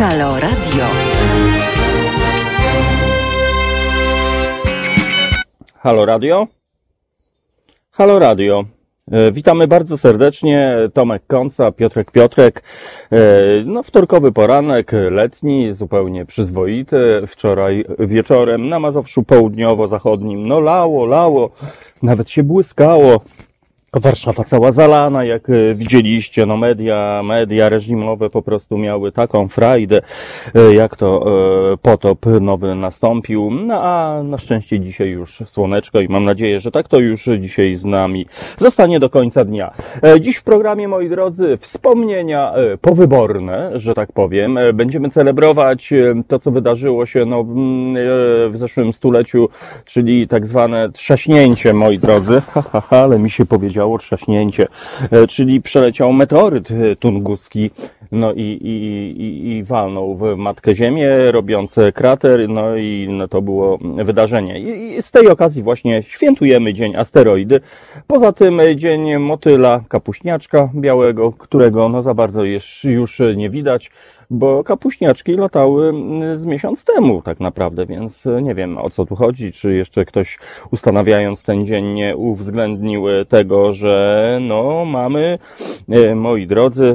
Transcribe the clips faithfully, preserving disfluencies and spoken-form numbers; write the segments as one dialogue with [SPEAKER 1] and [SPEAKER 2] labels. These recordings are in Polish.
[SPEAKER 1] Halo Radio.
[SPEAKER 2] Halo Radio? Halo Radio. Witamy bardzo serdecznie. Tomek Konca, Piotrek Piotrek. No, wtorkowy poranek, letni, zupełnie przyzwoity. Wczoraj wieczorem na Mazowszu Południowo-Zachodnim, no lało, lało, nawet się błyskało. Warszawa cała zalana, jak widzieliście, no media, media reżimowe po prostu miały taką frajdę, jak to potop nowy nastąpił, no a na szczęście dzisiaj już słoneczko i mam nadzieję, że tak to już dzisiaj z nami zostanie do końca dnia. Dziś w programie, moi drodzy, wspomnienia powyborne, że tak powiem. Będziemy celebrować to, co wydarzyło się no, w zeszłym stuleciu, czyli tak zwane trzaśnięcie, moi drodzy, ha, ha, ha, ale mi się powiedziało, trzaśnięcie, czyli przeleciał meteoryt tunguski, no i, i, i, i walnął w Matkę Ziemię, robiąc krater, no i no to było wydarzenie. I, I z tej okazji właśnie świętujemy Dzień Asteroidy. Poza tym Dzień Motyla Kapuśniaczka Białego, którego no za bardzo już, już nie widać, bo kapuśniaczki latały z miesiąc temu tak naprawdę, więc nie wiem, o co tu chodzi, czy jeszcze ktoś, ustanawiając ten dzień, nie uwzględnił tego, że no mamy, moi drodzy,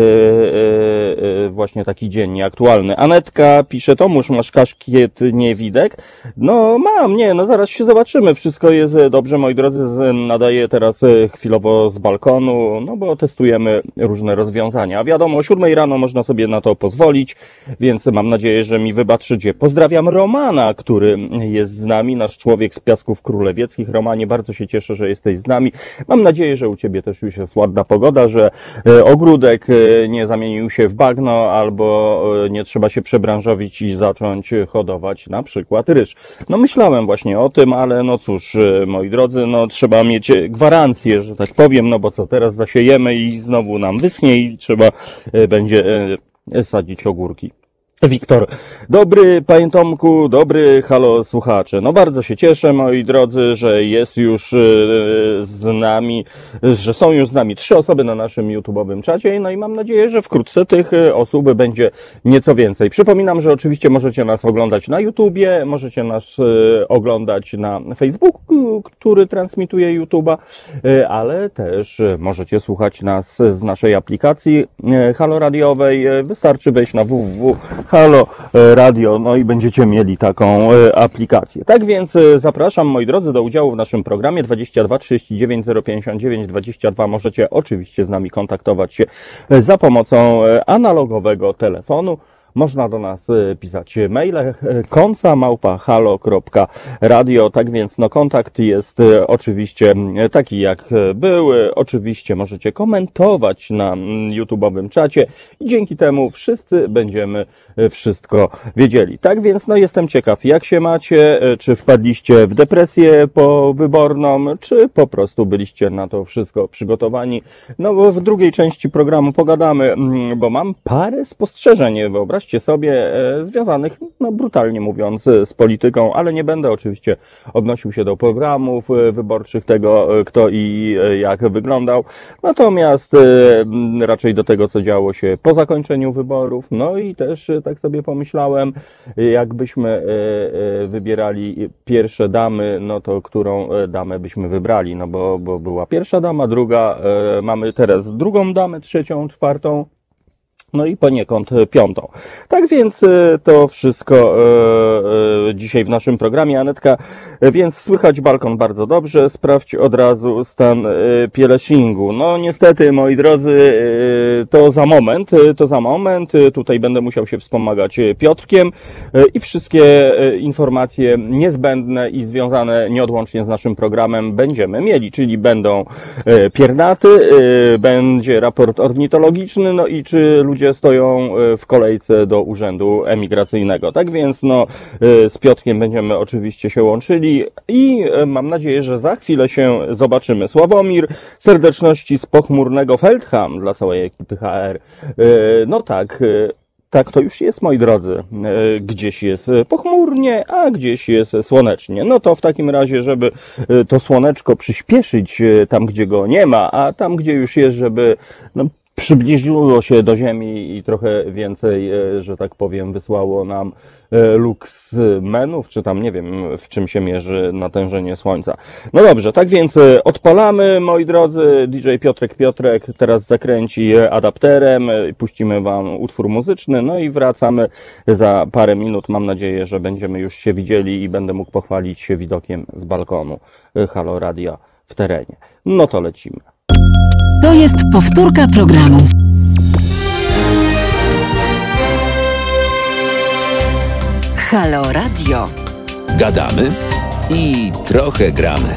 [SPEAKER 2] właśnie taki dzień nieaktualny. Anetka pisze: Tomusz, masz kaszkiet niewidek? No mam, nie, no zaraz się zobaczymy. Wszystko jest dobrze, moi drodzy. Nadaję teraz chwilowo z balkonu, no bo testujemy różne rozwiązania. A wiadomo, o siódmej rano można sobie na to pozwolić, więc mam nadzieję, że mi wybaczycie. Pozdrawiam Romana, który jest z nami, nasz człowiek z Piasków Królewieckich. Romanie, bardzo się cieszę, że jesteś z nami. Mam nadzieję, że u Ciebie też już jest ładna pogoda, że ogródek nie zamienił się w bagno, albo nie trzeba się przebranżowić i zacząć hodować na przykład ryż. No myślałem właśnie o tym, ale no cóż, moi drodzy, no trzeba mieć gwarancję, że tak powiem, no bo co, teraz zasiejemy i znowu nam wyschnie i trzeba będzie sadzić ogórki. Wiktor, dobry panie Tomku, dobry halo słuchacze. No bardzo się cieszę, moi drodzy, że jest już z nami, że są już z nami trzy osoby na naszym YouTube'owym czacie, no i mam nadzieję, że wkrótce tych osób będzie nieco więcej. Przypominam, że oczywiście możecie nas oglądać na YouTubie, możecie nas oglądać na Facebooku, który transmituje YouTube'a, ale też możecie słuchać nas z naszej aplikacji Halo Radiowej. Wystarczy wejść na w w w kropka halo radio, no i będziecie mieli taką aplikację. Tak więc zapraszam, moi drodzy, do udziału w naszym programie. Dwadzieścia dwa trzydzieści dziewięć zero pięćdziesiąt dziewięć dwadzieścia dwa. Możecie oczywiście z nami kontaktować się za pomocą analogowego telefonu. Można do nas pisać maile konca małpa halo kropka radio. Tak więc no kontakt jest oczywiście taki jak był. Oczywiście możecie komentować na YouTube'owym czacie i dzięki temu wszyscy będziemy wszystko wiedzieli. Tak więc no jestem ciekaw, jak się macie, czy wpadliście w depresję powyborną, czy po prostu byliście na to wszystko przygotowani. No bo w drugiej części programu pogadamy, bo mam parę spostrzeżeń, wyobraźcie sobie, związanych, no brutalnie mówiąc, z polityką, ale nie będę oczywiście odnosił się do programów wyborczych, tego kto i jak wyglądał, natomiast raczej do tego, co działo się po zakończeniu wyborów. No i też tak sobie pomyślałem, jakbyśmy wybierali pierwsze damy, no to którą damę byśmy wybrali, no bo, bo była pierwsza dama, druga, mamy teraz drugą damę, trzecią, czwartą, no i poniekąd piątą. Tak więc to wszystko e, e, dzisiaj w naszym programie. Anetka, więc słychać balkon bardzo dobrze. Sprawdź od razu stan e, peelingu. No niestety, moi drodzy, e, to za moment, to za moment. Tutaj będę musiał się wspomagać Piotrkiem e, i wszystkie e, informacje niezbędne i związane nieodłącznie z naszym programem będziemy mieli, czyli będą e, piernaty, e, będzie raport ornitologiczny, no i czy ludzie Ludzie stoją w kolejce do urzędu emigracyjnego. Tak więc no, z Piotrkiem będziemy oczywiście się łączyli i mam nadzieję, że za chwilę się zobaczymy. Sławomir, serdeczności z pochmurnego Feldham dla całej ekipy H R. No tak, tak to już jest, moi drodzy. Gdzieś jest pochmurnie, a gdzieś jest słonecznie. No to w takim razie, żeby to słoneczko przyspieszyć tam, gdzie go nie ma, a tam, gdzie już jest, żeby no, przybliżyło się do Ziemi i trochę więcej, że tak powiem, wysłało nam luksmenów, czy tam nie wiem, w czym się mierzy natężenie Słońca. No dobrze, tak więc odpalamy, moi drodzy. D J Piotrek Piotrek teraz zakręci adapterem, puścimy wam utwór muzyczny, no i wracamy za parę minut. Mam nadzieję, że będziemy już się widzieli i będę mógł pochwalić się widokiem z balkonu Halo Radia w terenie. No to lecimy.
[SPEAKER 1] To jest powtórka programu. Halo Radio.
[SPEAKER 3] Gadamy i trochę gramy.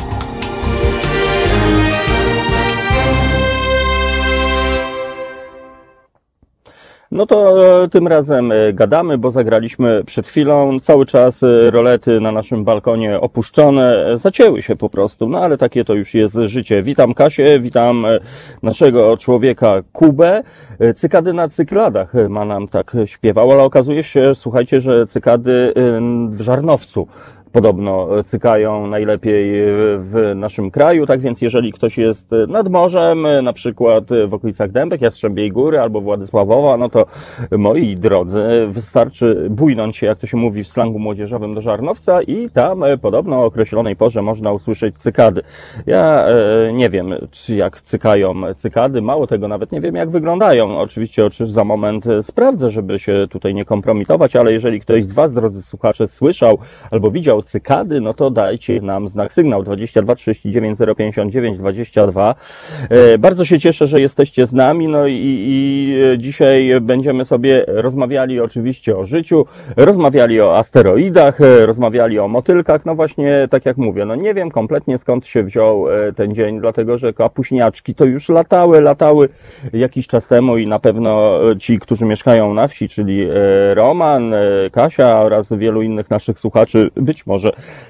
[SPEAKER 2] No to tym razem gadamy, bo zagraliśmy przed chwilą. Cały czas rolety na naszym balkonie opuszczone, zacięły się po prostu, no ale takie to już jest życie. Witam Kasię, witam naszego człowieka Kubę. Cykady na cykladach ma nam tak śpiewał, ale okazuje się, słuchajcie, że cykady w Żarnowcu podobno cykają najlepiej w naszym kraju, tak więc jeżeli ktoś jest nad morzem, na przykład w okolicach Dębek, Jastrzębiej Góry albo Władysławowa, no to moi drodzy, wystarczy bujnąć się, jak to się mówi w slangu młodzieżowym, do Żarnowca i tam podobno o określonej porze można usłyszeć cykady. Ja nie wiem, jak cykają cykady, mało tego, nawet nie wiem, jak wyglądają. Oczywiście za moment sprawdzę, żeby się tutaj nie kompromitować, ale jeżeli ktoś z was, drodzy słuchacze, słyszał albo widział cykady, no to dajcie nam znak, sygnał dwadzieścia dwa trzydzieści dziewięć zero pięćdziesiąt dziewięć dwadzieścia dwa. E, bardzo się cieszę, że jesteście z nami, no i, i dzisiaj będziemy sobie rozmawiali oczywiście o życiu, rozmawiali o asteroidach, rozmawiali o motylkach, no właśnie tak jak mówię, no nie wiem kompletnie skąd się wziął ten dzień, dlatego że kapuśniaczki to już latały, latały jakiś czas temu i na pewno ci, którzy mieszkają na wsi, czyli Roman, Kasia oraz wielu innych naszych słuchaczy, być może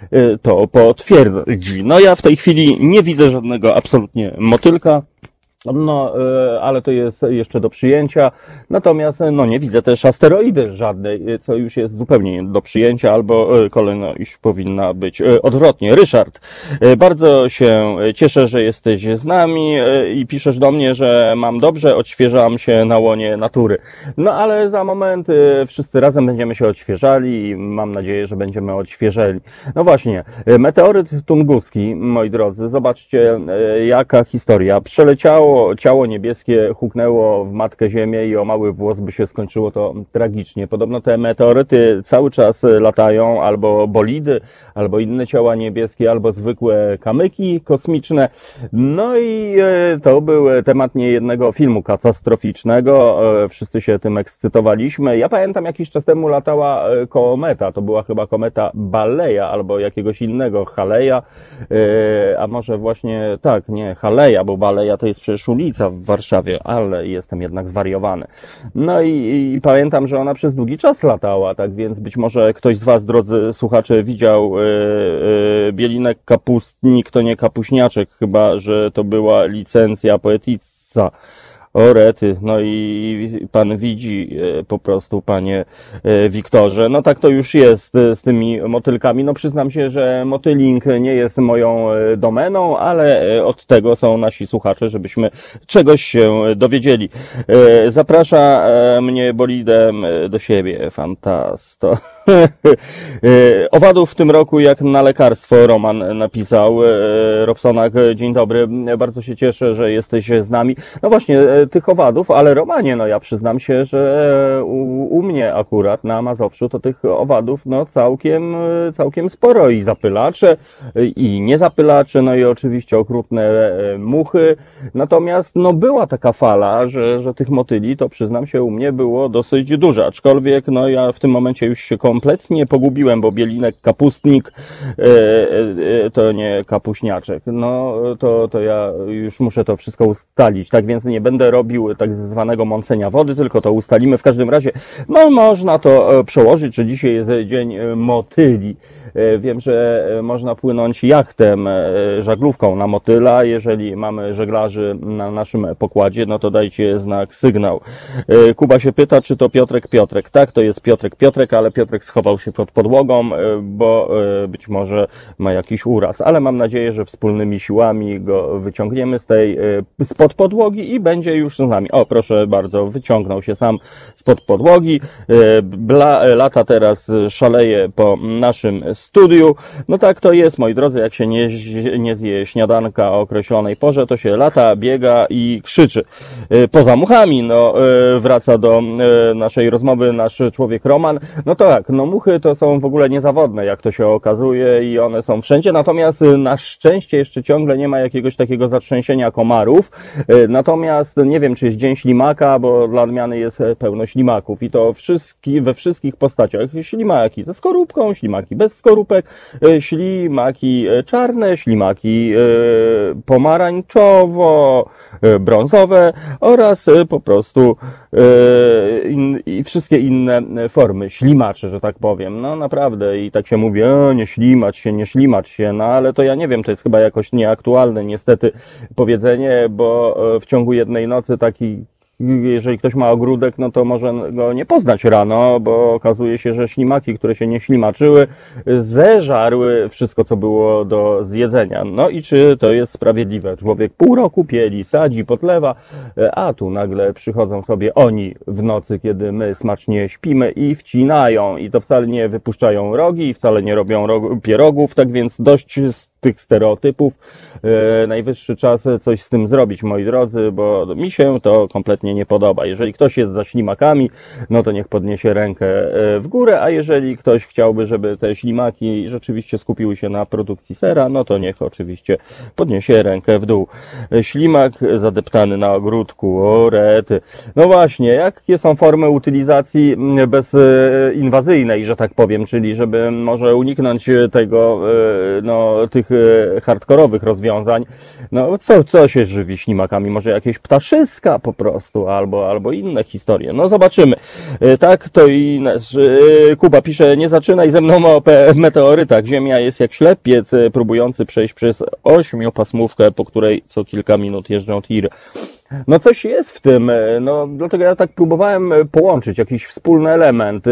[SPEAKER 2] to potwierdzi. No ja w tej chwili nie widzę żadnego absolutnie motylka. No, ale to jest jeszcze do przyjęcia. Natomiast, no nie widzę też asteroidy żadnej, co już jest zupełnie do przyjęcia, albo kolejno już powinna być odwrotnie. Ryszard, bardzo się cieszę, że jesteś z nami i piszesz do mnie, że mam dobrze, odświeżam się na łonie natury. No, ale za moment wszyscy razem będziemy się odświeżali i mam nadzieję, że będziemy odświeżeli. No właśnie, meteoryt tunguski, moi drodzy, zobaczcie, jaka historia. Przeleciało ciało niebieskie, huknęło w matkę Ziemię i o mały włos by się skończyło to tragicznie. Podobno te meteoryty cały czas latają, albo bolidy, albo inne ciała niebieskie, albo zwykłe kamyki kosmiczne. No i to był temat niejednego filmu katastroficznego. Wszyscy się tym ekscytowaliśmy. Ja pamiętam, jakiś czas temu latała kometa. To była chyba kometa Balleja albo jakiegoś innego Haleja. A może właśnie, tak, nie, Haleja, bo Balleja to jest przecież ulica w Warszawie, ale jestem jednak zwariowany. No i, i pamiętam, że ona przez długi czas latała, tak więc być może ktoś z was, drodzy słuchacze, widział yy, yy, Bielinek Kapustnik, to nie kapuśniaczek, chyba że to była licencja poetica. O rety, no i pan widzi po prostu, panie Wiktorze, no tak to już jest z tymi motylkami. No przyznam się, że motyling nie jest moją domeną, ale od tego są nasi słuchacze, żebyśmy czegoś się dowiedzieli. Zaprasza mnie bolidem do siebie, fantasto. Owadów w tym roku jak na lekarstwo, Roman napisał. Robsonak, dzień dobry, bardzo się cieszę, że jesteś z nami. No właśnie, tych owadów, ale Romanie, no ja przyznam się, że u, u mnie akurat na Mazowszu to tych owadów no całkiem, całkiem sporo i zapylacze, i niezapylacze, no i oczywiście okrutne muchy. Natomiast no była taka fala, że, że tych motyli to przyznam się u mnie było dosyć dużo, aczkolwiek no ja w tym momencie już się kompletnie pogubiłem, bo Bielinek Kapustnik e, e, to nie kapuśniaczek. No to, to ja już muszę to wszystko ustalić, tak więc nie będę robił tak zwanego mącenia wody, tylko to ustalimy. W każdym razie, no można to przełożyć, że dzisiaj jest dzień motyli. Wiem, że można płynąć jachtem, żaglówką na motyla. Jeżeli mamy żeglarzy na naszym pokładzie, no to dajcie znak, sygnał. Kuba się pyta, czy to Piotrek Piotrek. Tak, to jest Piotrek Piotrek, ale Piotrek ślimak schował się pod podłogą, bo być może ma jakiś uraz, ale mam nadzieję, że wspólnymi siłami go wyciągniemy z tej, spod podłogi i będzie już z nami. O, proszę bardzo, wyciągnął się sam spod podłogi, Bla, lata teraz szaleje po naszym studiu. No tak to jest, moi drodzy, jak się nie, nie zje śniadanka o określonej porze, to się lata, biega i krzyczy. Poza muchami, no wraca do naszej rozmowy nasz człowiek Roman. No tak, no muchy to są w ogóle niezawodne, jak to się okazuje, i one są wszędzie, natomiast na szczęście jeszcze ciągle nie ma jakiegoś takiego zatrzęsienia komarów. Natomiast nie wiem, czy jest dzień ślimaka, bo dla odmiany jest pełno ślimaków i to wszystki, we wszystkich postaciach. Ślimaki ze skorupką, ślimaki bez skorupek, ślimaki czarne, ślimaki pomarańczowo, brązowe oraz po prostu i wszystkie inne formy ślimaczy, że tak powiem. No naprawdę, i tak się mówi, o, nie ślimacz się, nie ślimacz się, no ale to ja nie wiem, to jest chyba jakoś nieaktualne niestety powiedzenie, bo w ciągu jednej nocy taki, jeżeli ktoś ma ogródek, no to może go nie poznać rano, bo okazuje się, że ślimaki, które się nie ślimaczyły, zeżarły wszystko, co było do zjedzenia. No i czy to jest sprawiedliwe? Człowiek pół roku pieli, sadzi, podlewa, a tu nagle przychodzą sobie oni w nocy, kiedy my smacznie śpimy i wcinają. I to wcale nie wypuszczają rogi, i wcale nie robią pierogów, tak więc dość z tych stereotypów. E, najwyższy czas coś z tym zrobić, moi drodzy, bo mi się to kompletnie nie podoba. Jeżeli ktoś jest za ślimakami, no to niech podniesie rękę w górę, a jeżeli ktoś chciałby, żeby te ślimaki rzeczywiście skupiły się na produkcji sera, no to niech oczywiście podniesie rękę w dół. Ślimak zadeptany na ogródku, o rety. No właśnie, jakie są formy utylizacji bezinwazyjnej, że tak powiem, czyli żeby może uniknąć tego, no, tych hardkorowych rozwiązań. No co, co się żywi ślimakami? Może jakieś ptaszyska po prostu, albo, albo inne historie. No zobaczymy. Tak, to i nasz Kuba pisze, nie zaczynaj ze mną o meteorytach. Ziemia jest jak ślepiec próbujący przejść przez ośmiopasmówkę, po której co kilka minut jeżdżą tiry. No coś jest w tym, no dlatego ja tak próbowałem połączyć jakiś wspólny element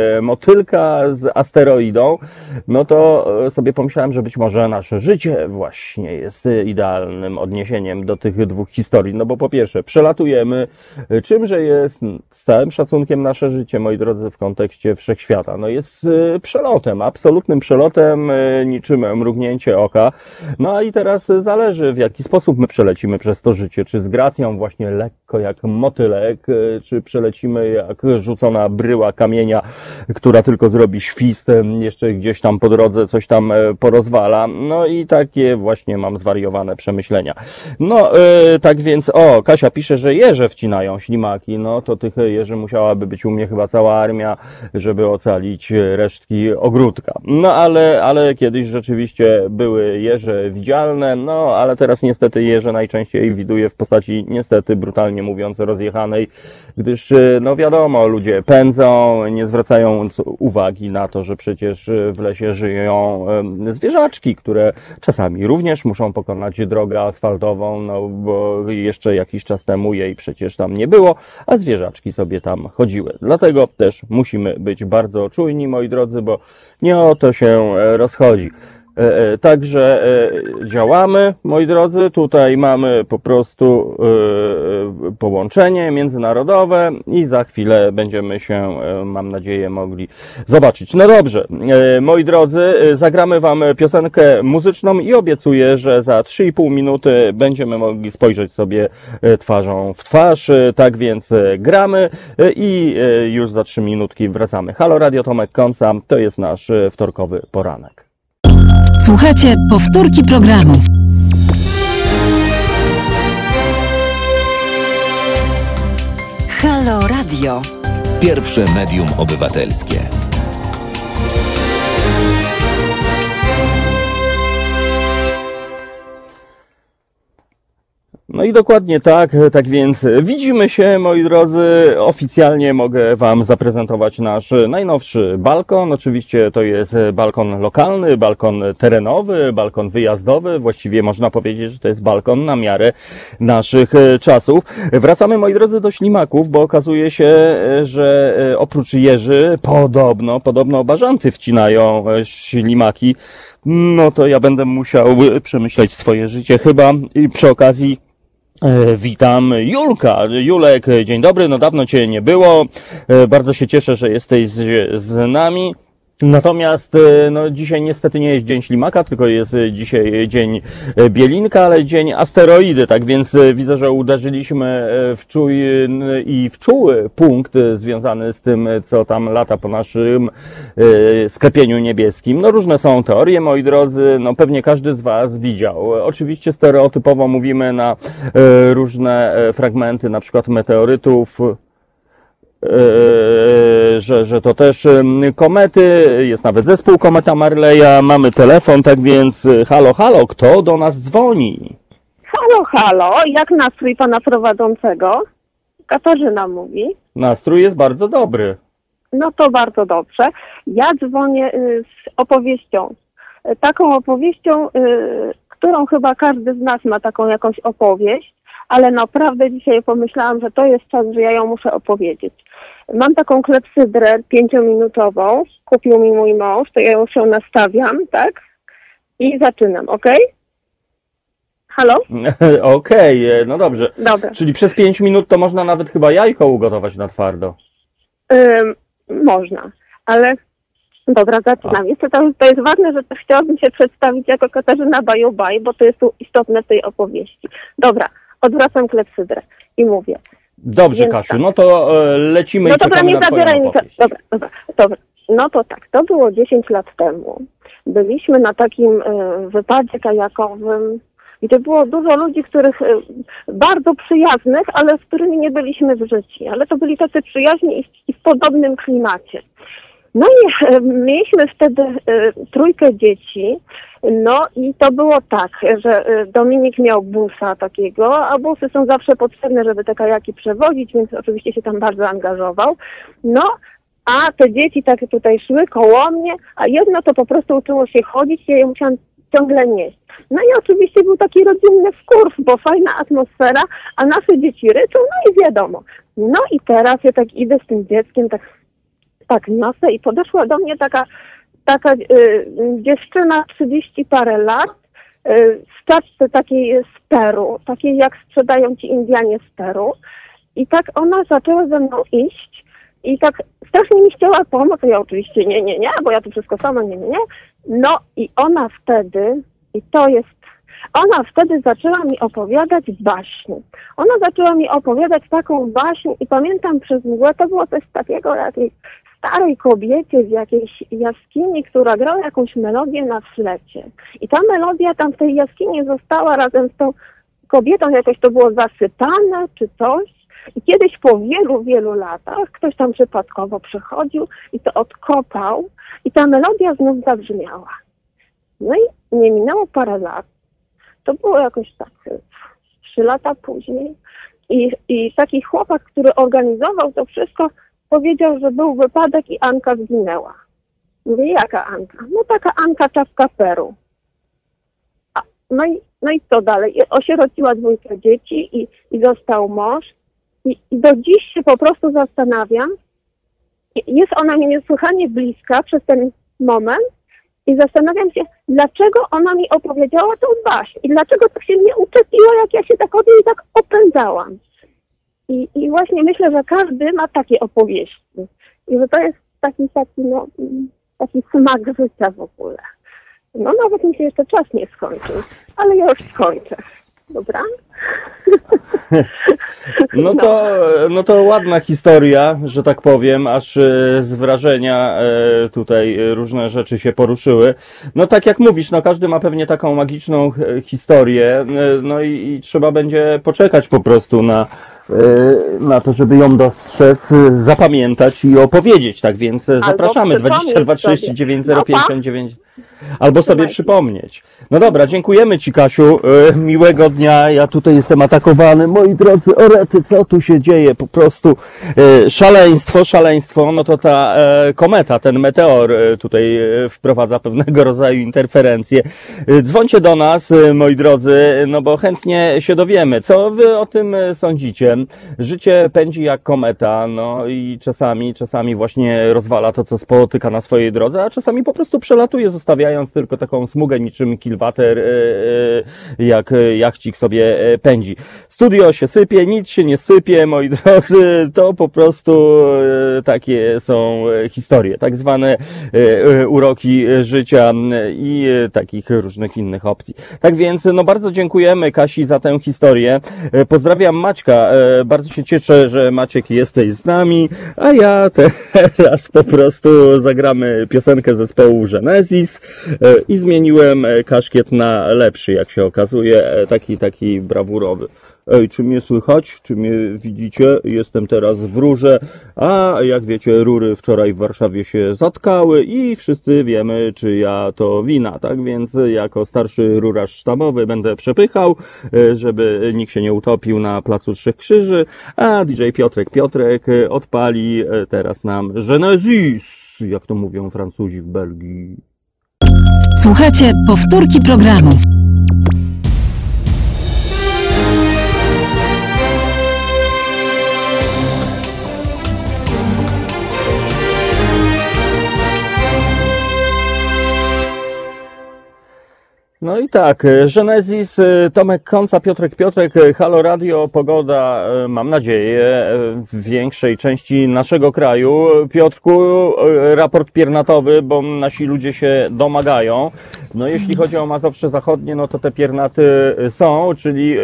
[SPEAKER 2] motylka z asteroidą, no to sobie pomyślałem, że być może nasze życie właśnie jest idealnym odniesieniem do tych dwóch historii, no bo po pierwsze przelatujemy, czymże jest z całym szacunkiem nasze życie, moi drodzy, w kontekście wszechświata, no jest przelotem, absolutnym przelotem, niczym mrugnięcie oka, no i teraz zależy, w jaki sposób my przelecimy przez to życie, czy z gracją właśnie lekko jak motylek, czy przelecimy jak rzucona bryła kamienia, która tylko zrobi świst, jeszcze gdzieś tam po drodze coś tam porozwala. No i takie właśnie mam zwariowane przemyślenia. No yy, tak więc, o, Kasia pisze, że jeże wcinają ślimaki. No to tych jeży musiałaby być u mnie chyba cała armia, żeby ocalić resztki ogródka. No ale, ale kiedyś rzeczywiście były jeże widzialne, no ale teraz niestety jeże najczęściej widuję w postaci niestety, brutalnie mówiąc, rozjechanej, gdyż, no wiadomo, ludzie pędzą, nie zwracają uwagi na to, że przecież w lesie żyją zwierzaczki, które czasami również muszą pokonać drogę asfaltową, no bo jeszcze jakiś czas temu jej przecież tam nie było, a zwierzaczki sobie tam chodziły. Dlatego też musimy być bardzo czujni, moi drodzy, bo nie o to się rozchodzi. Także działamy, moi drodzy, tutaj mamy po prostu połączenie międzynarodowe i za chwilę będziemy się, mam nadzieję, mogli zobaczyć. No dobrze, moi drodzy, zagramy wam piosenkę muzyczną i obiecuję, że za trzy i pół minuty będziemy mogli spojrzeć sobie twarzą w twarz, tak więc gramy i już za trzy minutki wracamy. Halo Radio, Tomek Konca, to jest nasz wtorkowy poranek.
[SPEAKER 1] Słuchajcie, powtórki programu. Halo Radio.
[SPEAKER 3] Pierwsze medium obywatelskie.
[SPEAKER 2] No i dokładnie tak, tak więc widzimy się, moi drodzy. Oficjalnie mogę Wam zaprezentować nasz najnowszy balkon. Oczywiście to jest balkon lokalny, balkon terenowy, balkon wyjazdowy. Właściwie można powiedzieć, że to jest balkon na miarę naszych czasów. Wracamy, moi drodzy, do ślimaków, bo okazuje się, że oprócz jeży podobno, podobno bażanty wcinają ślimaki. No to ja będę musiał przemyśleć swoje życie chyba i przy okazji E, Witam Julka. Julek, dzień dobry, no dawno Cię nie było, E, bardzo się cieszę, że jesteś z, z nami. Natomiast e, no, dzisiaj niestety nie jest dzień ślimaka, tylko jest dzisiaj dzień bielinka, ale dzień asteroidy, tak więc e, widzę, że uderzyliśmy w czuj i w czuły punkt związany z tym, co tam lata po naszym e, sklepieniu niebieskim. No różne są teorie, moi drodzy, no pewnie każdy z Was widział. Oczywiście stereotypowo mówimy na e, różne fragmenty, na przykład meteorytów, Że, że to też komety, jest nawet zespół Kometa Marleya, mamy telefon, tak więc halo, halo, kto do nas dzwoni?
[SPEAKER 4] Halo, halo, jak nastrój pana prowadzącego? Katarzyna mówi.
[SPEAKER 2] Nastrój jest bardzo dobry.
[SPEAKER 4] No to bardzo dobrze. Ja dzwonię y, z opowieścią. Y, Taką opowieścią, y, którą chyba każdy z nas ma taką jakąś opowieść, ale naprawdę dzisiaj pomyślałam, że to jest czas, że ja ją muszę opowiedzieć. Mam taką klepsydrę pięciominutową, kupił mi mój mąż, to ja już ją nastawiam, tak? I zaczynam, ok? Halo?
[SPEAKER 2] Okej, no dobrze.
[SPEAKER 4] Dobra.
[SPEAKER 2] Czyli przez pięć minut to można nawet chyba jajko ugotować na twardo.
[SPEAKER 4] Ym, można, ale dobra, zaczynam. Jeszcze to, to jest ważne, że też chciałabym się przedstawić jako Katarzyna Bajubaj, bo to jest tu istotne w tej opowieści. Dobra, odwracam klepsydrę i mówię.
[SPEAKER 2] Dobrze,
[SPEAKER 4] Więc
[SPEAKER 2] Kasiu,
[SPEAKER 4] tak.
[SPEAKER 2] no to e, lecimy
[SPEAKER 4] No
[SPEAKER 2] i
[SPEAKER 4] dobra,
[SPEAKER 2] czekamy
[SPEAKER 4] nie
[SPEAKER 2] na Twoją
[SPEAKER 4] zabieraj mi.
[SPEAKER 2] opowieść.
[SPEAKER 4] Dobra, dobra, dobra. No to tak, to było dziesięć lat temu. Byliśmy na takim y, wypadzie kajakowym, gdzie było dużo ludzi, których y, bardzo przyjaznych, ale z którymi nie byliśmy w życiu. Ale to byli tacy przyjaźni i, i w podobnym klimacie. No i e, mieliśmy wtedy e, trójkę dzieci, no i to było tak, że e, Dominik miał busa takiego, a busy są zawsze potrzebne, żeby te kajaki przewozić, więc oczywiście się tam bardzo angażował. No, a te dzieci tak tutaj szły koło mnie, a jedno to po prostu uczyło się chodzić, ja je musiałam ciągle nieść. No i oczywiście był taki rodzinny wkurw, bo fajna atmosfera, a nasze dzieci ryczą, no i wiadomo. No i teraz ja tak idę z tym dzieckiem, tak tak niosę i podeszła do mnie taka, taka y, dziewczyna trzydzieści parę lat y, w czapce takiej z Peru, takiej jak sprzedają ci Indianie z Peru. I tak ona zaczęła ze mną iść i tak strasznie mi chciała pomóc. Ja oczywiście nie, nie, nie, bo ja tu wszystko sama, nie, nie, nie. No i ona wtedy, i to jest, ona wtedy zaczęła mi opowiadać baśń. Ona zaczęła mi opowiadać taką baśń i pamiętam przez mgłę, to było coś takiego, jakiej starej kobiecie w jakiejś jaskini, która grała jakąś melodię na flecie. I ta melodia tam w tej jaskini została razem z tą kobietą, jakoś to było zasypane czy coś. I kiedyś po wielu, wielu latach ktoś tam przypadkowo przychodził i to odkopał i ta melodia znów zabrzmiała. No i nie minęło parę lat. To było jakoś tak trzy lata później. I, I taki chłopak, który organizował to wszystko, powiedział, że był wypadek i Anka zginęła. Mówię, jaka Anka? No taka Anka czapka Peru. A, no, i, no i co dalej? Osierociła dwójkę dzieci i, i został mąż. I, I do dziś się po prostu zastanawiam. Jest ona mi niesłychanie bliska przez ten moment i zastanawiam się, dlaczego ona mi opowiedziała tą baśń i dlaczego to się mnie uczepiło, jak ja się tak od niej tak opędzałam. I, I właśnie myślę, że każdy ma takie opowieści. I że to jest taki, taki, no, taki smak życia w ogóle. No nawet mi się jeszcze czas nie skończył, ale ja już skończę. Dobra?
[SPEAKER 2] No to, no to ładna historia, że tak powiem, aż e, z wrażenia e, tutaj różne rzeczy się poruszyły. No tak jak mówisz, no każdy ma pewnie taką magiczną e, historię, e, no i, i trzeba będzie poczekać po prostu na, e, na to, żeby ją dostrzec, zapamiętać i opowiedzieć. Tak więc e, zapraszamy
[SPEAKER 4] przypomnieć
[SPEAKER 2] dwadzieścia dwa trzydzieści dziewięć zero pięćdziesiąt dziewięć. Albo sobie
[SPEAKER 4] Trzymajcie.
[SPEAKER 2] przypomnieć. No dobra, dziękujemy Ci, Kasiu. E, miłego dnia. Ja tutaj jestem atakowany. Moi drodzy, orety, co tu się dzieje? Po prostu e, szaleństwo, szaleństwo. No to ta e, kometa, ten meteor e, tutaj e, wprowadza pewnego rodzaju interferencje. E, dzwońcie do nas, e, moi drodzy, no bo chętnie się dowiemy. Co Wy o tym e, sądzicie? Życie pędzi jak kometa, no i czasami, czasami właśnie rozwala to, co spotyka na swojej drodze, a czasami po prostu przelatuje, zostawiając tylko taką smugę niczym kilwater, e, e, jak jachcik sobie e, pędzi. Studio się sypie, nic się nie sypie, moi drodzy, to po prostu e, takie są e, historie, tak zwane e, e, uroki życia e, i e, takich różnych innych opcji. Tak więc, no bardzo dziękujemy Kasi za tę historię. E, Pozdrawiam Maćka, e, bardzo się cieszę, że Maciek jesteś z nami, a ja teraz po prostu zagramy piosenkę zespołu Genesis e, i zmieniłem e, kaszkiet na lepszy, jak się okazuje, e, taki, taki brawurowy. Ej, czy mnie słychać? Czy mnie widzicie? Jestem teraz w rurze, a jak wiecie, rury wczoraj w Warszawie się zatkały i wszyscy wiemy, czyja to wina, tak więc jako starszy rurarz sztabowy będę przepychał, e, żeby nikt się nie utopił na Placu Trzech Krzyży, a D J Piotrek Piotrek e, odpali e, teraz nam Genesis, jak to mówią Francuzi w Belgii.
[SPEAKER 1] Słuchajcie powtórki programu.
[SPEAKER 2] No i tak, Genesis, Tomek Konca, Piotrek Piotrek, Halo Radio, pogoda, mam nadzieję, w większej części naszego kraju. Piotrku, raport piernatowy, bo nasi ludzie się domagają. No jeśli chodzi o Mazowsze Zachodnie, no to te piernaty są, czyli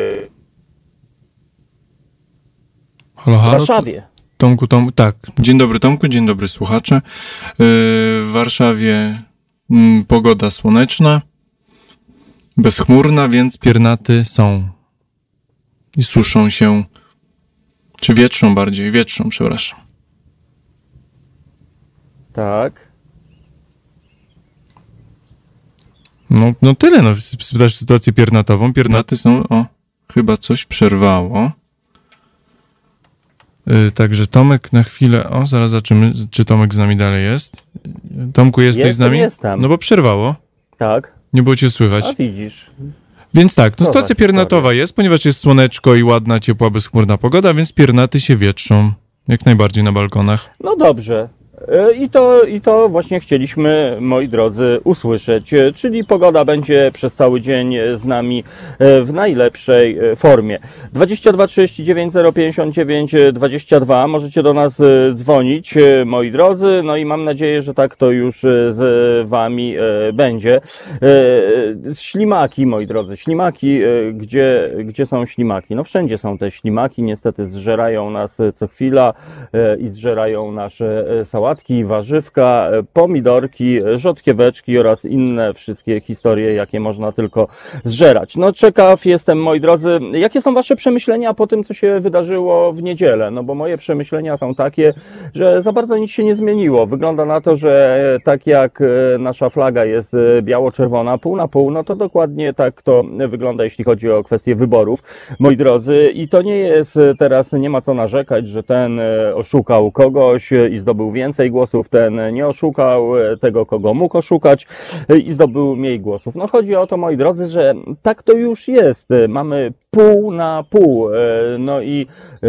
[SPEAKER 5] Halo,
[SPEAKER 2] w
[SPEAKER 5] halo.
[SPEAKER 2] Warszawie.
[SPEAKER 5] Tomku, Tom, tak. Dzień dobry Tomku, dzień dobry słuchacze. Yy, w Warszawie mm, pogoda słoneczna, bezchmurna, więc piernaty są. I suszą się, czy wietrzą bardziej, wietrzą, przepraszam.
[SPEAKER 2] Tak.
[SPEAKER 5] No, no tyle, no. Spytasz sytuację piernatową. Piernaty są, o, chyba coś przerwało. Yy, także Tomek na chwilę, o, zaraz zobaczymy, czy Tomek z nami dalej jest. Tomku, jesteś
[SPEAKER 2] Jestem,
[SPEAKER 5] z nami?
[SPEAKER 2] jestem.
[SPEAKER 5] No bo przerwało.
[SPEAKER 2] Tak.
[SPEAKER 5] Nie było cię słychać.
[SPEAKER 2] A widzisz.
[SPEAKER 5] Więc tak, to
[SPEAKER 2] No
[SPEAKER 5] sytuacja
[SPEAKER 2] tak,
[SPEAKER 5] piernatowa
[SPEAKER 2] historia.
[SPEAKER 5] jest, ponieważ jest słoneczko i ładna, ciepła, bezchmurna pogoda, więc piernaty się wietrzą. Jak najbardziej na balkonach.
[SPEAKER 2] No dobrze. E, I to, I to właśnie chcieliśmy, moi drodzy, usłyszeć. E, Czyli pogoda będzie przez cały dzień z nami e, w najlepszej e, formie. dwadzieścia dwa trzydzieści dziewięć zero pięćdziesiąt dziewięć dwadzieścia dwa. Możecie do nas e, dzwonić, e, moi drodzy. No i mam nadzieję, że tak to już e, z wami e, będzie. E, Ślimaki, moi drodzy, ślimaki. e, Gdzie, gdzie są ślimaki? No wszędzie są te ślimaki. Niestety zżerają nas co chwila e, i zżerają nasze e, sałatki, warzywka, e, pomidorki, e, rzodkieweczki oraz inne wszystkie historie, jakie można tylko zżerać. No ciekaw jestem, moi drodzy, jakie są wasze przemyślenia po tym, co się wydarzyło w niedzielę? No bo moje przemyślenia są takie, że za bardzo nic się nie zmieniło. Wygląda na to, że e, tak jak e, nasza flaga jest e, biało-czerwona, pół na pół, no to dokładnie tak to wygląda, jeśli chodzi o kwestię wyborów, moi drodzy. I to nie jest e, teraz, nie ma co narzekać, że ten e, oszukał kogoś e, i zdobył więcej głosów, ten nie oszukał e, tego, kogo mógł oszukać e, i zdobył mniej głosów. No chodzi o to, moi drodzy, że tak to już jest. E, Mamy pół na pół. e, No i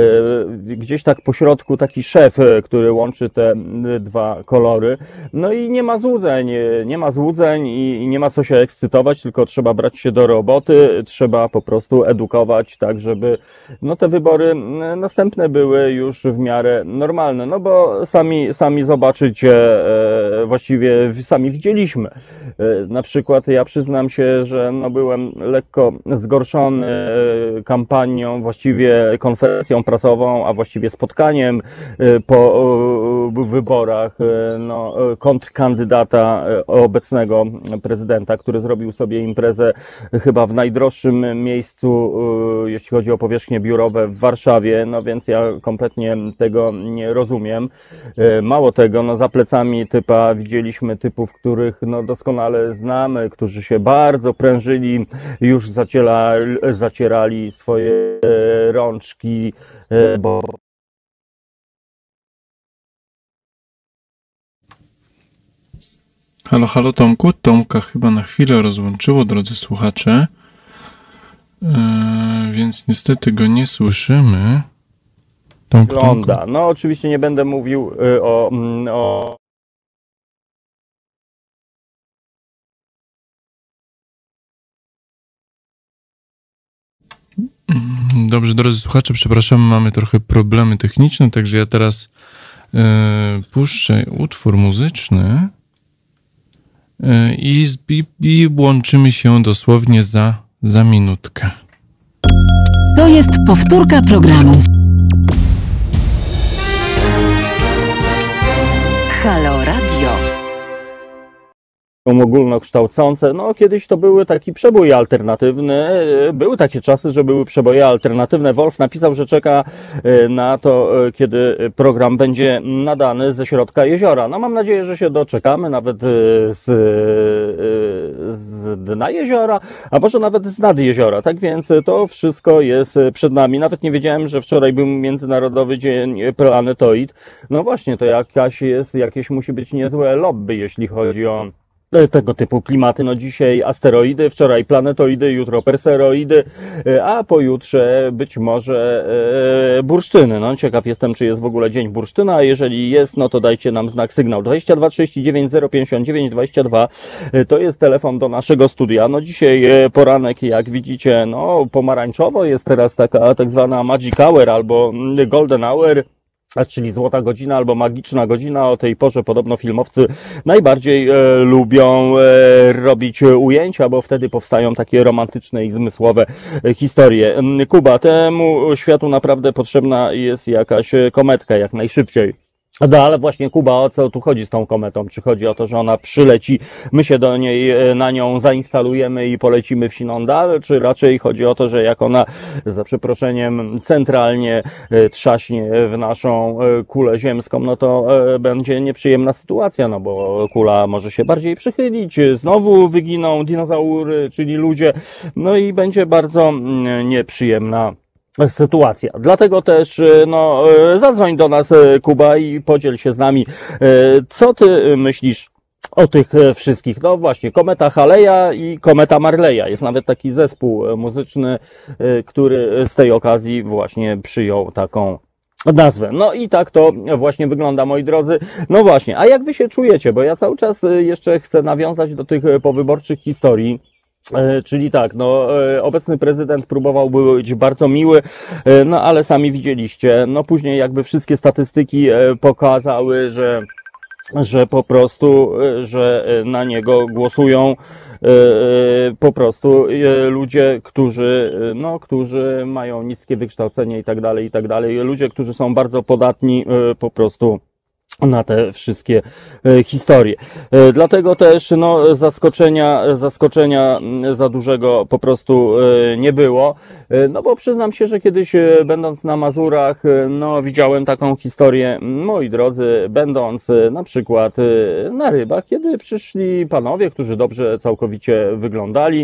[SPEAKER 2] e, gdzieś tak po środku taki szef, e, który łączy te m, dwa kolory. No i nie ma złudzeń, e, nie ma złudzeń i, i nie ma co się ekscytować, tylko trzeba brać się do roboty, trzeba po prostu edukować, tak żeby no te wybory m, następne były już w miarę normalne. No bo sami, sami zobaczycie, e, właściwie sami widzieliśmy. E, Na przykład ja przyznam się, że no byłem lekko zgorszony e, kampanią, właściwie konferencją prasową, a właściwie spotkaniem e, po e, wyborach e, no, e, kontrkandydata e, obecnego prezydenta, który zrobił sobie imprezę chyba w najdroższym miejscu, e, jeśli chodzi o powierzchnie biurowe w Warszawie, no więc ja kompletnie tego nie rozumiem. E, Mało mało tego, no za plecami typa widzieliśmy typów, których no doskonale znamy, którzy się bardzo prężyli, już zaciera, zacierali swoje e, rączki, e, bo
[SPEAKER 5] Halo, halo Tomku. Tomka chyba na chwilę rozłączyło, drodzy słuchacze. Yy, więc niestety go nie słyszymy. Tomku,
[SPEAKER 2] wygląda.
[SPEAKER 5] Tomku.
[SPEAKER 2] No oczywiście nie będę mówił y, o, mm, o
[SPEAKER 5] Dobrze, drodzy słuchacze, przepraszamy, mamy trochę problemy techniczne, także ja teraz yy, puszczę utwór muzyczny yy, i, i, i łączymy się dosłownie za, za minutkę.
[SPEAKER 1] To jest powtórka programu.
[SPEAKER 6] Halo Radio.
[SPEAKER 2] ogólnokształcące. No kiedyś to były taki przebój alternatywny. Były takie czasy, że były przeboje alternatywne. Wolf napisał, że czeka na to, kiedy program będzie nadany ze środka jeziora. No mam nadzieję, że się doczekamy nawet z, z dna jeziora, a może nawet z nad jeziora. Tak więc to wszystko jest przed nami. Nawet nie wiedziałem, że wczoraj był Międzynarodowy Dzień Planetoid. No właśnie, to jakaś jest, jakieś musi być niezłe lobby, jeśli chodzi o tego typu klimaty. No dzisiaj asteroidy, wczoraj planetoidy, jutro perseroidy, a pojutrze być może e, bursztyny. No ciekaw jestem, czy jest w ogóle dzień bursztyna, a jeżeli jest, no to dajcie nam znak, sygnał. dwadzieścia dwa trzydzieści dziewięć zero pięćdziesiąt dziewięć dwadzieścia dwa to jest telefon do naszego studia. No dzisiaj poranek, jak widzicie, no pomarańczowo, jest teraz taka tak zwana magic hour albo golden hour, czyli złota godzina albo magiczna godzina. O tej porze podobno filmowcy najbardziej e, lubią e, robić ujęcia, bo wtedy powstają takie romantyczne i zmysłowe e, historie. Kuba, temu światu naprawdę potrzebna jest jakaś kometka jak najszybciej. No ale właśnie Kuba, o co tu chodzi z tą kometą? Czy chodzi o to, że ona przyleci, my się do niej, na nią zainstalujemy i polecimy w siną dal, czy raczej chodzi o to, że jak ona, za przeproszeniem, centralnie trzaśnie w naszą kulę ziemską, no to będzie nieprzyjemna sytuacja, no bo kula może się bardziej przychylić, znowu wyginą dinozaury, czyli ludzie, no i będzie bardzo nieprzyjemna sytuacja. Dlatego też, no, zadzwoń do nas, Kuba, i podziel się z nami, co ty myślisz o tych wszystkich. No właśnie, kometa Haleja i kometa Marleya. Jest nawet taki zespół muzyczny, który z tej okazji właśnie przyjął taką nazwę. No i tak to właśnie wygląda, moi drodzy. No właśnie, a jak wy się czujecie? Bo ja cały czas jeszcze chcę nawiązać do tych powyborczych historii. Czyli tak, no obecny prezydent próbował być bardzo miły, no ale sami widzieliście, no później jakby wszystkie statystyki pokazały, że, że po prostu, że na niego głosują po prostu ludzie, którzy, no, którzy mają niskie wykształcenie i tak dalej, i tak dalej, ludzie, którzy są bardzo podatni po prostu na te wszystkie e, historie. E, dlatego też no, zaskoczenia, zaskoczenia za dużego po prostu e, nie było. E, no bo przyznam się, że kiedyś e, będąc na Mazurach, e, no widziałem taką historię, moi drodzy, będąc e, na przykład e, na rybach, kiedy przyszli panowie, którzy dobrze całkowicie wyglądali.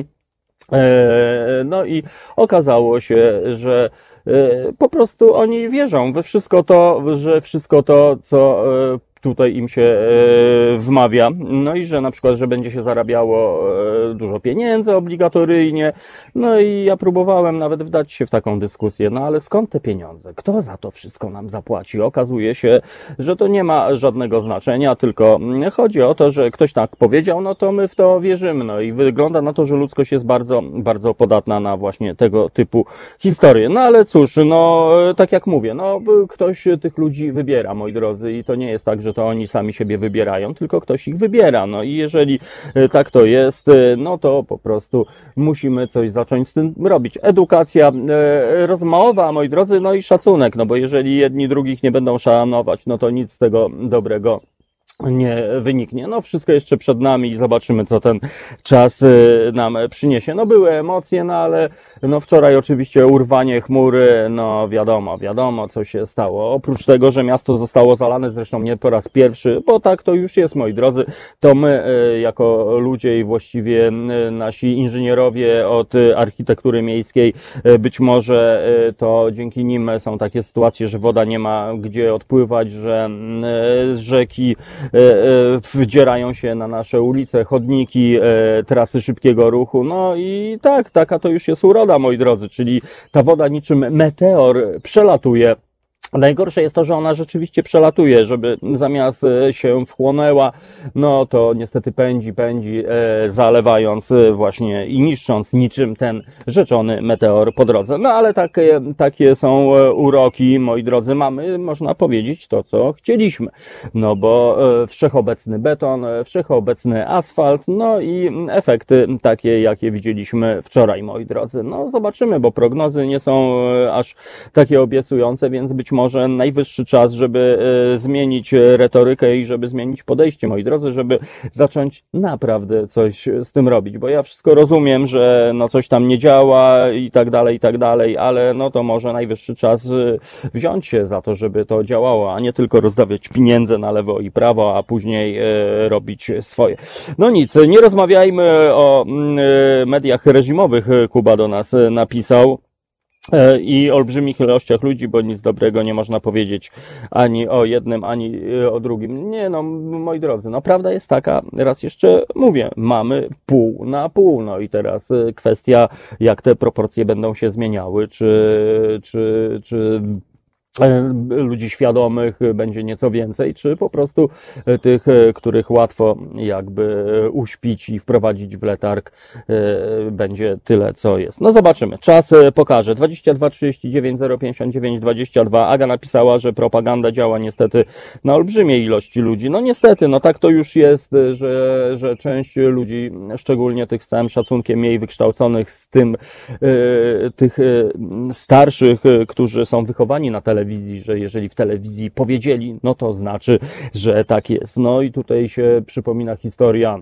[SPEAKER 2] E, no i okazało się, że po prostu oni wierzą we wszystko to, że wszystko to, co tutaj im się wmawia. No i że na przykład, że będzie się zarabiało dużo pieniędzy obligatoryjnie. No i ja próbowałem nawet wdać się w taką dyskusję. No ale skąd te pieniądze? Kto za to wszystko nam zapłaci? Okazuje się, że to nie ma żadnego znaczenia, tylko chodzi o to, że ktoś tak powiedział, no to my w to wierzymy. No i wygląda na to, że ludzkość jest bardzo, bardzo podatna na właśnie tego typu historie. No ale cóż, no tak jak mówię, no ktoś tych ludzi wybiera, moi drodzy, i to nie jest tak, że to oni sami siebie wybierają, tylko ktoś ich wybiera. No i jeżeli tak to jest, no to po prostu musimy coś zacząć z tym robić. Edukacja, rozmowa, moi drodzy, no i szacunek, no bo jeżeli jedni drugich nie będą szanować, no to nic z tego dobrego nie wyniknie. No wszystko jeszcze przed nami i zobaczymy, co ten czas y, nam przyniesie. No były emocje, no ale no wczoraj oczywiście urwanie chmury, no wiadomo, wiadomo co się stało. Oprócz tego, że miasto zostało zalane, zresztą nie po raz pierwszy, bo tak to już jest, moi drodzy, to my y, jako ludzie i właściwie y, nasi inżynierowie od y, architektury miejskiej, y, być może y, to dzięki nim są takie sytuacje, że woda nie ma gdzie odpływać, że y, z rzeki wdzierają się na nasze ulice, chodniki, trasy szybkiego ruchu. No i tak, taka to już jest uroda, moi drodzy, czyli ta woda niczym meteor przelatuje. Najgorsze jest to, że ona rzeczywiście przelatuje, żeby zamiast się wchłonęła, no to niestety pędzi, pędzi, e, zalewając właśnie i niszcząc niczym ten rzeczony meteor po drodze. No ale takie, takie są uroki, moi drodzy, mamy, można powiedzieć, to co chcieliśmy. No bo e, wszechobecny beton, wszechobecny asfalt, no i efekty takie, jakie widzieliśmy wczoraj, moi drodzy. No zobaczymy, bo prognozy nie są aż takie obiecujące, więc być może może najwyższy czas, żeby e, zmienić retorykę i żeby zmienić podejście, moi drodzy, żeby zacząć naprawdę coś z tym robić, bo ja wszystko rozumiem, że no coś tam nie działa i tak dalej, i tak dalej, ale no to może najwyższy czas wziąć się za to, żeby to działało, a nie tylko rozdawać pieniądze na lewo i prawo, a później e, robić swoje. No nic, nie rozmawiajmy o e, mediach reżimowych. Kuba do nas napisał. I olbrzymich ilościach ludzi, bo nic dobrego nie można powiedzieć ani o jednym, ani o drugim. Nie no, moi drodzy, no prawda jest taka, raz jeszcze mówię, mamy pół na pół, no i teraz kwestia, jak te proporcje będą się zmieniały, czy, czy, czy ludzi świadomych będzie nieco więcej, czy po prostu tych, których łatwo jakby uśpić i wprowadzić w letarg, będzie tyle, co jest. No zobaczymy. Czas pokaże. dwadzieścia dwa trzydzieści dziewięć zero pięćdziesiąt dziewięć dwadzieścia dwa. Aga napisała, że propaganda działa niestety na olbrzymiej ilości ludzi. No niestety, no tak to już jest, że, że część ludzi, szczególnie tych z całym szacunkiem mniej wykształconych, z tym tych starszych, którzy są wychowani na telewizji, że jeżeli w telewizji powiedzieli, no to znaczy, że tak jest. No i tutaj się przypomina historia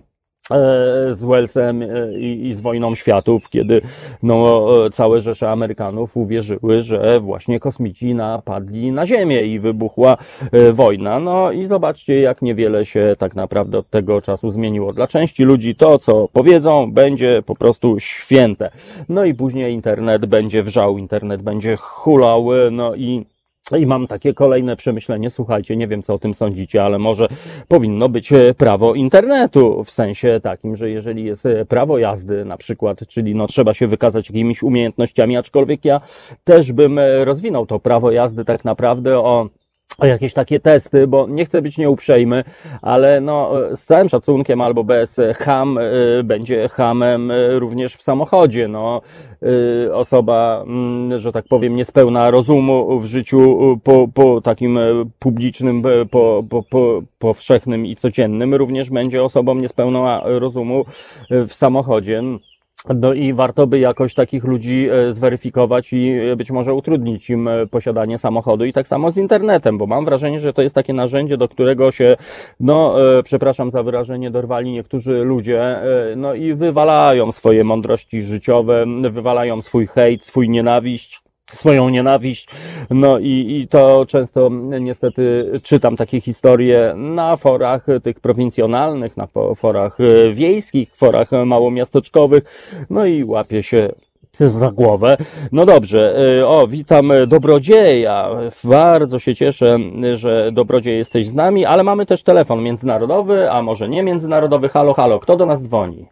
[SPEAKER 2] z Wellsem i, i z wojną światów, kiedy no, całe rzesze Amerykanów uwierzyły, że właśnie kosmici napadli na Ziemię i wybuchła wojna. No i zobaczcie, jak niewiele się tak naprawdę od tego czasu zmieniło. Dla części ludzi to, co powiedzą, będzie po prostu święte. No i później internet będzie wrzał, internet będzie hulał, no i I mam takie kolejne przemyślenie, słuchajcie, nie wiem co o tym sądzicie, ale może powinno być prawo internetu, w sensie takim, że jeżeli jest prawo jazdy na przykład, czyli no trzeba się wykazać jakimiś umiejętnościami, aczkolwiek ja też bym rozwinął to prawo jazdy tak naprawdę o o jakieś takie testy, bo nie chcę być nieuprzejmy, ale no z całym szacunkiem albo bez, cham y, będzie chamem y, również w samochodzie. No y, osoba, y, że tak powiem, niespełna rozumu w życiu y, po, po takim y, publicznym, y, po, po, po, powszechnym i codziennym, również będzie osobą niespełna rozumu y, w samochodzie. No i warto by jakoś takich ludzi zweryfikować i być może utrudnić im posiadanie samochodu i tak samo z internetem, bo mam wrażenie, że to jest takie narzędzie, do którego się, no przepraszam za wyrażenie, dorwali niektórzy ludzie, no i wywalają swoje mądrości życiowe, wywalają swój hejt, swój nienawiść, swoją nienawiść, no i, i to często niestety czytam takie historie na forach tych prowincjonalnych, na forach wiejskich, forach małomiasteczkowych, no i łapię się za głowę. No dobrze, o, witam Dobrodzieja, bardzo się cieszę, że Dobrodziej jesteś z nami, ale mamy też telefon międzynarodowy, a może nie międzynarodowy. Halo, halo, kto do nas dzwoni?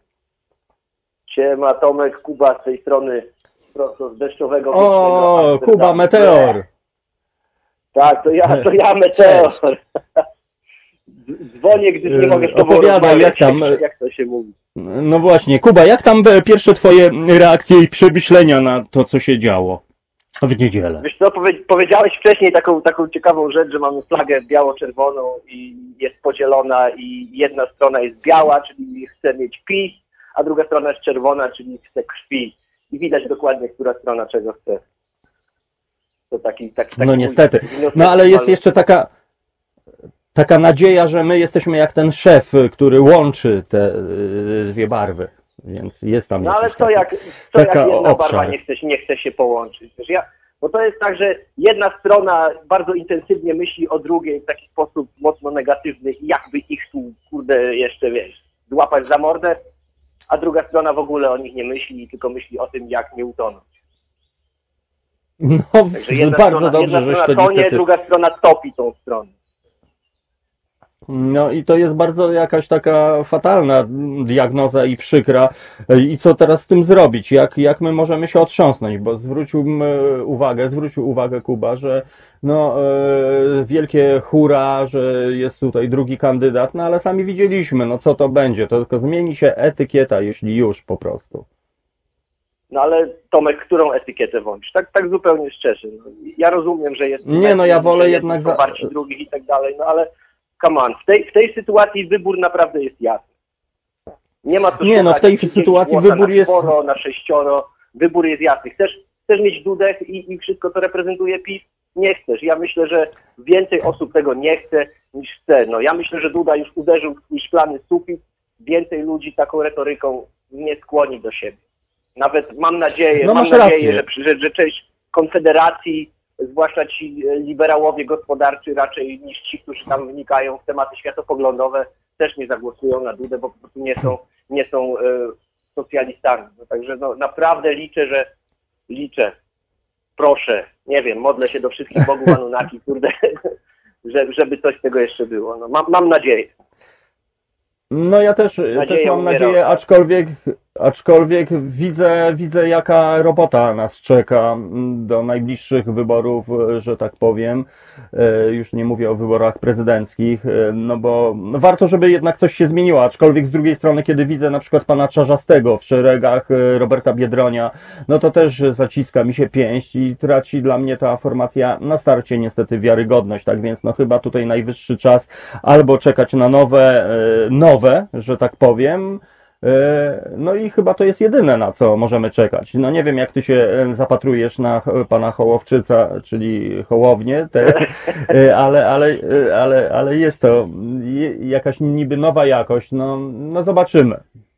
[SPEAKER 7] Siema, Tomek, Kuba z tej strony. Prosto z deszczowego.
[SPEAKER 2] O, Kuba Meteor.
[SPEAKER 7] Tak, to ja, to ja Meteor. Dzwonię, gdyż nie mogę z tobą
[SPEAKER 2] Opowiadaj, jak tam,
[SPEAKER 7] jak to się mówi.
[SPEAKER 2] No właśnie, Kuba, jak tam pierwsze twoje reakcje i przemyślenia na to, co się działo w niedzielę?
[SPEAKER 7] Wiesz co, powie, powiedziałeś wcześniej taką, taką ciekawą rzecz, że mamy flagę biało-czerwoną i jest podzielona i jedna strona jest biała, czyli chce mieć PiS, a druga strona jest czerwona, czyli chce krwi. I widać dokładnie, która strona czego chce. To taki, taki, taki
[SPEAKER 2] no niestety. No ale jest jeszcze taka, taka nadzieja, że my jesteśmy jak ten szef, który łączy te y, dwie barwy. Więc jest tam
[SPEAKER 7] No ale
[SPEAKER 2] jakiś
[SPEAKER 7] co
[SPEAKER 2] taki,
[SPEAKER 7] jak, co jak
[SPEAKER 2] taka
[SPEAKER 7] jedna
[SPEAKER 2] obszar.
[SPEAKER 7] barwa nie chce, nie chce się połączyć? Wiesz, ja, bo to jest tak, że jedna strona bardzo intensywnie myśli o drugiej w taki sposób mocno negatywny i jakby ich tu, kurde, jeszcze, wiesz, złapać za mordę, a druga strona w ogóle o nich nie myśli, tylko myśli o tym, jak nie utonąć.
[SPEAKER 2] No,
[SPEAKER 7] Także jedna
[SPEAKER 2] bardzo
[SPEAKER 7] strona,
[SPEAKER 2] dobrze,
[SPEAKER 7] jedna
[SPEAKER 2] żeś
[SPEAKER 7] strona
[SPEAKER 2] to
[SPEAKER 7] tonie,
[SPEAKER 2] niestety...
[SPEAKER 7] druga strona topi tą stronę.
[SPEAKER 2] No i to jest bardzo jakaś taka fatalna diagnoza i przykra. I co teraz z tym zrobić? Jak, jak my możemy się otrząsnąć? Bo zwrócił uwagę, zwrócił uwagę Kuba, że no e, wielkie hura, że jest tutaj drugi kandydat, no ale sami widzieliśmy, no co to będzie? To tylko zmieni się etykieta, jeśli już po prostu.
[SPEAKER 7] No ale Tomek, którą etykietę wolisz? Tak, tak zupełnie szczerze. No, ja rozumiem, że jest...
[SPEAKER 2] Nie, no ja wolę
[SPEAKER 7] że
[SPEAKER 2] jednak
[SPEAKER 7] jest
[SPEAKER 2] za-
[SPEAKER 7] poparcie drugich i tak dalej, no ale come on, w tej, w tej sytuacji wybór naprawdę jest jasny. Nie ma co
[SPEAKER 2] Nie, no w
[SPEAKER 7] szukać
[SPEAKER 2] tej
[SPEAKER 7] gdzieś
[SPEAKER 2] sytuacji
[SPEAKER 7] głosa
[SPEAKER 2] wybór
[SPEAKER 7] na
[SPEAKER 2] jest-
[SPEAKER 7] czworo, na sześcioro, wybór jest jasny. Chcesz, chcesz mieć Dudek i, i wszystko, co reprezentuje PiS? Nie chcesz. Ja myślę, że więcej osób tego nie chce niż chce. No, ja myślę, że Duda już uderzył w swój szklany sufit. Więcej ludzi taką retoryką nie skłoni do siebie. Nawet mam nadzieję,
[SPEAKER 2] No
[SPEAKER 7] mam
[SPEAKER 2] masz
[SPEAKER 7] nadzieję,
[SPEAKER 2] rację.
[SPEAKER 7] że, że, że część Konfederacji, zwłaszcza ci liberałowie gospodarczy raczej niż ci, którzy tam wnikają w tematy światopoglądowe, też nie zagłosują na Dudę, bo po prostu nie są, nie są e, socjalistami. No, także no, naprawdę liczę, że liczę, proszę, nie wiem, modlę się do wszystkich bogów Anunnaki, kurde, że, żeby coś z tego jeszcze było. No, mam, mam nadzieję.
[SPEAKER 2] No ja też, też mam
[SPEAKER 7] umiera.
[SPEAKER 2] nadzieję, aczkolwiek, aczkolwiek widzę, widzę jaka robota nas czeka do najbliższych wyborów, że tak powiem. E, Już nie mówię o wyborach prezydenckich, e, no bo warto, żeby jednak coś się zmieniło, aczkolwiek z drugiej strony, kiedy widzę na przykład pana Czarzastego w szeregach e, Roberta Biedronia, no to też zaciska mi się pięść i traci dla mnie ta formacja na starcie niestety wiarygodność, tak więc no chyba tutaj najwyższy czas albo czekać na nowe, e, nowe, że tak powiem. No i chyba to jest jedyne, na co możemy czekać. No nie wiem, jak ty się zapatrujesz na pana Hołowczyca, czyli Hołownię, te, ale, ale, ale, ale jest to jakaś niby nowa jakość. No, no zobaczymy.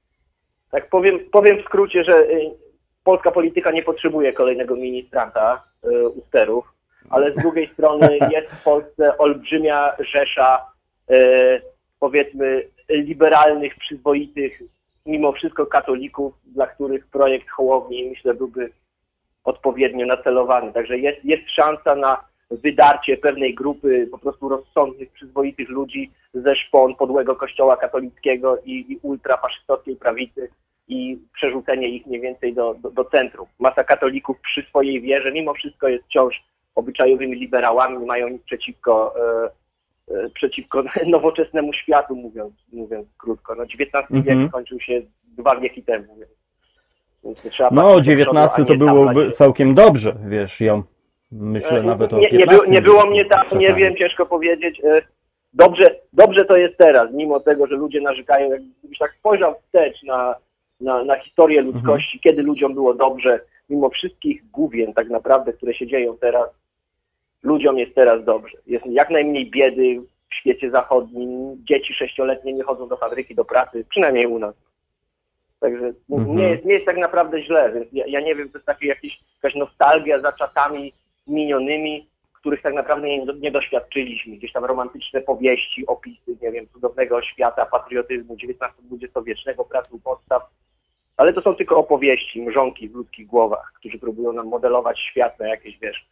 [SPEAKER 7] Tak powiem, powiem w skrócie, że y, polska polityka nie potrzebuje kolejnego ministranta y, u sterów, ale z drugiej strony jest w Polsce olbrzymia rzesza y, powiedzmy liberalnych, przyzwoitych, mimo wszystko katolików, dla których projekt Hołowni, myślę, byłby odpowiednio nacelowany. Także jest, jest szansa na wydarcie pewnej grupy po prostu rozsądnych, przyzwoitych ludzi ze szpon podłego kościoła katolickiego i, i ultrafaszystowskiej prawicy i przerzucenie ich mniej więcej do, do, do centrum. Masa katolików przy swojej wierze mimo wszystko jest wciąż obyczajowymi liberałami, nie mają nic przeciwko e, przeciwko nowoczesnemu światu, mówiąc, mówiąc krótko. No dziewiętnasty
[SPEAKER 2] Mhm.
[SPEAKER 7] wiek skończył się dwa wieki temu. Więc, więc trzeba
[SPEAKER 2] No
[SPEAKER 7] patrzeć do
[SPEAKER 2] dziewiętnasty
[SPEAKER 7] przodu,
[SPEAKER 2] to
[SPEAKER 7] a nie
[SPEAKER 2] byłoby
[SPEAKER 7] taplać się.
[SPEAKER 2] całkiem dobrze, wiesz, ja myślę
[SPEAKER 7] E,
[SPEAKER 2] nawet o
[SPEAKER 7] nie, nie, było,
[SPEAKER 2] piętnastym
[SPEAKER 7] nie było
[SPEAKER 2] wieku
[SPEAKER 7] mnie tam, nie
[SPEAKER 2] czasami.
[SPEAKER 7] wiem, ciężko powiedzieć. E, Dobrze, dobrze to jest teraz, mimo tego, że ludzie narzekają. Jakbyś tak spojrzał wstecz na, na, na historię ludzkości, kiedy ludziom było dobrze, mimo wszystkich gówien tak naprawdę, które się dzieją teraz, ludziom jest teraz dobrze. Jest jak najmniej biedy w świecie zachodnim, dzieci sześcioletnie nie chodzą do fabryki, do pracy, przynajmniej u nas. Także
[SPEAKER 2] Mhm.
[SPEAKER 7] nie, jest, nie jest tak naprawdę źle, więc ja, ja nie wiem, to jest takie jakieś, jakaś nostalgia za czasami minionymi, których tak naprawdę nie, nie doświadczyliśmy. Gdzieś tam romantyczne powieści, opisy, nie wiem, cudownego świata, patriotyzmu dziewiętnasto-dwudziestowiecznego, pracy u podstaw, ale to są tylko opowieści, mrzonki w ludzkich głowach, którzy próbują nam modelować świat na jakieś, wiesz,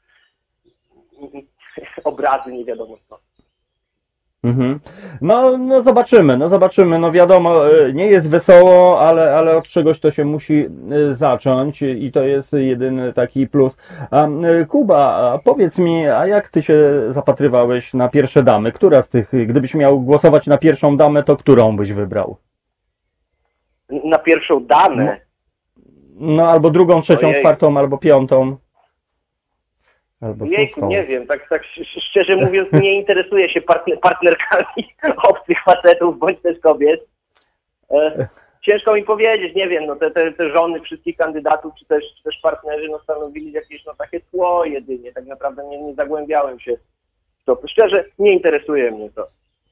[SPEAKER 7] obrazy nie wiadomo co.
[SPEAKER 2] Mhm. No, no zobaczymy, no zobaczymy, no wiadomo, y, nie jest wesoło, ale, ale od czegoś to się musi y, zacząć i to jest jedyny taki plus. A y, Kuba, a powiedz mi, a jak ty się zapatrywałeś na pierwsze damy? Która z tych, gdybyś miał głosować na pierwszą damę, to którą byś wybrał?
[SPEAKER 7] Na pierwszą damę,
[SPEAKER 2] No albo drugą, trzecią,
[SPEAKER 7] Ojej.
[SPEAKER 2] czwartą, albo piątą. Albo
[SPEAKER 7] Jejku,
[SPEAKER 2] szóstą.
[SPEAKER 7] nie wiem, tak, tak sz- szczerze mówiąc nie interesuję się partner, partnerkami obcych facetów bądź też kobiet. E, ciężko mi powiedzieć, nie wiem, no te, te, te żony wszystkich kandydatów czy też, czy też partnerzy no, stanowili jakieś no, takie tło jedynie, tak naprawdę nie, nie zagłębiałem się w to. Szczerze nie interesuje mnie to.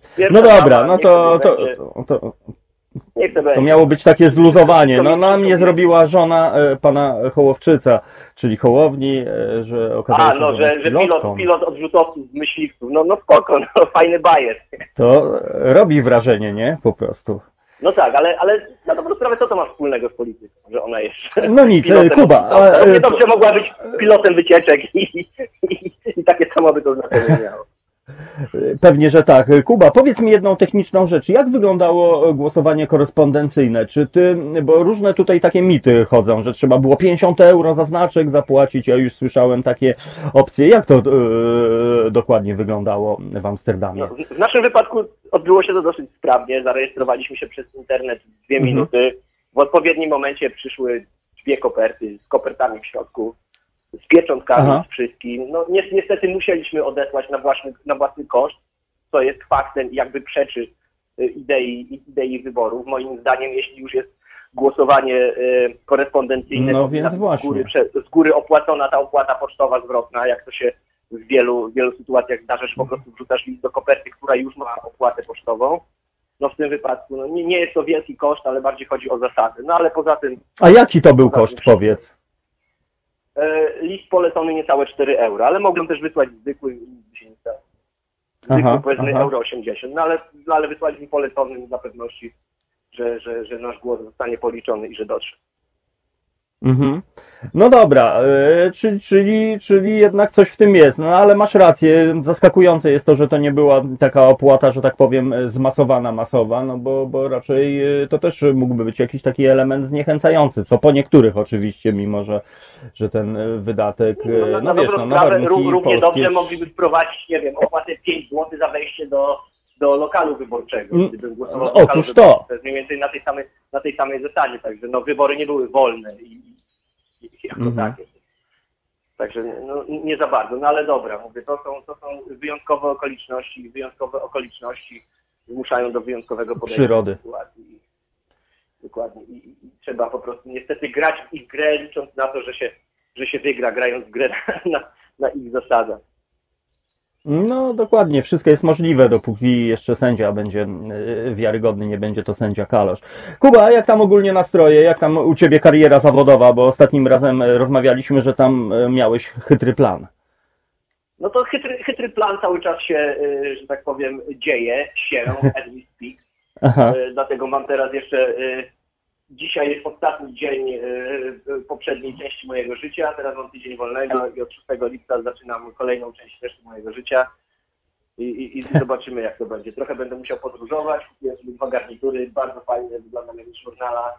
[SPEAKER 7] Pierwsza
[SPEAKER 2] No dobra,
[SPEAKER 7] dama,
[SPEAKER 2] no
[SPEAKER 7] niech
[SPEAKER 2] to,
[SPEAKER 7] sobie
[SPEAKER 2] to,
[SPEAKER 7] będzie-
[SPEAKER 2] to, to,
[SPEAKER 7] niech to
[SPEAKER 2] to
[SPEAKER 7] będzie.
[SPEAKER 2] miało być takie zluzowanie. No
[SPEAKER 7] Kobiety,
[SPEAKER 2] na mnie
[SPEAKER 7] kobiety.
[SPEAKER 2] zrobiła żona e, pana Hołowczyca, czyli Hołowni, e, że okazuje
[SPEAKER 7] A,
[SPEAKER 2] się,
[SPEAKER 7] no,
[SPEAKER 2] że, on
[SPEAKER 7] że,
[SPEAKER 2] jest
[SPEAKER 7] że pilot,
[SPEAKER 2] pilotką.
[SPEAKER 7] pilot odrzutowców, myśliwców. No, no spoko, no fajny bajer.
[SPEAKER 2] To robi wrażenie, nie? Po prostu.
[SPEAKER 7] No tak, ale, ale na dobrą sprawę co to ma wspólnego z polityką, że ona jest
[SPEAKER 2] No nic,
[SPEAKER 7] pilotem
[SPEAKER 2] Kuba,
[SPEAKER 7] odrzutowca?
[SPEAKER 2] a,
[SPEAKER 7] Równie
[SPEAKER 2] e,
[SPEAKER 7] dobrze mogła być pilotem wycieczek i, i, i takie samo by to znaczenie miało.
[SPEAKER 2] Pewnie, że tak. Kuba, powiedz mi jedną techniczną rzecz. Jak wyglądało głosowanie korespondencyjne? Czy ty, bo różne tutaj takie mity chodzą, że trzeba było pięćdziesiąt euro za znaczek zapłacić. Ja już słyszałem takie opcje. Jak to yy, dokładnie wyglądało w Amsterdamie?
[SPEAKER 7] No, w- w naszym wypadku odbyło się to dosyć sprawnie. Zarejestrowaliśmy się przez internet w dwie
[SPEAKER 2] Mhm.
[SPEAKER 7] minuty. W odpowiednim momencie przyszły dwie koperty z kopertami w środku, z pieczątkami,
[SPEAKER 2] Aha.
[SPEAKER 7] z wszystkim. No ni- niestety musieliśmy odesłać na własny, na własny koszt, co jest faktem i jakby przeczy y, idei, idei wyborów. Moim zdaniem, jeśli już jest głosowanie y, korespondencyjne,
[SPEAKER 2] No
[SPEAKER 7] to powinna
[SPEAKER 2] więc
[SPEAKER 7] być
[SPEAKER 2] właśnie.
[SPEAKER 7] z góry, prze, z góry opłacona ta opłata pocztowa zwrotna, jak to się w wielu, w wielu sytuacjach zdarza, że po prostu wrzucasz list do koperty, która już ma opłatę pocztową. No w tym wypadku no, nie, nie jest to wielki koszt, ale bardziej chodzi o zasady. No ale poza tym
[SPEAKER 2] A jaki to był koszt, powiedz?
[SPEAKER 7] e, list polecony niecałe cztery euro, ale mogłem też wysłać zwykły, nic się nie stało. Zwykły,
[SPEAKER 2] Aha,
[SPEAKER 7] powiedzmy
[SPEAKER 2] aha.
[SPEAKER 7] euro osiemdziesiąt, no ale, no, ale wysłać mi poleconym dla pewności, że, że, że nasz głos zostanie policzony i że dotrze.
[SPEAKER 2] Mhm. No dobra, yy, czyli, czyli, czyli jednak coś w tym jest, no ale masz rację, zaskakujące jest to, że to nie była taka opłata, że tak powiem, zmasowana, masowa, no bo, bo raczej yy, to też mógłby być jakiś taki element zniechęcający, co po niektórych oczywiście, mimo że, że ten yy, wydatek, yy,
[SPEAKER 7] na,
[SPEAKER 2] no
[SPEAKER 7] na
[SPEAKER 2] wiesz,
[SPEAKER 7] dobrą
[SPEAKER 2] no na
[SPEAKER 7] sprawę
[SPEAKER 2] warunki
[SPEAKER 7] ró- równie
[SPEAKER 2] polskie...
[SPEAKER 7] dobrze mogliby wprowadzić, nie wiem, opłatę pięć złotych za wejście do, do lokalu wyborczego.
[SPEAKER 2] Mm,
[SPEAKER 7] Gdybym głosował
[SPEAKER 2] no,
[SPEAKER 7] w lokalu
[SPEAKER 2] otóż to.
[SPEAKER 7] wyborczym. To jest mniej więcej na tej samej, na tej samej zasadzie, także no wybory nie były wolne i, i, i jako
[SPEAKER 2] Mhm.
[SPEAKER 7] takie. Także no, nie za bardzo, no ale dobra, mówię, to są, to są wyjątkowe okoliczności, wyjątkowe okoliczności zmuszają do wyjątkowego podejścia
[SPEAKER 2] Przyrody.
[SPEAKER 7] do sytuacji. Dokładnie. I, i, I trzeba po prostu niestety grać w ich grę, licząc na to, że się, że się wygra, grając w grę na, na ich zasadach.
[SPEAKER 2] No dokładnie, wszystko jest możliwe, dopóki jeszcze sędzia będzie yy, wiarygodny, nie będzie to sędzia Kalosz. Kuba, a jak tam ogólnie nastroje, jak tam u Ciebie kariera zawodowa, bo ostatnim razem yy, rozmawialiśmy, że tam yy, miałeś chytry plan.
[SPEAKER 7] No to chytry, chytry plan cały czas się, y, że tak powiem, dzieje, się, as we speak.
[SPEAKER 2] Aha.
[SPEAKER 7] Y, Dlatego mam teraz jeszcze, y, dzisiaj jest ostatni dzień y, y, poprzedniej części mojego życia, teraz mam tydzień wolnego i od szóstego lipca zaczynam kolejną część reszty mojego życia i, i, i zobaczymy jak to będzie. Trochę będę musiał podróżować, kupiłem sobie dwa garnitury, bardzo fajne, wyglądam jak z żurnala.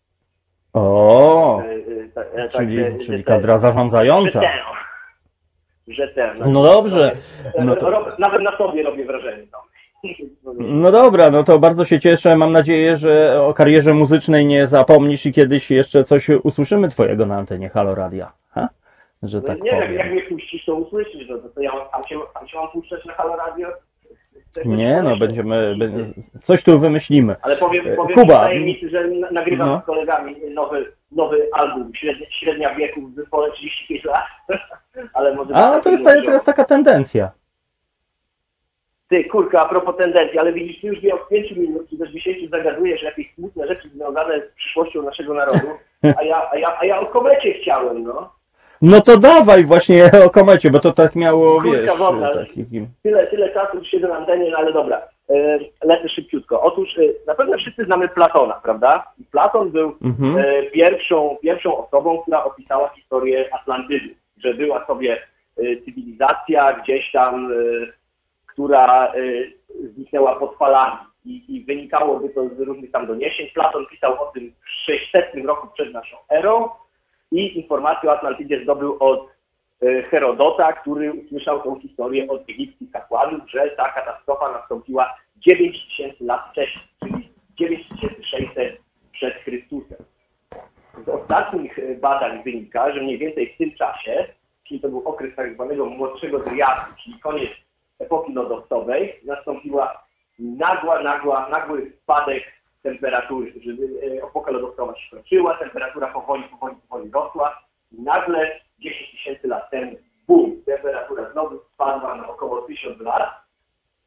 [SPEAKER 2] O,
[SPEAKER 7] Y, y, ta- e,
[SPEAKER 2] czyli,
[SPEAKER 7] także,
[SPEAKER 2] czyli
[SPEAKER 7] że
[SPEAKER 2] kadra
[SPEAKER 7] ten-
[SPEAKER 2] zarządzająca.
[SPEAKER 7] Że ten, że ten.
[SPEAKER 2] No dobrze,
[SPEAKER 7] Robię-
[SPEAKER 2] no to-
[SPEAKER 7] rob- Nawet na sobie robię wrażenie. No.
[SPEAKER 2] No dobra, no to bardzo się cieszę. Mam nadzieję, że o karierze muzycznej nie zapomnisz i kiedyś jeszcze coś usłyszymy Twojego na antenie Halo Radia. Ha? Że
[SPEAKER 7] No,
[SPEAKER 2] tak
[SPEAKER 7] nie wiem,
[SPEAKER 2] powiem.
[SPEAKER 7] jak mnie puścisz, to usłyszysz, no to, to ja mam, tam, się, tam się mam puszczać na Halo Radio? Chcesz coś
[SPEAKER 2] Nie, no
[SPEAKER 7] pomyśleć?
[SPEAKER 2] będziemy, będzie- coś tu wymyślimy.
[SPEAKER 7] Ale powiem,
[SPEAKER 2] E,
[SPEAKER 7] powiem
[SPEAKER 2] Kuba.
[SPEAKER 7] Kuba. tajemnicy, że na- nagrywam
[SPEAKER 2] No.
[SPEAKER 7] z kolegami nowy, nowy album, średnia, średnia wieku w zespole trzydzieści pięć lat. Ale może
[SPEAKER 2] A to jest ta, teraz taka tendencja.
[SPEAKER 7] Ty, kurka, a propos tendencji, ale widzisz, ty już mnie od pięciu minut, czy też dziesięciu zagadujesz jakieś smutne rzeczy związane z przyszłością naszego narodu, a ja, a ja, a ja o komecie chciałem, no.
[SPEAKER 2] No to dawaj właśnie o komecie, bo to tak miało,
[SPEAKER 7] Kurka
[SPEAKER 2] wiesz,
[SPEAKER 7] wodna.
[SPEAKER 2] taki...
[SPEAKER 7] Tyle, tyle czasu już siedzę na antenie, no ale dobra, e, lecę szybciutko. Otóż e, na pewno wszyscy znamy Platona, prawda? I Platon był
[SPEAKER 2] Mhm.
[SPEAKER 7] e, pierwszą, pierwszą osobą, która opisała historię Atlantydy, że była sobie e, cywilizacja gdzieś tam, e, która e, zniknęła pod falami. I, I wynikałoby to z różnych tam doniesień. Platon pisał o tym w sześćsetnym roku przed naszą erą i informację o Atlantydzie zdobył od e, Herodota, który usłyszał tą historię od egipskich kapłanów, że ta katastrofa nastąpiła dziewięć tysięcy lat wcześniej, czyli dziewięć tysięcy sześćset przed Chrystusem. Z ostatnich e, badań wynika, że mniej więcej w tym czasie, czyli to był okres tak zwanego młodszego dryadu, czyli koniec epoki lodowcowej, nastąpiła nagła, nagła, nagły spadek temperatury, że e, epoka lodowcowa się skończyła, temperatura powoli, powoli, powoli rosła i nagle dziesięć tysięcy lat temu, bum, temperatura znowu spadła na około tysiąc lat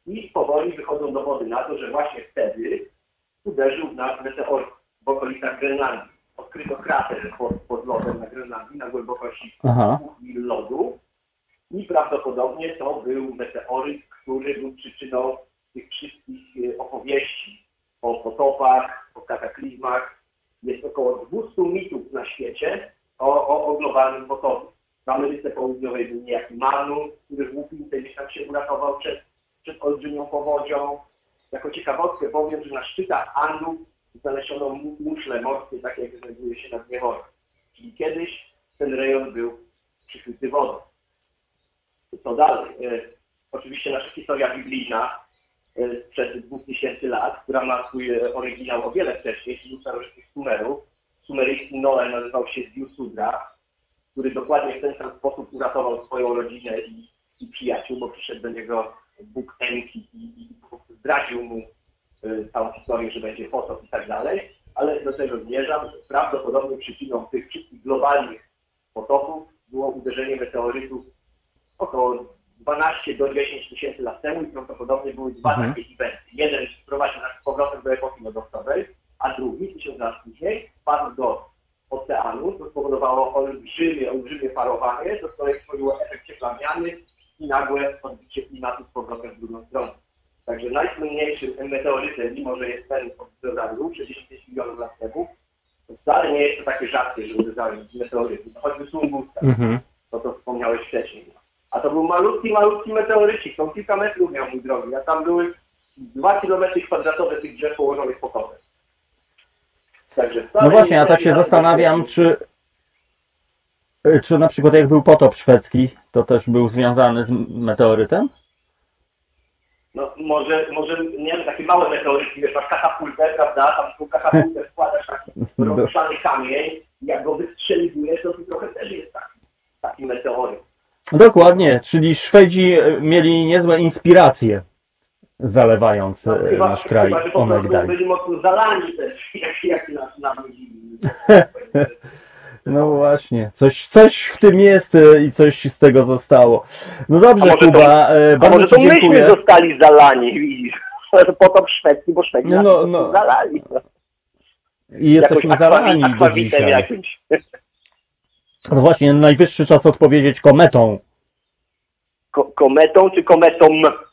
[SPEAKER 7] I powoli wychodzą dowody na to, że właśnie wtedy uderzył w nas meteoryt w okolicach Grenlandii. Odkryto krater pod, pod lodem na Grenlandii na głębokości dwóch mil lodu i prawdopodobnie to był meteoryt, który był przyczyną tych wszystkich opowieści o potopach, o kataklizmach. Jest około dwieście mitów na świecie o, o, o globalnym potopie. W Ameryce Południowej był niejaki Manu, który w Łupince gdzieś tam się uratował przed, przed olbrzymią powodzią. Jako ciekawostkę powiem, że na szczytach Andów znaleziono muszle morskie, takie jak znajduje się na dnie morza. Czyli kiedyś ten rejon był przykryty wodą. Co dalej? E, oczywiście nasza historia biblijna e, sprzed dwóch tysięcy lat, która ma swój e, oryginał o wiele wcześniej, czyli u starożytnych Sumerów. Sumeryjski Noe nazywał się Ziusudra, który dokładnie w ten sam sposób uratował swoją rodzinę i, i przyjaciół, bo przyszedł do niego Bóg Enki i, i po prostu zdradził mu y, całą historię, że będzie potop i tak dalej, ale do tego zmierzam, że prawdopodobnie przyczyną tych wszystkich globalnych potopów było uderzenie meteorytów około dwanaście do dziesięciu tysięcy lat temu i prawdopodobnie były dwa
[SPEAKER 2] Mhm.
[SPEAKER 7] takie eventy. Jeden sprowadził nas z powrotem do epoki lodowcowej, a drugi, tysiąc lat później, wpadł do oceanu, to spowodowało olbrzymie, olbrzymie parowanie, to kolei stworzyło efekt cieplarniany i nagłe odbicie klimatu z powrotem w drugą stronę. Także najsłynniejszym meteorytem, mimo że jest ten od Jordaru, sześćdziesiąt pięć milionów lat temu, to wcale nie jest to takie rzadkie, że uderzały meteoryty. No, choćby Tunguska,
[SPEAKER 2] Mhm.
[SPEAKER 7] to to wspomniałeś wcześniej. A to był malutki, malutki meteorycik, to kilka metrów miał, mój drogi, a tam były dwa kilometry kwadratowe tych drzew położonych po kątach. Także wcale
[SPEAKER 2] No właśnie,
[SPEAKER 7] nie
[SPEAKER 2] a tak się
[SPEAKER 7] jest-
[SPEAKER 2] zastanawiam, czy, czy na przykład jak był potop szwedzki, to też był związany z meteorytem?
[SPEAKER 7] No może, może nie wiem, takie małe meteorytki, wiesz, masz katapultę, prawda, tam w tą katapultę wkładasz taki rozruszany kamień, jak go wystrzeliwujesz, to tu trochę też jest taki, taki meteoryt.
[SPEAKER 2] Dokładnie, czyli Szwedzi mieli niezłe inspiracje, zalewając
[SPEAKER 7] No,
[SPEAKER 2] e,
[SPEAKER 7] chyba,
[SPEAKER 2] nasz kraj
[SPEAKER 7] chyba, że po prostu
[SPEAKER 2] onegdaj.
[SPEAKER 7] byli mocno zalani też, jak, jak nas nawrócili.
[SPEAKER 2] No właśnie, coś, coś w tym jest e, i coś z tego zostało. No
[SPEAKER 7] A
[SPEAKER 2] dobrze,
[SPEAKER 7] może to-
[SPEAKER 2] Kuba, e,
[SPEAKER 7] A
[SPEAKER 2] bardzo
[SPEAKER 7] może to
[SPEAKER 2] Ci dziękuję.
[SPEAKER 7] myśmy zostali zalani, widzisz? Potop szwedzki, bo Szwedzi
[SPEAKER 2] No,
[SPEAKER 7] nas
[SPEAKER 2] no,
[SPEAKER 7] po prostu
[SPEAKER 2] no.
[SPEAKER 7] zalali.
[SPEAKER 2] I jesteśmy
[SPEAKER 7] Jakoś
[SPEAKER 2] zalani
[SPEAKER 7] akwawi-
[SPEAKER 2] do
[SPEAKER 7] akwawitem
[SPEAKER 2] dzisiaj.
[SPEAKER 7] jakimś.
[SPEAKER 2] No właśnie, najwyższy czas odpowiedzieć kometą.
[SPEAKER 7] Ko- kometą czy kometą?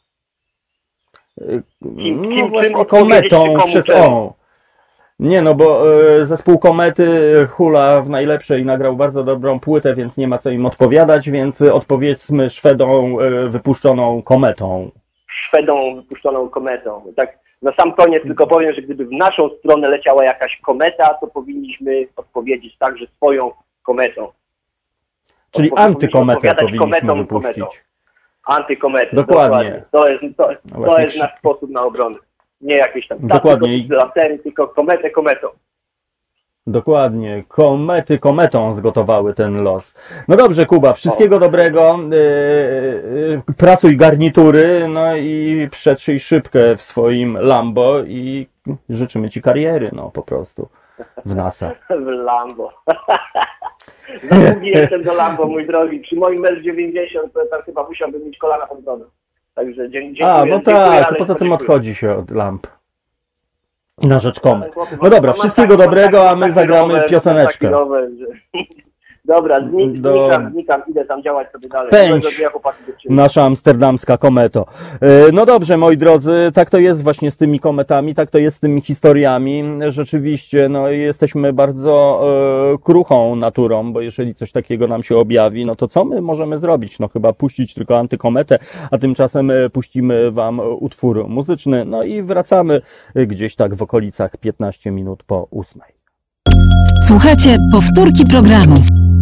[SPEAKER 7] Kim-
[SPEAKER 2] No
[SPEAKER 7] kim, czym
[SPEAKER 2] właśnie
[SPEAKER 7] odpowiedzieć, czy
[SPEAKER 2] kometą
[SPEAKER 7] komu
[SPEAKER 2] przez
[SPEAKER 7] czemu?
[SPEAKER 2] O. Nie no, bo e, zespół Komety hula w najlepszej nagrał bardzo dobrą płytę, więc nie ma co im odpowiadać, więc e, odpowiedzmy Szwedą e, wypuszczoną kometą.
[SPEAKER 7] Szwedą wypuszczoną kometą. Tak na sam koniec tylko powiem, że gdyby w naszą stronę leciała jakaś kometa, to powinniśmy odpowiedzieć także swoją kometą.
[SPEAKER 2] Czyli
[SPEAKER 7] Powinniśmy
[SPEAKER 2] antykometę
[SPEAKER 7] odpowiadać
[SPEAKER 2] powinniśmy
[SPEAKER 7] kometą,
[SPEAKER 2] wypuścić.
[SPEAKER 7] kometą. Antykometę.
[SPEAKER 2] Dokładnie.
[SPEAKER 7] To jest, to, to
[SPEAKER 2] Właśnie
[SPEAKER 7] jest nasz sposób na obronę. Nie jakieś tam
[SPEAKER 2] Dokładnie.
[SPEAKER 7] tylko lasery, tylko kometę kometą.
[SPEAKER 2] Dokładnie, komety kometą zgotowały ten los. No dobrze, Kuba, wszystkiego dobrego, yy, yy, prasuj garnitury, no i przetrzyj szybkę w swoim Lambo i życzymy Ci kariery, no po prostu, w NASA.
[SPEAKER 7] W Lambo. Za długi jestem do Lambo, mój drogi. Przy moim M dziewięćdziesiąt to tam chyba musiałbym mieć kolana pod brodą. Także dzie- dziękuję.
[SPEAKER 2] A, no
[SPEAKER 7] dziękuję,
[SPEAKER 2] tak,
[SPEAKER 7] ale
[SPEAKER 2] poza tym
[SPEAKER 7] podziękuję.
[SPEAKER 2] odchodzi się od lamp. I na rzecz komet.
[SPEAKER 7] Chłopie,
[SPEAKER 2] No
[SPEAKER 7] mam-
[SPEAKER 2] dobra,
[SPEAKER 7] mam
[SPEAKER 2] wszystkiego
[SPEAKER 7] taki-
[SPEAKER 2] dobrego,
[SPEAKER 7] mam
[SPEAKER 2] a
[SPEAKER 7] taki-
[SPEAKER 2] my
[SPEAKER 7] taki
[SPEAKER 2] zagramy
[SPEAKER 7] rower,
[SPEAKER 2] pioseneczkę.
[SPEAKER 7] taki rower, że... Dobra, znik,
[SPEAKER 2] Do-
[SPEAKER 7] znikam, znikam, idę tam działać sobie dalej.
[SPEAKER 2] Pędź.
[SPEAKER 7] Miłego dnia, chłopaki, dziewczyny.
[SPEAKER 2] Nasza amsterdamska kometo. E, No dobrze, moi drodzy, tak to jest właśnie z tymi kometami, tak to jest z tymi historiami. Rzeczywiście, no jesteśmy bardzo e, kruchą naturą, bo jeżeli coś takiego nam się objawi, no to co my możemy zrobić? No chyba puścić tylko antykometę, a tymczasem e, puścimy wam utwór muzyczny, no i wracamy e, gdzieś tak w okolicach piętnaście minut po ósmej.
[SPEAKER 1] Słuchajcie, powtórki programu.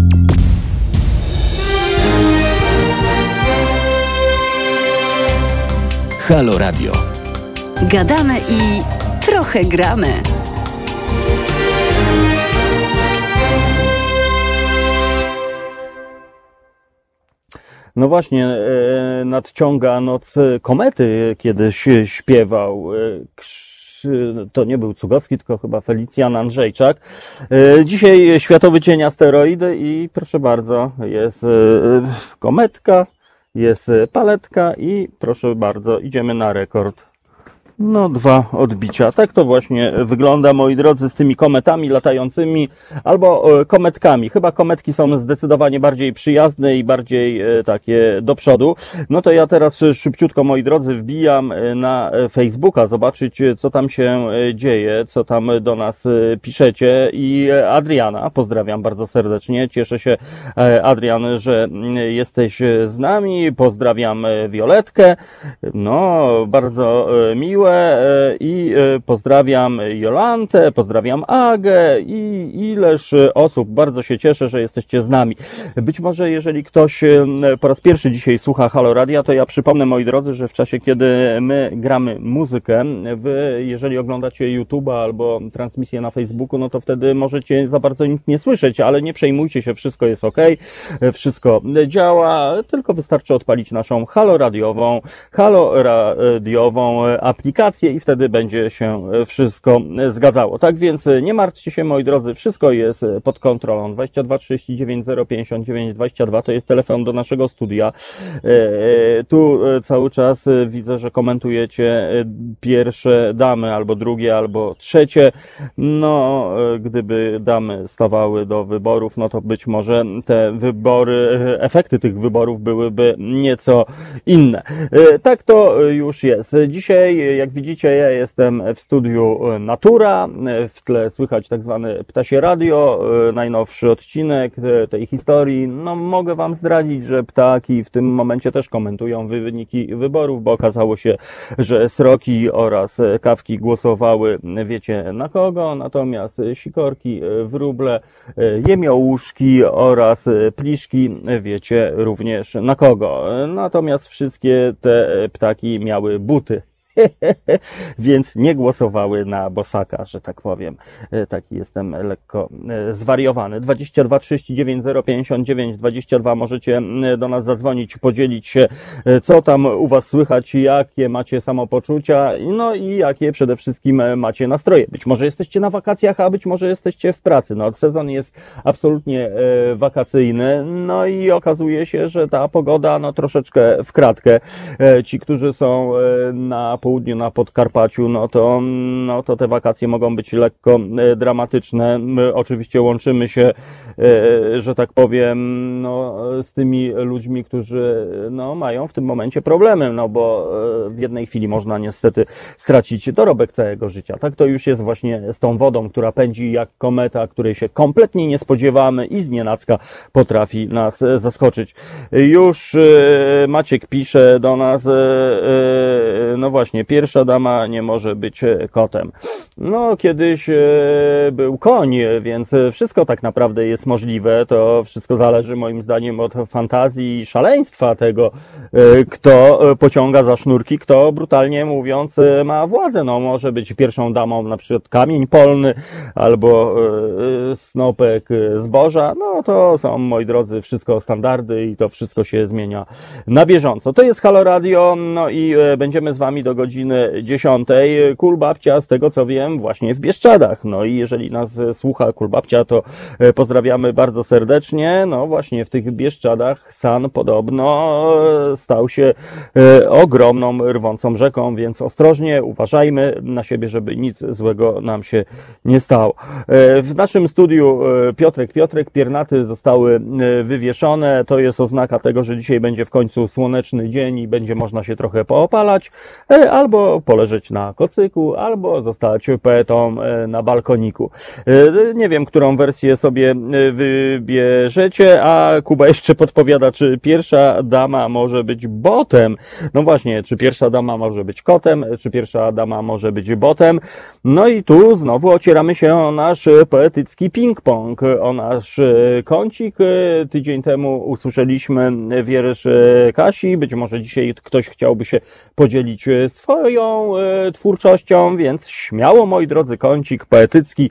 [SPEAKER 3] Halo Radio.
[SPEAKER 6] Gadamy i trochę gramy.
[SPEAKER 2] No właśnie, e, nadciąga noc komety, kiedyś śpiewał. E, krz- to nie był Cugowski, tylko chyba Felicjan Andrzejczak. E, dzisiaj Światowy Dzień Asteroidy i proszę bardzo, jest e, kometka jest paletka i proszę bardzo, idziemy na rekord. No, dwa odbicia. Tak to właśnie wygląda, moi drodzy, z tymi kometami latającymi albo e, kometkami. Chyba kometki są zdecydowanie bardziej przyjazne i bardziej e, takie do przodu. No to ja teraz szybciutko, moi drodzy, wbijam na Facebooka, zobaczyć, co tam się dzieje, co tam do nas piszecie. I Adriana, pozdrawiam bardzo serdecznie. Cieszę się, Adrian, że jesteś z nami. Pozdrawiam Violetkę. No, bardzo miłe. I pozdrawiam Jolantę, pozdrawiam Agę i ileż osób. Bardzo się cieszę, że jesteście z nami. Być może jeżeli ktoś po raz pierwszy dzisiaj słucha Halo Radia, to ja przypomnę, moi drodzy, że w czasie, kiedy my gramy muzykę, wy, jeżeli oglądacie YouTube'a albo transmisję na Facebooku, no to wtedy możecie za bardzo nic nie słyszeć, ale nie przejmujcie się, wszystko jest ok, wszystko działa, tylko wystarczy odpalić naszą Halo Radiową, Halo Radiową aplikację i wtedy będzie się wszystko zgadzało. Tak więc nie martwcie się, moi drodzy, wszystko jest pod kontrolą. dwadzieścia dwa trzydzieści dziewięć zero pięćdziesiąt dziewięć dwadzieścia dwa to jest telefon do naszego studia. Tu cały czas widzę, że komentujecie pierwsze damy, albo drugie, albo trzecie. No, gdyby damy stawały do wyborów, no to być może te wybory, efekty tych wyborów byłyby nieco inne. Tak to już jest. Dzisiaj, jak widzicie, ja jestem w studiu Natura, w tle słychać tak zwane ptasie radio, najnowszy odcinek tej historii. No, mogę wam zdradzić, że ptaki w tym momencie też komentują wyniki wyborów, bo okazało się, że sroki oraz kawki głosowały, wiecie na kogo, natomiast sikorki, wróble, jemiołuszki oraz pliszki, wiecie również na kogo. Natomiast wszystkie te ptaki miały buty. Więc nie głosowały na Bosaka, że tak powiem. Taki jestem lekko zwariowany. dwadzieścia dwa trzydzieści dziewięć zero pięćdziesiąt dziewięć dwadzieścia dwa możecie do nas zadzwonić, podzielić się, co tam u was słychać, jakie macie samopoczucia, no i jakie przede wszystkim macie nastroje. Być może jesteście na wakacjach, a być może jesteście w pracy. No, sezon jest absolutnie wakacyjny, no i okazuje się, że ta pogoda no troszeczkę w kratkę. Ci, którzy są na południu, na Podkarpaciu, no to, no to te wakacje mogą być lekko dramatyczne. My oczywiście łączymy się, że tak powiem, no, z tymi ludźmi, którzy no, mają w tym momencie problemy, no bo w jednej chwili można niestety stracić dorobek całego życia. Tak to już jest właśnie z tą wodą, która pędzi jak kometa, której się kompletnie nie spodziewamy i znienacka potrafi nas zaskoczyć. Już Maciek pisze do nas, no właśnie, pierwsza dama nie może być kotem. No, kiedyś był koń, więc wszystko tak naprawdę jest możliwe. To wszystko zależy moim zdaniem od fantazji i szaleństwa tego, kto pociąga za sznurki, kto brutalnie mówiąc ma władzę. No, może być pierwszą damą na przykład kamień polny albo snopek zboża. No, to są, moi drodzy, wszystko standardy i to wszystko się zmienia na bieżąco. To jest Halo Radio, no i będziemy z wami do godziny dziesiątej. Kulbabcia, z tego co wiem, właśnie w Bieszczadach. No i jeżeli nas słucha Kulbabcia, to pozdrawiamy bardzo serdecznie. No właśnie w tych Bieszczadach San podobno stał się ogromną, rwącą rzeką, więc ostrożnie, uważajmy na siebie, żeby nic złego nam się nie stało. W naszym studiu Piotrek, Piotrek, piernaty zostały wywieszone. To jest oznaka tego, że dzisiaj będzie w końcu słoneczny dzień i będzie można się trochę poopalać, albo poleżeć na kocyku, albo zostać poetą na balkoniku. Nie wiem, którą wersję sobie wybierzecie, a Kuba jeszcze podpowiada, czy pierwsza dama może być botem. No właśnie, czy pierwsza dama może być kotem, czy pierwsza dama może być botem. No i tu znowu ocieramy się o nasz poetycki ping-pong, o nasz kącik. Tydzień temu usłyszeliśmy wiersz Kasi, być może dzisiaj ktoś chciałby się podzielić swoją e, twórczością, więc śmiało, moi drodzy, kącik poetycki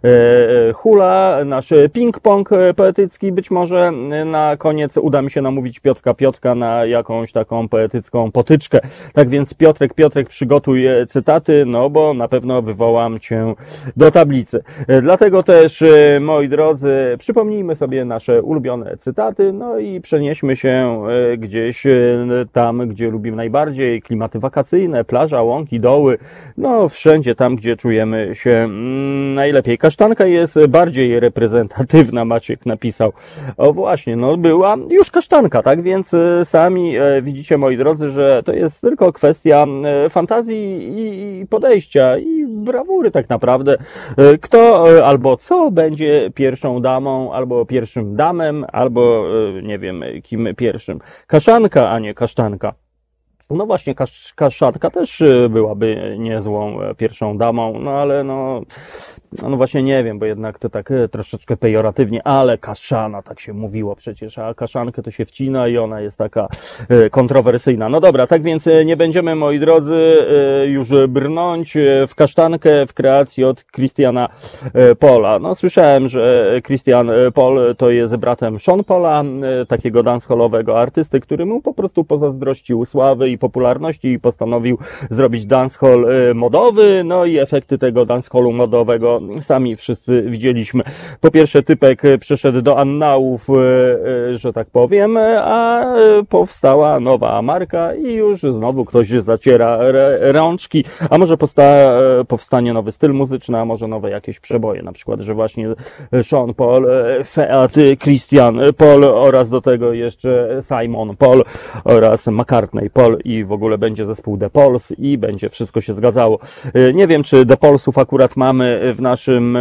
[SPEAKER 2] e, hula, nasz ping-pong poetycki, być może na koniec uda mi się namówić Piotrka Piotrka na jakąś taką poetycką potyczkę. Tak więc Piotrek, Piotrek, przygotuj cytaty, no bo na pewno wywołam cię do tablicy. Dlatego też, moi drodzy, przypomnijmy sobie nasze ulubione cytaty, no i przenieśmy się gdzieś tam, gdzie lubimy najbardziej, klimaty wakacyjne, plaża, łąki, doły, no wszędzie tam, gdzie czujemy się najlepiej. Kasztanka jest bardziej reprezentatywna, Maciek napisał. O właśnie, no była już kasztanka, tak więc sami widzicie, moi drodzy, że to jest tylko kwestia fantazji i podejścia i brawury tak naprawdę. Kto albo co będzie pierwszą damą, albo pierwszym damem, albo nie wiem kim pierwszym. Kaszanka, a nie kasztanka. No właśnie, kasz, kaszanka też byłaby niezłą pierwszą damą, no ale no, no właśnie nie wiem, bo jednak to tak troszeczkę pejoratywnie, ale kaszana, tak się mówiło przecież, a kaszankę to się wcina i ona jest taka kontrowersyjna. No dobra, tak więc nie będziemy, moi drodzy, już brnąć w kasztankę w kreacji od Christiana Paula. No słyszałem, że Christian Paul to jest bratem Sean Paula, takiego dancehallowego artysty, który mu po prostu pozazdrościł sławy i popularności i postanowił zrobić dancehall modowy, no i efekty tego dancehallu modowego sami wszyscy widzieliśmy. Po pierwsze typek przeszedł do annałów, że tak powiem, a powstała nowa marka i już znowu ktoś zaciera rączki, a może powsta powstanie nowy styl muzyczny, a może nowe jakieś przeboje, na przykład, że właśnie Sean Paul, Feat, Christian Paul oraz do tego jeszcze Simon Paul oraz McCartney Paul i w ogóle będzie zespół The Pols i będzie wszystko się zgadzało. Nie wiem, czy The Polsów akurat mamy w naszym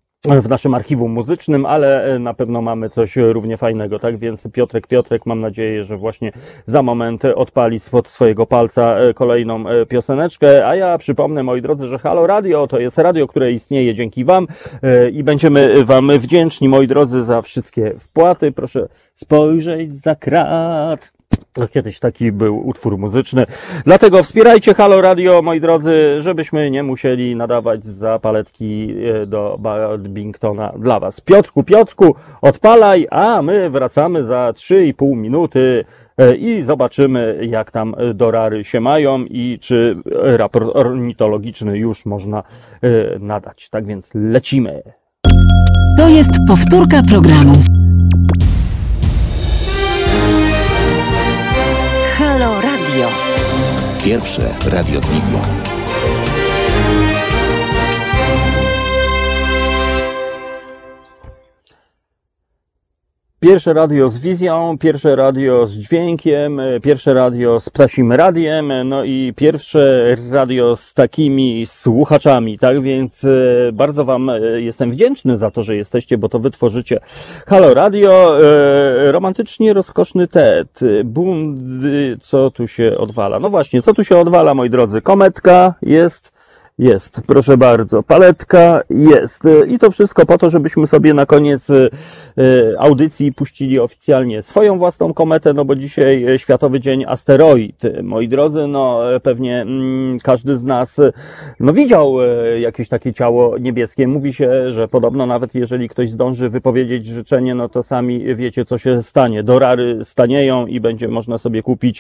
[SPEAKER 2] w naszym archiwum muzycznym, ale na pewno mamy coś równie fajnego, tak więc Piotrek, Piotrek, mam nadzieję, że właśnie za moment odpali spod swojego palca kolejną pioseneczkę, a ja przypomnę, moi drodzy, że Halo Radio to jest radio, które istnieje dzięki wam i będziemy wam wdzięczni, moi drodzy, za wszystkie wpłaty. Proszę spojrzeć za krat. Kiedyś taki był utwór muzyczny. Dlatego wspierajcie Halo Radio, moi drodzy, żebyśmy nie musieli nadawać za paletki do Badbingtona dla was. Piotrku, Piotrku, odpalaj, a my wracamy za trzy i pół minuty i zobaczymy, jak tam dorary się mają i czy raport ornitologiczny już można nadać. Tak więc lecimy.
[SPEAKER 1] To jest powtórka programu.
[SPEAKER 6] Halo Radio.
[SPEAKER 3] Pierwsze radio z wizją.
[SPEAKER 2] Pierwsze radio z wizją, pierwsze radio z dźwiękiem, pierwsze radio z ptasim radiem, no i pierwsze radio z takimi słuchaczami, tak więc bardzo wam jestem wdzięczny za to, że jesteście, bo to wy tworzycie Halo Radio, romantycznie rozkoszny Ted, bundy, co tu się odwala? No właśnie, co tu się odwala, moi drodzy? Kometka jest... Jest, proszę bardzo, paletka jest i to wszystko po to, żebyśmy sobie na koniec audycji puścili oficjalnie swoją własną kometę, no bo dzisiaj Światowy Dzień Asteroid. Moi drodzy, no pewnie każdy z nas no widział jakieś takie ciało niebieskie. Mówi się, że podobno nawet jeżeli ktoś zdąży wypowiedzieć życzenie, no to sami wiecie, co się stanie. Dorary stanieją i będzie można sobie kupić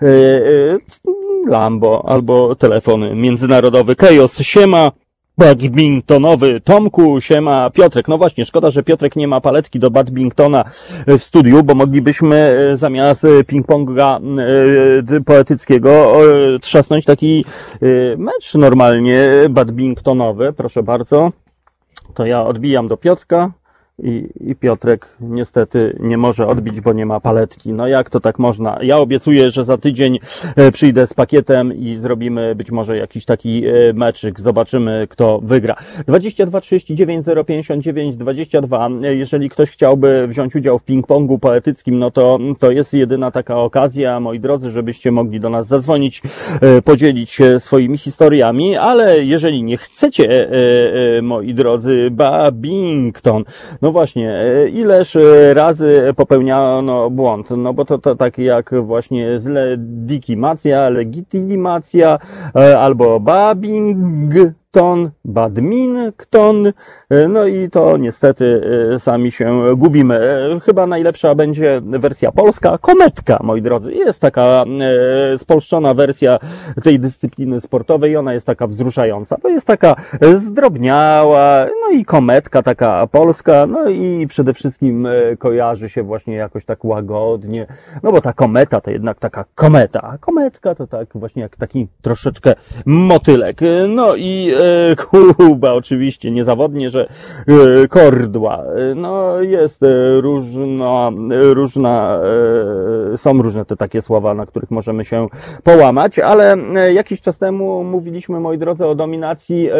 [SPEAKER 2] Lambo albo telefon międzynarodowy. Chaos, siema. Badbingtonowy Tomku, siema Piotrek. No właśnie, szkoda, że Piotrek nie ma paletki do Badbingtona w studiu, bo moglibyśmy zamiast ping-ponga poetyckiego trzasnąć taki mecz normalnie badbingtonowy. Proszę bardzo. To ja odbijam do Piotrka. I, I Piotrek niestety nie może odbić, bo nie ma paletki. No jak to tak można? Ja obiecuję, że za tydzień przyjdę z pakietem i zrobimy być może jakiś taki meczyk. Zobaczymy, kto wygra. dwadzieścia dwa trzydzieści dziewięć zero pięćdziesiąt dziewięć dwadzieścia dwa. Jeżeli ktoś chciałby wziąć udział w ping-pongu poetyckim, no to to jest jedyna taka okazja, moi drodzy, żebyście mogli do nas zadzwonić, podzielić się swoimi historiami, ale jeżeli nie chcecie, moi drodzy, Badbington, no No właśnie, e, ileż e, razy popełniano błąd? No bo to, to tak jak właśnie zlegitymacja, legitymacja, e, albo Babington, Badminton, no i to niestety sami się gubimy. Chyba najlepsza będzie wersja polska, kometka, moi drodzy. Jest taka spolszczona wersja tej dyscypliny sportowej, ona jest taka wzruszająca, bo jest taka zdrobniała, no i kometka taka polska, no i przede wszystkim kojarzy się właśnie jakoś tak łagodnie, no bo ta kometa to jednak taka kometa, a kometka to tak właśnie jak taki troszeczkę motylek. No i Kuba oczywiście niezawodnie, że kordła. No jest różna, różna, są różne te takie słowa, na których możemy się połamać, ale jakiś czas temu mówiliśmy, moi drodzy, o dominacji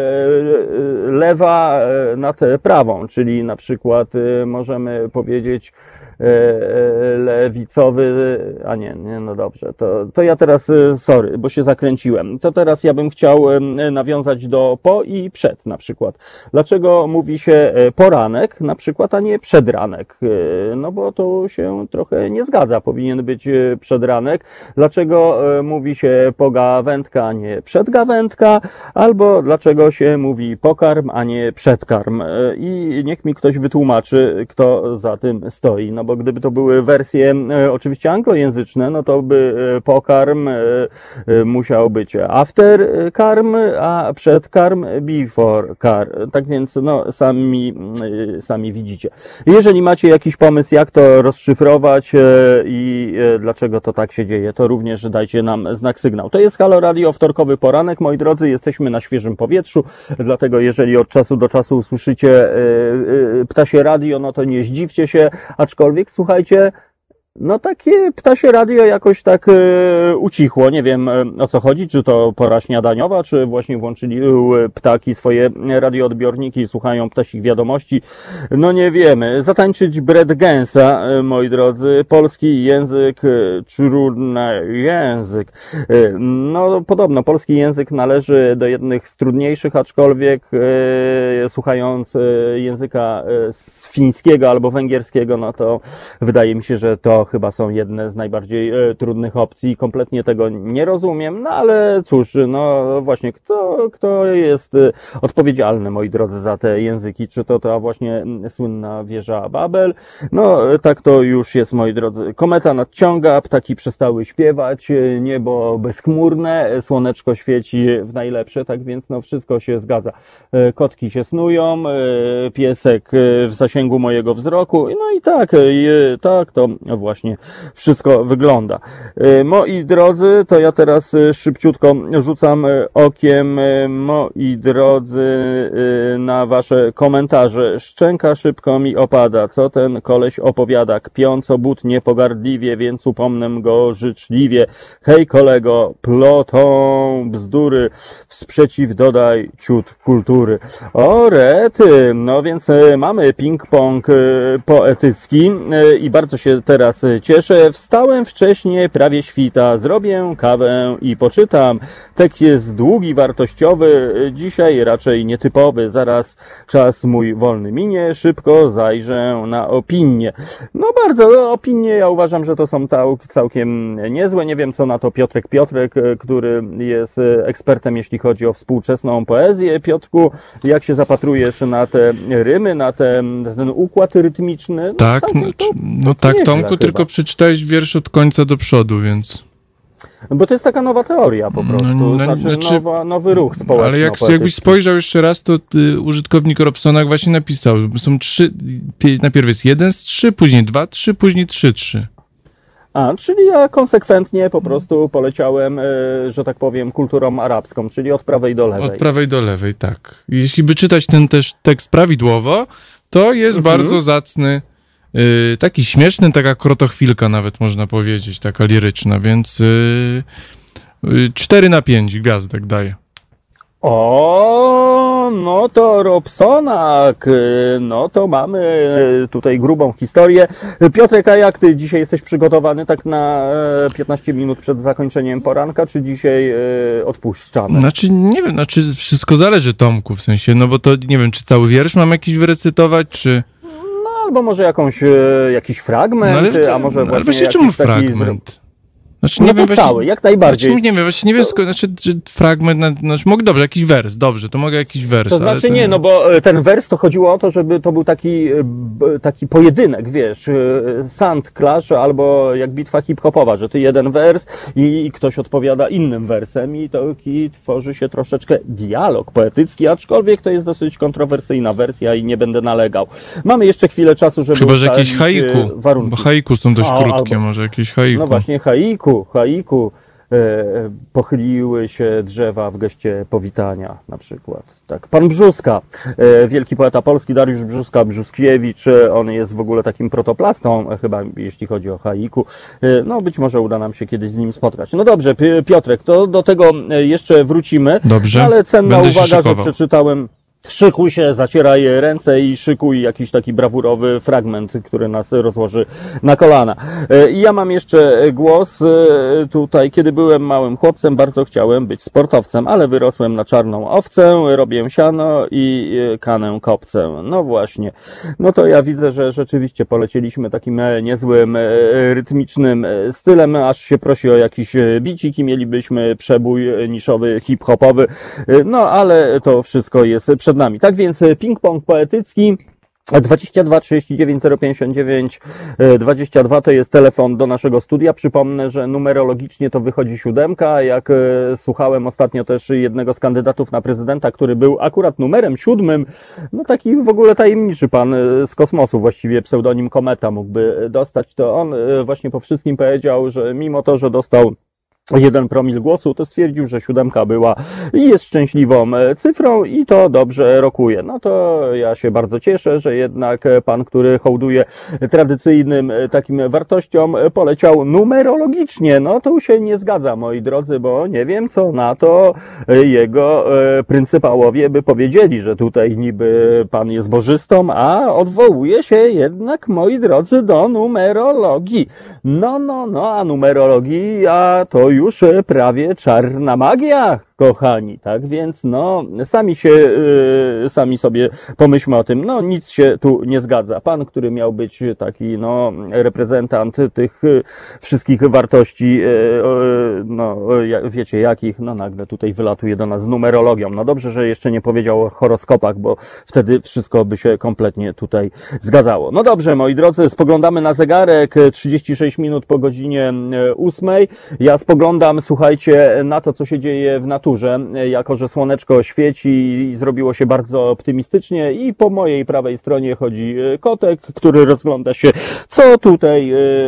[SPEAKER 2] lewa nad prawą, czyli na przykład możemy powiedzieć lewicowy, a nie, nie, no dobrze, to, to ja teraz, sorry, bo się zakręciłem, to teraz ja bym chciał nawiązać do po i przed na przykład. Dlaczego mówi się poranek na przykład, a nie przedranek? No bo to się trochę nie zgadza, powinien być przedranek. Dlaczego mówi się pogawędka, a nie przedgawędka? Albo dlaczego się mówi pokarm, a nie przedkarm? I niech mi ktoś wytłumaczy, kto za tym stoi, no bo gdyby to były wersje e, oczywiście anglojęzyczne, no to by e, pokarm e, e, musiał być after karm, a przedkarm before karm. Tak więc no sami, e, sami widzicie. Jeżeli macie jakiś pomysł, jak to rozszyfrować e, i e, dlaczego to tak się dzieje, to również dajcie nam znak sygnał. To jest Halo Radio, wtorkowy poranek, moi drodzy, jesteśmy na świeżym powietrzu, dlatego jeżeli od czasu do czasu usłyszycie e, e, ptasie radio, no to nie zdziwcie się, aczkolwiek słuchajcie, no takie ptasie radio jakoś tak e, ucichło. Nie wiem e, o co chodzi, czy to pora śniadaniowa, czy właśnie włączyli e, ptaki swoje radioodbiorniki i słuchają ptasich wiadomości. No nie wiemy. Zatańczyć Brad Gensa, e, moi drodzy. Polski język, e, trudny język. E, no podobno polski język należy do jednych z trudniejszych, aczkolwiek e, słuchając e, języka e, z fińskiego albo węgierskiego, no to wydaje mi się, że to chyba są jedne z najbardziej e, trudnych opcji. Kompletnie tego nie rozumiem, no ale cóż, no właśnie, kto, kto jest e, odpowiedzialny, moi drodzy, za te języki? Czy to ta właśnie m, słynna wieża Babel? No, e, tak to już jest, moi drodzy. Kometa nadciąga, ptaki przestały śpiewać, e, niebo bezchmurne, e, słoneczko świeci w najlepsze, tak więc no wszystko się zgadza. E, kotki się snują, e, piesek e, w zasięgu mojego wzroku, no i tak, e, tak to właśnie Właśnie wszystko wygląda. Moi drodzy, to ja teraz szybciutko rzucam okiem, moi drodzy, na wasze komentarze. Szczęka szybko mi opada, co ten koleś opowiada, kpiąco butnie, pogardliwie, więc upomnę go życzliwie. Hej kolego, plotą bzdury, w sprzeciw dodaj ciut kultury. O rety, no więc mamy ping-pong poetycki i bardzo się teraz cieszę. Wstałem wcześnie, prawie świta, zrobię kawę i poczytam. Tekst jest długi, wartościowy, dzisiaj raczej nietypowy. Zaraz czas mój wolny minie, szybko zajrzę na opinie. No bardzo, opinie ja uważam, że to są całkiem niezłe. Nie wiem co na to Piotrek Piotrek, który jest ekspertem, jeśli chodzi o współczesną poezję. Piotrku, jak się zapatrujesz na te rymy, na ten, ten układ rytmiczny? No,
[SPEAKER 5] tak, no, no tak, Tomku,
[SPEAKER 2] chyba.
[SPEAKER 5] Tylko przeczytałeś wiersz od końca do przodu, więc...
[SPEAKER 2] Bo to jest taka nowa teoria po prostu,
[SPEAKER 5] no, no,
[SPEAKER 2] znaczy,
[SPEAKER 5] znaczy
[SPEAKER 2] nowa, nowy ruch społeczny.
[SPEAKER 5] Ale jak, jakbyś spojrzał jeszcze raz, to y, użytkownik Robsona właśnie napisał, są trzy, najpierw jest jeden z trzy, później dwa, trzy, później trzy, trzy.
[SPEAKER 2] A, czyli ja konsekwentnie po prostu poleciałem, y, że tak powiem, kulturą arabską, czyli od prawej do lewej.
[SPEAKER 5] Od prawej do lewej, tak. Jeśli by czytać ten też tekst prawidłowo, to jest mhm. bardzo zacny. Yy, taki śmieszny, taka krotochwilka nawet można powiedzieć, taka liryczna, więc yy, yy, cztery na pięć gwiazdek daję.
[SPEAKER 2] O, no to Robsonak, no to mamy tutaj grubą historię. Piotrek, a jak ty dzisiaj jesteś przygotowany tak na piętnaście minut przed zakończeniem poranka, czy dzisiaj odpuszczamy?
[SPEAKER 5] Znaczy, nie wiem, znaczy wszystko zależy, Tomku, w sensie, no bo to nie wiem, czy cały wiersz mam jakiś wyrecytować, czy...
[SPEAKER 2] albo może jakąś, e, jakiś fragment,
[SPEAKER 5] No ale,
[SPEAKER 2] a może
[SPEAKER 5] ale
[SPEAKER 2] właśnie
[SPEAKER 5] właśnie
[SPEAKER 2] jakiś
[SPEAKER 5] czemu
[SPEAKER 2] taki...
[SPEAKER 5] fragment? Znaczy,
[SPEAKER 2] No
[SPEAKER 5] nie
[SPEAKER 2] to
[SPEAKER 5] wiem, właśnie,
[SPEAKER 2] cały, jak najbardziej.
[SPEAKER 5] Znaczy, nie wiem, właśnie nie wiem, sko- znaczy, czy fragment, na- znaczy, mogę, dobrze, jakiś wers, dobrze, to mogę jakiś wers.
[SPEAKER 2] To
[SPEAKER 5] ale
[SPEAKER 2] znaczy
[SPEAKER 5] to
[SPEAKER 2] nie, no bo e, ten wers to chodziło o to, żeby to był taki, e, b- taki pojedynek, wiesz, e, sand clash albo jak bitwa hip-hopowa, że ty jeden wers i, i ktoś odpowiada innym wersem i taki tworzy się troszeczkę dialog poetycki, aczkolwiek to jest dosyć kontrowersyjna wersja i nie będę nalegał. Mamy jeszcze chwilę czasu, żeby
[SPEAKER 5] Chyba, że jakieś
[SPEAKER 2] ustalić, e,
[SPEAKER 5] haiku,
[SPEAKER 2] warunki.
[SPEAKER 5] bo haiku są dość
[SPEAKER 2] A,
[SPEAKER 5] krótkie,
[SPEAKER 2] albo-
[SPEAKER 5] może jakieś haiku.
[SPEAKER 2] No właśnie, haiku, haiku. E, pochyliły się drzewa w geście powitania, na przykład. Tak, pan Brzuska, e, wielki poeta polski, Dariusz Brzuska, Brzuskiewicz, e, on jest w ogóle takim protoplastą, e, chyba jeśli chodzi o haiku. E, no być może uda nam się kiedyś z nim spotkać. No dobrze, Pi- Piotrek, to do tego e, jeszcze wrócimy.
[SPEAKER 5] Dobrze,
[SPEAKER 2] No, ale cenna
[SPEAKER 5] będę się
[SPEAKER 2] uwaga, że
[SPEAKER 5] szykował.
[SPEAKER 2] przeczytałem. Szykuj się, zacieraj ręce i szykuj jakiś taki brawurowy fragment, który nas rozłoży na kolana. E, I ja mam jeszcze głos e, tutaj. Kiedy byłem małym chłopcem, bardzo chciałem być sportowcem, ale wyrosłem na czarną owcę, robię siano i e, kanę kopcę. No właśnie. No to ja widzę, że rzeczywiście polecieliśmy takim e, niezłym, e, rytmicznym e, stylem, aż się prosi o jakiś e, bicik i mielibyśmy przebój e, niszowy, hip-hopowy. E, No ale to wszystko jest przed nami. Tak więc ping-pong poetycki dwadzieścia dwa trzydzieści dziewięć zero pięćdziesiąt dziewięć dwadzieścia dwa to jest telefon do naszego studia. Przypomnę, że numerologicznie to wychodzi siódemka. Jak e, słuchałem ostatnio też jednego z kandydatów na prezydenta, który był akurat numerem siódmym, no taki w ogóle tajemniczy pan e, z kosmosu, właściwie pseudonim Kometa mógłby dostać, to on e, właśnie po wszystkim powiedział, że mimo to, że dostał jeden promil głosu, to stwierdził, że siódemka była i jest szczęśliwą e, cyfrą i to dobrze rokuje. No to ja się bardzo cieszę, że jednak e, pan, który hołduje tradycyjnym e, takim wartościom, e, poleciał numerologicznie. No to się nie zgadza, moi drodzy, bo nie wiem, co na to e, jego e, pryncypałowie by powiedzieli, że tutaj niby pan jest bożystą, a odwołuje się jednak, moi drodzy, do numerologii. No, no, no, a numerologia to już prawie czarna magia, kochani, tak więc no, sami się, yy, sami sobie pomyślmy o tym, no nic się tu nie zgadza. Pan, który miał być taki, no, reprezentant tych yy, wszystkich wartości, yy, yy, no, ja, wiecie jakich, no nagle tutaj wylatuje do nas z numerologią. No dobrze, że jeszcze nie powiedział o horoskopach, bo wtedy wszystko by się kompletnie tutaj zgadzało. No dobrze, moi drodzy, spoglądamy na zegarek, trzydzieści sześć minut po godzinie ósmej. Ja spoglądam, słuchajcie, na to, co się dzieje w naturze, jako że słoneczko świeci i zrobiło się bardzo optymistycznie i po mojej prawej stronie chodzi kotek, który rozgląda się, co tutaj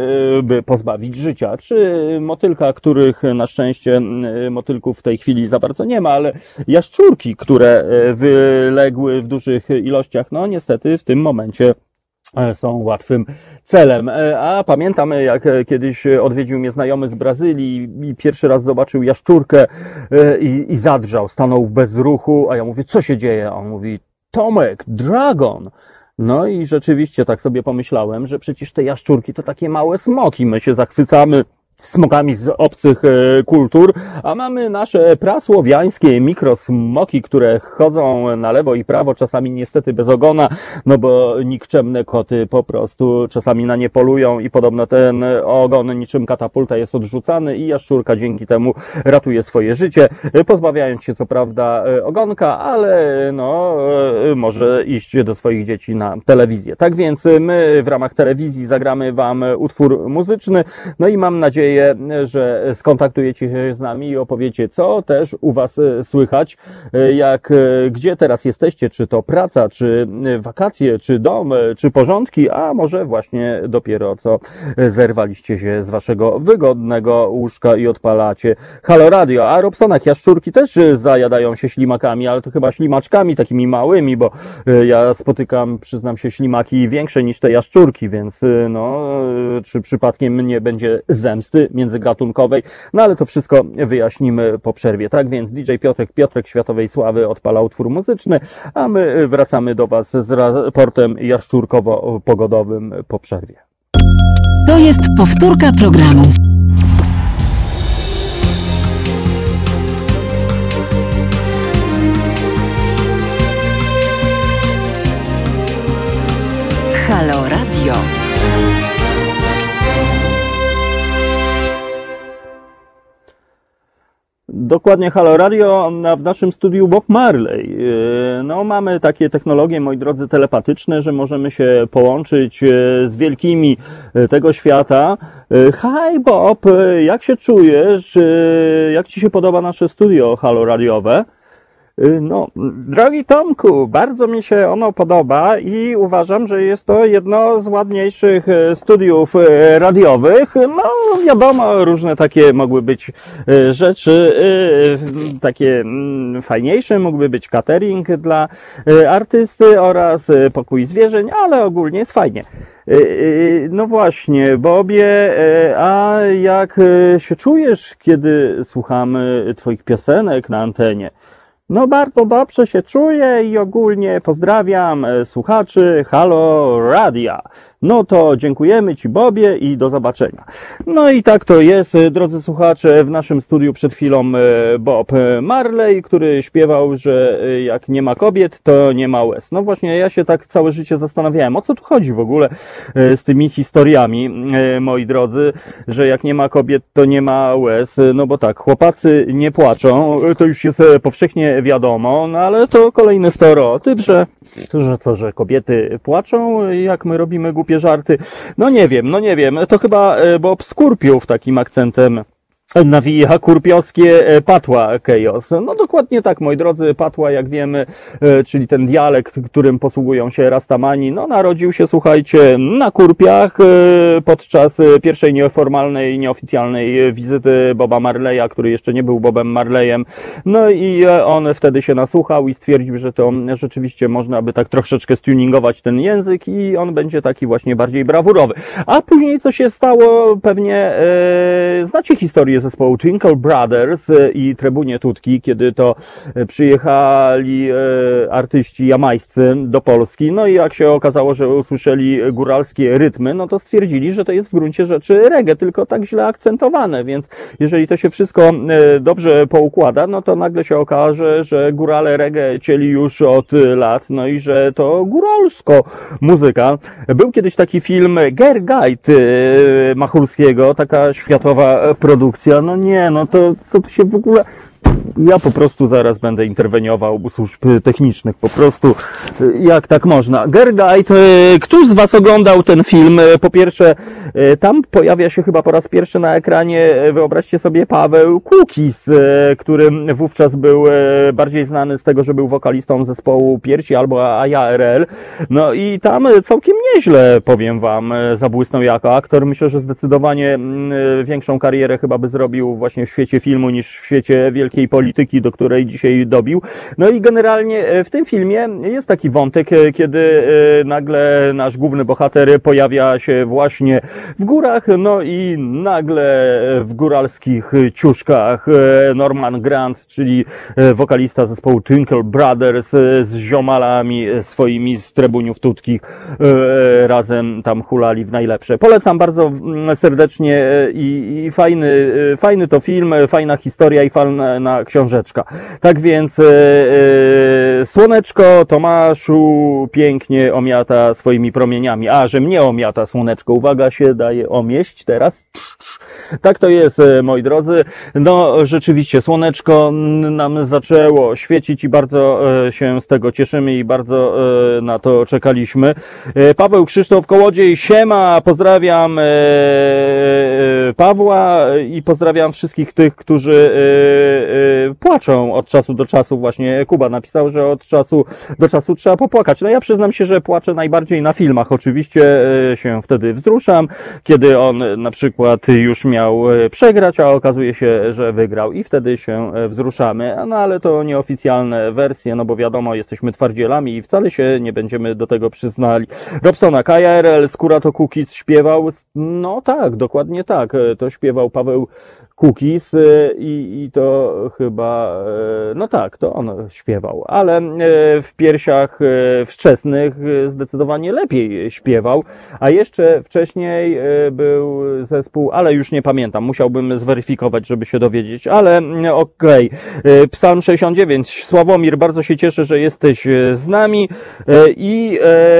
[SPEAKER 2] by pozbawić życia. Czy motylka, których na szczęście motylków w tej chwili za bardzo nie ma, ale jaszczurki, które wyległy w dużych ilościach, no niestety w tym momencie są łatwym celem. A pamiętam, jak kiedyś odwiedził mnie znajomy z Brazylii i pierwszy raz zobaczył jaszczurkę i, i zadrżał, stanął bez ruchu, a ja mówię, co się dzieje? A on mówi, Tomek, dragon. No i rzeczywiście tak sobie pomyślałem, że przecież te jaszczurki to takie małe smoki, my się zachwycamy smokami z obcych e, kultur, a mamy nasze prasłowiańskie mikrosmoki, które chodzą na lewo i prawo, czasami niestety bez ogona, no bo nikczemne koty po prostu czasami na nie polują i podobno ten ogon niczym katapulta jest odrzucany i jaszczurka dzięki temu ratuje swoje życie, pozbawiając się co prawda ogonka, ale no może iść do swoich dzieci na telewizję. Tak więc my w ramach telewizji zagramy wam utwór muzyczny, no i mam nadzieję, że skontaktujecie się z nami i opowiecie, co też u was słychać, jak, gdzie teraz jesteście, czy to praca, czy wakacje, czy dom, czy porządki, a może właśnie dopiero co zerwaliście się z waszego wygodnego łóżka i odpalacie Halo Radio. A Robsonach jaszczurki też zajadają się ślimakami, ale to chyba ślimaczkami takimi małymi, bo ja spotykam, przyznam się, ślimaki większe niż te jaszczurki, więc no, czy przypadkiem nie będzie zemsty międzygatunkowej, no ale to wszystko wyjaśnimy po przerwie. Tak więc D J Piotrek, Piotrek Światowej Sławy odpala utwór muzyczny, a my wracamy do was z raportem jaszczurkowo-pogodowym po przerwie.
[SPEAKER 1] To jest powtórka programu.
[SPEAKER 6] Halo Radio. Radio.
[SPEAKER 2] Dokładnie, Halo Radio, a w naszym studiu Bob Marley. No, mamy takie technologie, moi drodzy, telepatyczne, że możemy się połączyć z wielkimi tego świata. Hi Bob, jak się czujesz? Jak Ci się podoba nasze studio Halo Radiowe? No, drogi Tomku, bardzo mi się ono podoba i uważam, że jest to jedno z ładniejszych studiów radiowych. No, wiadomo, różne takie mogły być rzeczy, takie fajniejsze, mógłby być catering dla artysty oraz pokój zwierzeń, ale ogólnie jest fajnie. No właśnie, Bobie, a jak się czujesz, kiedy słuchamy Twoich piosenek na antenie? No bardzo dobrze się czuję i ogólnie pozdrawiam słuchaczy Halo Radia. No to dziękujemy Ci, Bobie, i do zobaczenia. No i tak to jest, drodzy słuchacze, w naszym studiu przed chwilą Bob Marley, który śpiewał, że jak nie ma kobiet, to nie ma łez. No właśnie, ja się tak całe życie zastanawiałem, o co tu chodzi w ogóle z tymi historiami, moi drodzy, że jak nie ma kobiet, to nie ma łez. No bo tak, chłopacy nie płaczą, to już jest powszechnie wiadomo, no ale to kolejny stereotyp, że, że co, że kobiety płaczą, jak my robimy głupie żarty. No nie wiem, no nie wiem. To chyba Bob Skurpiów takim akcentem nawija kurpiowskie patła chaos. No dokładnie tak, moi drodzy, patła, jak wiemy, czyli ten dialekt, którym posługują się Rastamani, no narodził się, słuchajcie, na Kurpiach podczas pierwszej nieformalnej, nieoficjalnej wizyty Boba Marleya, który jeszcze nie był Bobem Marleyem. No i on wtedy się nasłuchał i stwierdził, że to rzeczywiście można by tak troszeczkę stuningować ten język i on będzie taki właśnie bardziej brawurowy. A później co się stało, pewnie e, znacie historię zespołu Twinkle Brothers i Trybunie Tutki, kiedy to przyjechali artyści jamańscy do Polski. No i jak się okazało, że usłyszeli góralskie rytmy, no to stwierdzili, że to jest w gruncie rzeczy reggae, tylko tak źle akcentowane, więc jeżeli to się wszystko dobrze poukłada, no to nagle się okaże, że górale reggae cieli już od lat, no i że to góralsko muzyka. Był kiedyś taki film Gergajd Machulskiego, taka światowa produkcja. No nie, no to co tu się w ogóle... Ja po prostu zaraz będę interweniował u służb technicznych, po prostu jak tak można. Gergajd, któż z Was oglądał ten film? Po pierwsze, tam pojawia się chyba po raz pierwszy na ekranie, wyobraźcie sobie, Paweł Kukis, który wówczas był bardziej znany z tego, że był wokalistą zespołu Pierci albo A Ja R L. No i tam całkiem nieźle, powiem Wam, zabłysnął jako aktor. Myślę, że zdecydowanie większą karierę chyba by zrobił właśnie w świecie filmu niż w świecie wielkiej polityki, do której dzisiaj dobił. No i generalnie w tym filmie jest taki wątek, kiedy nagle nasz główny bohater pojawia się właśnie w górach, no i nagle w góralskich ciuszkach Norman Grant, czyli wokalista zespołu Twinkle Brothers z ziomalami swoimi z Trybuniów Tutkich razem tam hulali w najlepsze. Polecam bardzo serdecznie i, i fajny, fajny to film, fajna historia i fajna książeczka. Tak więc e, e, słoneczko Tomaszu pięknie omiata swoimi promieniami. A, że mnie omiata słoneczko. Uwaga, się daje omieść teraz. Tak to jest, moi drodzy. No, rzeczywiście, słoneczko nam zaczęło świecić i bardzo się z tego cieszymy i bardzo na to czekaliśmy. Paweł Krzysztof Kołodziej, siema, pozdrawiam Pawła i pozdrawiam wszystkich tych, którzy płaczą od czasu do czasu. Właśnie Kuba napisał, że od czasu do czasu trzeba popłakać. No ja przyznam się, że płaczę najbardziej na filmach. Oczywiście się wtedy wzruszam, kiedy on na przykład już miał przegrać, a okazuje się, że wygrał i wtedy się wzruszamy. No ale to nieoficjalne wersje, no bo wiadomo, jesteśmy twardzielami i wcale się nie będziemy do tego przyznali. Robsona, K R L, Skóra to Cookies śpiewał? No tak, dokładnie tak. To śpiewał Paweł Cookies i, i to chyba, no tak, to on śpiewał, ale w piersiach wczesnych zdecydowanie lepiej śpiewał, a jeszcze wcześniej był zespół, ale już nie pamiętam, musiałbym zweryfikować, żeby się dowiedzieć, ale okej. Okay. Psalm sześćdziesiąt dziewięć. Sławomir, bardzo się cieszę, że jesteś z nami i,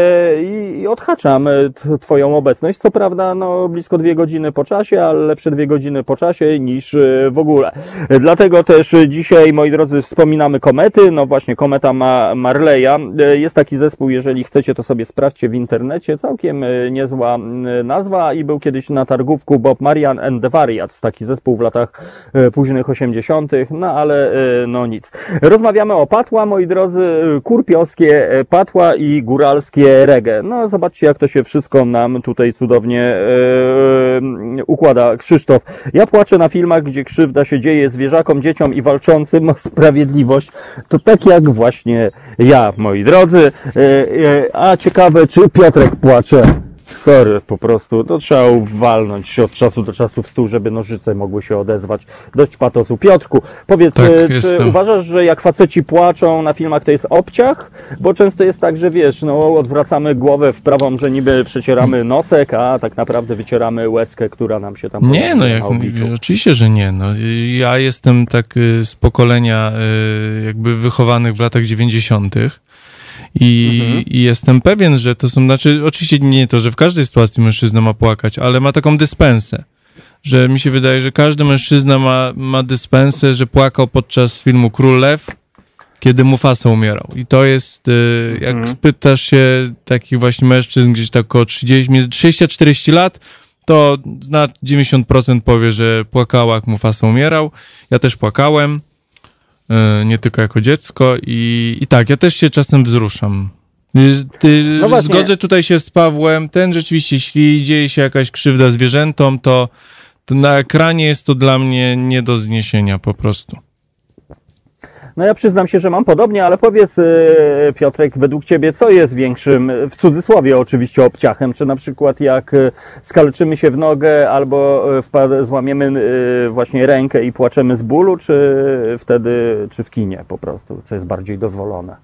[SPEAKER 2] i odhaczam twoją obecność, co prawda no blisko dwie godziny po czasie, ale lepsze dwie godziny po czasie niż w ogóle. Dlatego też dzisiaj, moi drodzy, wspominamy komety. No właśnie, kometa Ma Marleya. Jest taki zespół, jeżeli chcecie, to sobie sprawdźcie w internecie. Całkiem niezła nazwa i był kiedyś na targówku Bob Marian and the Variants. Taki zespół w latach późnych osiemdziesiątych. No ale no nic. Rozmawiamy o patła, moi drodzy, kurpiowskie patła i góralskie reggae. No zobaczcie, jak to się wszystko nam tutaj cudownie yy, układa. Krzysztof, ja płaczę na filmach, gdzie krzywda się dzieje zwierzakom, dzieciom i walczącym o sprawiedliwość. To tak jak właśnie ja, moi drodzy. A ciekawe, czy Piotrek płacze? Sorry, po prostu, to trzeba walnąć od czasu do czasu w stół, żeby nożyce mogły się odezwać. Dość patosu. Piotrku, powiedz,
[SPEAKER 5] tak,
[SPEAKER 2] czy
[SPEAKER 5] jestem.
[SPEAKER 2] uważasz, że jak faceci płaczą na filmach, to jest obciach? Bo często jest tak, że wiesz, no odwracamy głowę w prawą, że niby przecieramy nosek, a tak naprawdę wycieramy łezkę, która nam się tam
[SPEAKER 5] Nie, no jak, oczywiście, że nie. No, ja jestem tak z pokolenia jakby wychowanych w latach dziewięćdziesiątych. I, mhm. I jestem pewien, że to są, znaczy oczywiście nie to, że w każdej sytuacji mężczyzna ma płakać, ale ma taką dyspensę, że mi się wydaje, że każdy mężczyzna ma, ma dyspensę, że płakał podczas filmu Król Lew, kiedy Mufasa umierał. I to jest, jak mhm. spytasz się takich właśnie mężczyzn gdzieś tak około trzydzieści, między trzydzieści a czterdzieści lat, to zna dziewięćdziesiąt procent powie, że płakała, jak Mufasa umierał. Ja też płakałem. Nie tylko jako dziecko i, i tak, ja też się czasem wzruszam. Ty, no zgodzę tutaj się z Pawłem, ten rzeczywiście, jeśli dzieje się jakaś krzywda zwierzętom, to, to na ekranie jest to dla mnie nie do zniesienia po prostu.
[SPEAKER 2] No ja przyznam się, że mam podobnie, ale powiedz, Piotrek, według ciebie co jest większym, w cudzysłowie oczywiście, obciachem? Czy na przykład jak skaleczymy się w nogę albo złamiemy właśnie rękę i płaczemy z bólu, czy wtedy, czy w kinie po prostu, co jest bardziej dozwolone?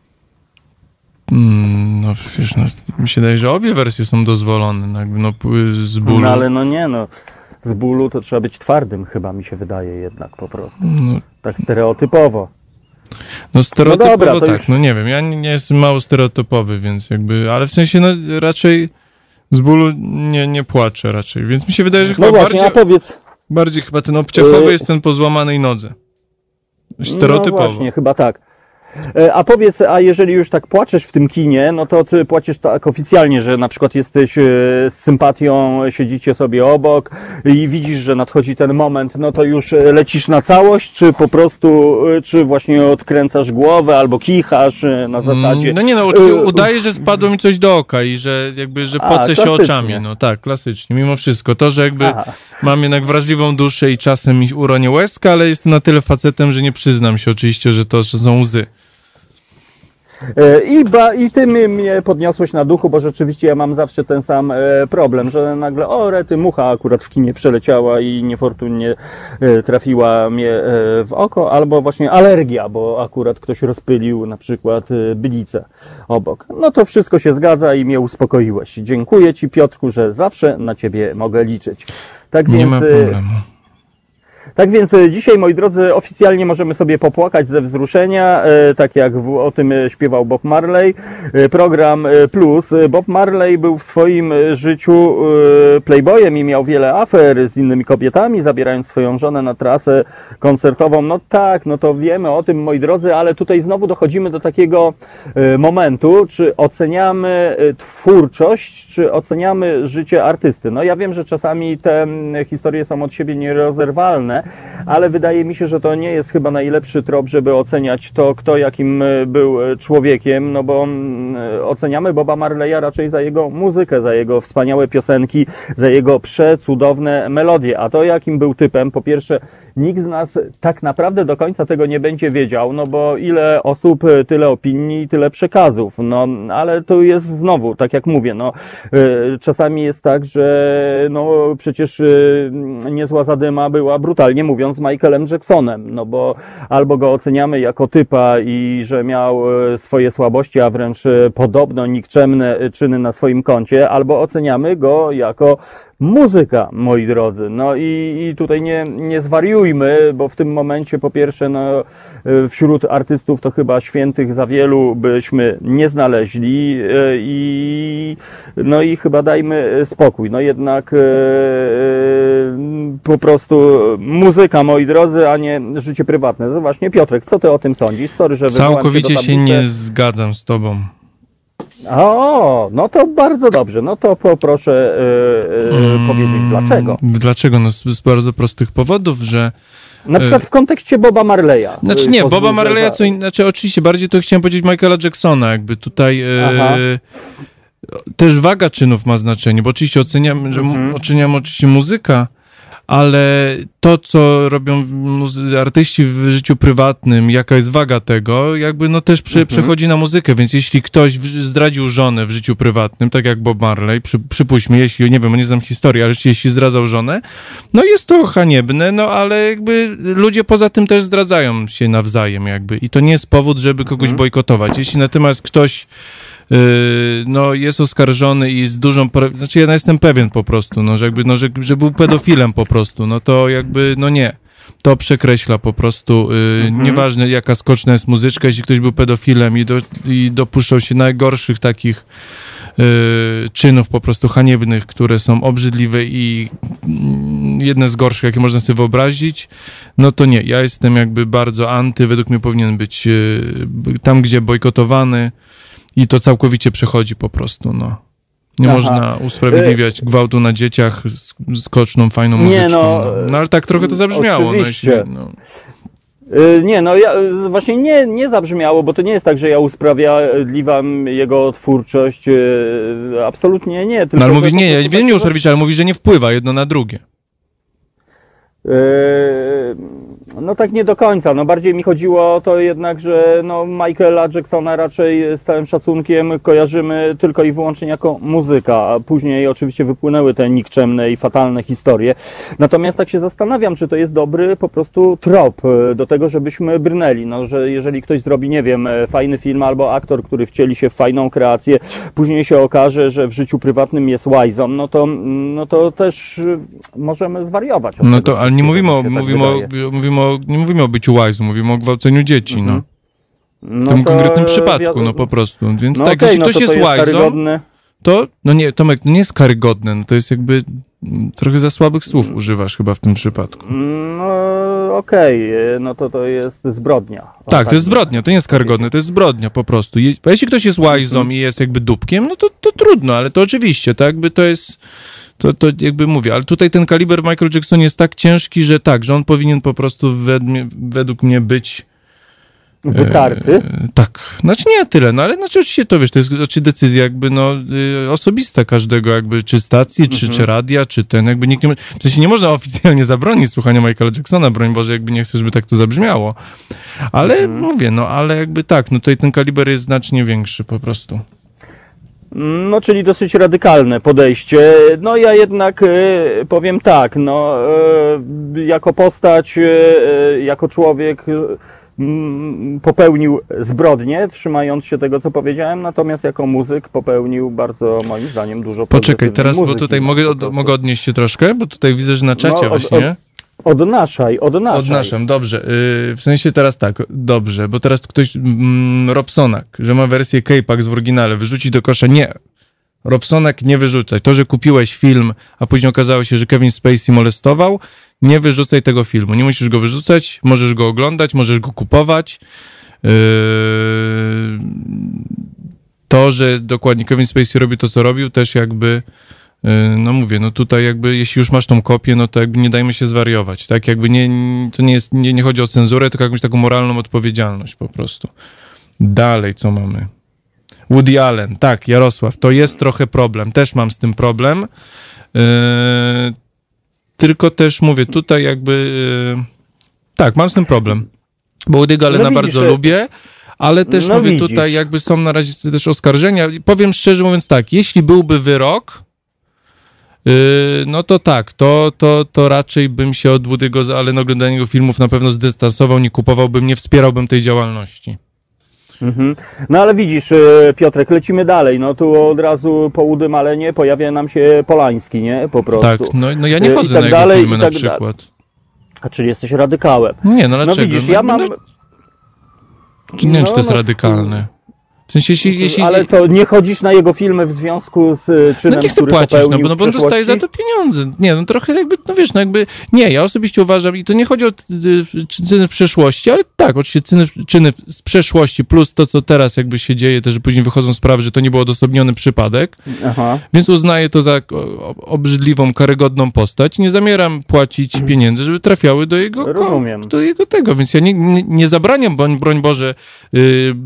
[SPEAKER 5] Mm, no wiesz, no, mi się wydaje, że obie wersje są dozwolone, no, no z bólu.
[SPEAKER 2] No ale no nie, no. Z bólu to trzeba być twardym, chyba mi się wydaje jednak po prostu. No, tak stereotypowo.
[SPEAKER 5] No stereotypowo
[SPEAKER 2] no dobra,
[SPEAKER 5] tak,
[SPEAKER 2] już...
[SPEAKER 5] no nie wiem, ja nie, nie jestem mało stereotypowy, więc jakby, ale w sensie no raczej z bólu nie, nie płaczę raczej, więc mi się wydaje, że chyba
[SPEAKER 2] no właśnie,
[SPEAKER 5] bardziej,
[SPEAKER 2] a powiedz...
[SPEAKER 5] bardziej chyba ten obciachowy yy... jest ten po złamanej nodze. Stereotypowo.
[SPEAKER 2] No właśnie, chyba tak. A powiedz, a jeżeli już tak płaczesz w tym kinie, no to ty płaczesz tak oficjalnie, że na przykład jesteś z sympatią, siedzicie sobie obok i widzisz, że nadchodzi ten moment, no to już lecisz na całość, czy po prostu, czy właśnie odkręcasz głowę albo kichasz na zasadzie...
[SPEAKER 5] No nie no, udaje, że spadło mi coś do oka i że jakby, że pocę się oczami, no tak, klasycznie, mimo wszystko. To, że jakby Aha. mam jednak wrażliwą duszę i czasem mi uronię łezkę, ale jestem na tyle facetem, że nie przyznam się oczywiście, że to że są łzy.
[SPEAKER 2] I, ba, I ty mnie podniosłeś na duchu, bo rzeczywiście ja mam zawsze ten sam problem, że nagle, o rety, mucha akurat w kinie przeleciała i niefortunnie trafiła mnie w oko, albo właśnie alergia, bo akurat ktoś rozpylił na przykład bylicę obok. No to wszystko się zgadza i mnie uspokoiłeś. Dziękuję ci, Piotrku, że zawsze na ciebie mogę liczyć. Tak
[SPEAKER 5] nie
[SPEAKER 2] więc...
[SPEAKER 5] ma problemu.
[SPEAKER 2] Tak więc dzisiaj, moi drodzy, oficjalnie możemy sobie popłakać ze wzruszenia, tak jak o tym śpiewał Bob Marley. Program Plus. Bob Marley był w swoim życiu playboyem i miał wiele afer z innymi kobietami, zabierając swoją żonę na trasę koncertową. No tak, no to wiemy o tym, moi drodzy, ale tutaj znowu dochodzimy do takiego momentu, czy oceniamy twórczość, czy oceniamy życie artysty. No ja wiem, że czasami te historie są od siebie nierozerwalne, ale wydaje mi się, że to nie jest chyba najlepszy trop, żeby oceniać to, kto jakim był człowiekiem, no bo oceniamy Boba Marleya raczej za jego muzykę, za jego wspaniałe piosenki, za jego przecudowne melodie, a to jakim był typem, po pierwsze nikt z nas tak naprawdę do końca tego nie będzie wiedział, no bo ile osób, tyle opinii, tyle przekazów, no ale to jest znowu, tak jak mówię, no czasami jest tak, że no przecież Niezła Zadyma była brutalnie mówiąc Michaelem Jacksonem, no bo albo go oceniamy jako typa i że miał swoje słabości, a wręcz podobno nikczemne czyny na swoim koncie, albo oceniamy go jako muzyka, moi drodzy. No i, i tutaj nie, nie zwariujmy, bo w tym momencie po pierwsze no, wśród artystów to chyba świętych za wielu byśmy nie znaleźli i no i chyba dajmy spokój. No jednak e, po prostu muzyka, moi drodzy, a nie życie prywatne. No właśnie, Piotrek, co ty o tym sądzisz? Sorry, że
[SPEAKER 5] całkowicie się nie zgadzam z tobą.
[SPEAKER 2] O, no to bardzo dobrze. No to poproszę yy, yy, powiedzieć dlaczego.
[SPEAKER 5] Dlaczego? No z, z bardzo prostych powodów, że...
[SPEAKER 2] Na przykład w kontekście Boba Marleya.
[SPEAKER 5] Znaczy nie, Boba Marleya, co in... znaczy oczywiście bardziej to chciałem powiedzieć Michaela Jacksona, jakby tutaj yy, też waga czynów ma znaczenie, bo oczywiście oceniam, że mhm. oceniam oczywiście muzyka, ale to, co robią muzy- artyści w życiu prywatnym, jaka jest waga tego, jakby no też przy, mhm. przechodzi na muzykę, więc jeśli ktoś w, zdradził żonę w życiu prywatnym, tak jak Bob Marley, przy, przypuśćmy, jeśli, nie wiem, nie znam historii, ale jeśli zdradzał żonę, no jest to haniebne, no ale jakby ludzie poza tym też zdradzają się nawzajem jakby i to nie jest powód, żeby kogoś mhm. bojkotować. Jeśli natomiast ktoś Yy, no jest oskarżony i z dużą, znaczy ja jestem pewien po prostu, no, że jakby, no, że, że był pedofilem po prostu, no to jakby, no nie, to przekreśla po prostu, yy, mhm. nieważne jaka skoczna jest muzyczka, jeśli ktoś był pedofilem i, do, i dopuszczał się najgorszych takich yy, czynów po prostu haniebnych, które są obrzydliwe i yy, jedne z gorszych, jakie można sobie wyobrazić, no to nie, ja jestem jakby bardzo anty, według mnie powinien być yy, tam, gdzie bojkotowany. I to całkowicie przechodzi po prostu, no. Nie Aha. można usprawiedliwiać gwałtu na dzieciach z skoczną, fajną muzyczką. Nie, no, no. no ale tak trochę to zabrzmiało.
[SPEAKER 2] Oczywiście.
[SPEAKER 5] No, jeśli, no.
[SPEAKER 2] Nie, no ja, właśnie nie, nie zabrzmiało, bo to nie jest tak, że ja usprawiedliwiam jego twórczość. Absolutnie nie. Tylko
[SPEAKER 5] no ale mówi, nie, ja wiem, nie usprawiedliwić, ale mówi, że nie wpływa jedno na drugie.
[SPEAKER 2] No tak nie do końca, no bardziej mi chodziło o to jednak, że no Michaela Jacksona raczej z całym szacunkiem kojarzymy tylko i wyłącznie jako muzyka, a później oczywiście wypłynęły te nikczemne i fatalne historie. Natomiast tak się zastanawiam, czy to jest dobry po prostu trop do tego, żebyśmy brnęli, no że jeżeli ktoś zrobi, nie wiem, fajny film albo aktor, który wcieli się w fajną kreację, później się okaże, że w życiu prywatnym jest łajzą, no to, no to też możemy zwariować.
[SPEAKER 5] No to, ale nie mówimy o, mówimy, o, mówimy o, nie mówimy o byciu łajzą, mówimy o gwałceniu dzieci, mm-hmm. no. W tym no konkretnym przypadku, no po prostu. Więc no tak, okay, jeśli ktoś no jest, jest łajzą, to, no nie, Tomek, to nie jest karygodne, no to jest jakby trochę za słabych słów używasz chyba w tym przypadku.
[SPEAKER 2] No okej, okay. no to to jest zbrodnia.
[SPEAKER 5] Tak, to jest zbrodnia, to nie jest karygodne, to jest zbrodnia po prostu. Je, a jeśli ktoś jest łajzą mm-hmm. i jest jakby dupkiem, no to, to trudno, ale to oczywiście, to jakby to jest... To, to jakby mówię, ale tutaj ten kaliber w Michael Jacksonie jest tak ciężki, że tak, że on powinien po prostu według, według mnie być
[SPEAKER 2] wytarty?
[SPEAKER 5] E, tak, znaczy nie tyle, no ale znaczy oczywiście to wiesz, to jest znaczy decyzja jakby no y, osobista każdego jakby, czy stacji, mhm. czy, czy radia, czy ten jakby nikt nie, w sensie nie można oficjalnie zabronić słuchania Michaela Jacksona, broń Boże, jakby nie chcę, żeby tak to zabrzmiało, ale mhm. mówię, no ale jakby tak, no tutaj ten kaliber jest znacznie większy po prostu.
[SPEAKER 2] No, czyli dosyć radykalne podejście. No, ja jednak y, powiem tak, no, y, jako postać, y, jako człowiek y, popełnił zbrodnię, trzymając się tego, co powiedziałem, natomiast jako muzyk popełnił bardzo, moim zdaniem, dużo
[SPEAKER 5] Poczekaj, teraz,
[SPEAKER 2] muzyki,
[SPEAKER 5] bo tutaj mogę, od, mogę odnieść się troszkę, bo tutaj widzę, że na czacie no, od, właśnie... Od...
[SPEAKER 2] Odnaszaj, odnaszaj.
[SPEAKER 5] Odnaszam, dobrze. Yy, w sensie teraz tak, dobrze, bo teraz ktoś, mm, Robsonak, że ma wersję K-Pax w oryginale, wyrzuci do kosza. Nie. Robsonak nie wyrzucaj. To, że kupiłeś film, a później okazało się, że Kevin Spacey molestował, nie wyrzucaj tego filmu. Nie musisz go wyrzucać, możesz go oglądać, możesz go kupować. Yy, to, że dokładnie Kevin Spacey robi to, co robił, też jakby... No mówię, no tutaj jakby jeśli już masz tą kopię, no to jakby nie dajmy się zwariować, tak? Jakby nie, to nie jest, nie, nie chodzi o cenzurę, tylko jakąś taką moralną odpowiedzialność po prostu. Dalej, co mamy? Woody Allen, tak, Jarosław, to jest trochę problem, też mam z tym problem, yy, tylko też mówię, tutaj jakby Tak, mam z tym problem. Bo Woody'ego Allena
[SPEAKER 2] No widzisz,
[SPEAKER 5] bardzo
[SPEAKER 2] że-
[SPEAKER 5] lubię, ale też
[SPEAKER 2] No
[SPEAKER 5] mówię
[SPEAKER 2] widzisz.
[SPEAKER 5] tutaj, jakby są na razie też oskarżenia. Powiem szczerze mówiąc tak, jeśli byłby wyrok, yy, no to tak, to, to, to raczej bym się od Woody'ego Allena oglądania jego filmów na pewno zdystansował, nie kupowałbym, nie wspierałbym tej działalności.
[SPEAKER 2] Mhm. No ale widzisz, e, Piotrek, lecimy dalej. No tu od razu po Woodym Allenie pojawia nam się Polański, nie? Po prostu.
[SPEAKER 5] Tak, no, no ja nie
[SPEAKER 2] I
[SPEAKER 5] chodzę
[SPEAKER 2] tak
[SPEAKER 5] na jego
[SPEAKER 2] dalej,
[SPEAKER 5] filmy
[SPEAKER 2] i
[SPEAKER 5] na
[SPEAKER 2] tak
[SPEAKER 5] przykład.
[SPEAKER 2] A czyli jesteś radykałem.
[SPEAKER 5] Nie, no
[SPEAKER 2] No
[SPEAKER 5] dlaczego?
[SPEAKER 2] widzisz,
[SPEAKER 5] no,
[SPEAKER 2] ja
[SPEAKER 5] no,
[SPEAKER 2] mam...
[SPEAKER 5] no, nie wiem, czy to jest
[SPEAKER 2] no,
[SPEAKER 5] radykalne. W sensie, jeśli... jeśli
[SPEAKER 2] Ale co, nie chodzisz na jego filmy w związku z e, czynem,
[SPEAKER 5] no nie chcę
[SPEAKER 2] który
[SPEAKER 5] płacić, no
[SPEAKER 2] popełnił
[SPEAKER 5] bo, no bo on
[SPEAKER 2] w
[SPEAKER 5] dostaje za
[SPEAKER 2] przeszłości?
[SPEAKER 5] to pieniądze. Nie, no trochę jakby, no wiesz, no jakby, nie, ja osobiście uważam, i to nie chodzi o t- t- czyny w przeszłości, ale tak, oczywiście czyny, czyny z przeszłości, plus to, co teraz jakby się dzieje, też że później wychodzą sprawy, że to nie był odosobniony przypadek,
[SPEAKER 2] Aha.
[SPEAKER 5] więc uznaję to za o- obrzydliwą, karygodną postać. Nie zamieram płacić pieniędzy, żeby trafiały do jego, ko-
[SPEAKER 2] Rozumiem.
[SPEAKER 5] do jego tego, więc ja nie, nie, nie zabraniam, broń, broń Boże, yy,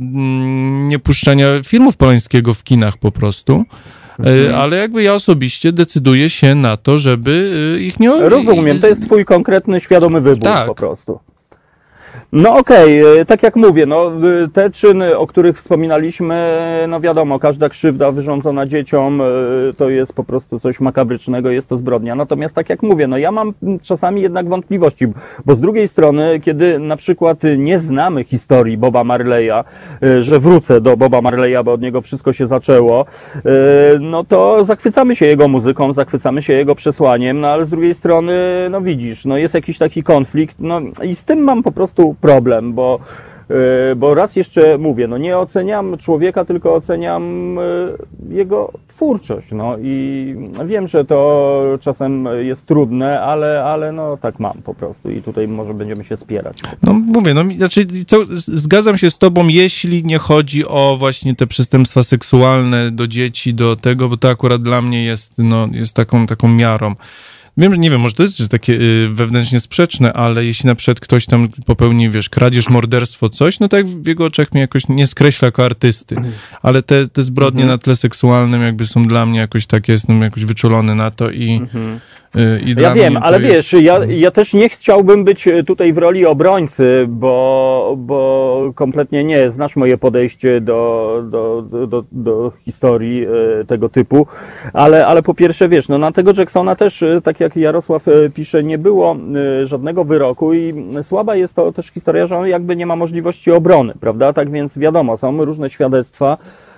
[SPEAKER 5] mm, nie puszczania filmów Polańskiego w kinach po prostu,
[SPEAKER 2] Mhm.
[SPEAKER 5] ale jakby ja osobiście decyduję się na to, żeby ich nie...
[SPEAKER 2] Rozumiem, to jest twój konkretny, świadomy wybór
[SPEAKER 5] Tak.
[SPEAKER 2] po prostu. No okej, e, tak jak mówię, no e, te czyny, o których wspominaliśmy, no wiadomo, każda krzywda wyrządzona dzieciom e, to jest po prostu coś makabrycznego, jest to zbrodnia. Natomiast tak jak mówię, no ja mam czasami jednak wątpliwości, bo z drugiej strony, kiedy na przykład nie znamy historii Boba Marleya, e, że wrócę do Boba Marleya, bo od niego wszystko się zaczęło, e, no to zachwycamy się jego muzyką, zachwycamy się jego przesłaniem, no ale z drugiej strony, no widzisz, no jest jakiś taki konflikt, no i z tym mam po prostu problem, bo, yy, bo raz jeszcze mówię, no nie oceniam człowieka, tylko oceniam yy, jego twórczość, no i wiem, że to czasem jest trudne, ale, ale no tak mam po prostu i tutaj może będziemy się spierać.
[SPEAKER 5] No mówię, no znaczy co, zgadzam się z tobą, jeśli nie chodzi o właśnie te przestępstwa seksualne do dzieci, do tego, bo to akurat dla mnie jest, no, jest taką, taką miarą. Wiem, że nie wiem, może to jest takie y, wewnętrznie sprzeczne, ale jeśli na przykład ktoś tam popełni, wiesz, kradzież, morderstwo, coś, no tak w jego oczach mnie jakoś nie skreśla jako artysty. Ale te, te zbrodnie
[SPEAKER 2] Mhm.
[SPEAKER 5] na tle seksualnym jakby są dla mnie jakoś takie, jestem jakoś wyczulony na to i,
[SPEAKER 2] Mhm.
[SPEAKER 5] y, i dla
[SPEAKER 2] Ja wiem,
[SPEAKER 5] mnie to
[SPEAKER 2] ale
[SPEAKER 5] jest...
[SPEAKER 2] wiesz, ja, ja też nie chciałbym być tutaj w roli obrońcy, bo, bo kompletnie nie znasz moje podejście do, do, do, do, do historii e, tego typu, ale, ale po pierwsze wiesz, no na tego Jacksona też, e, tak jak Jarosław e, pisze, nie było e, żadnego wyroku i słaba jest to też historia, że on jakby nie ma możliwości obrony, prawda? Tak więc wiadomo, są różne świadectwa,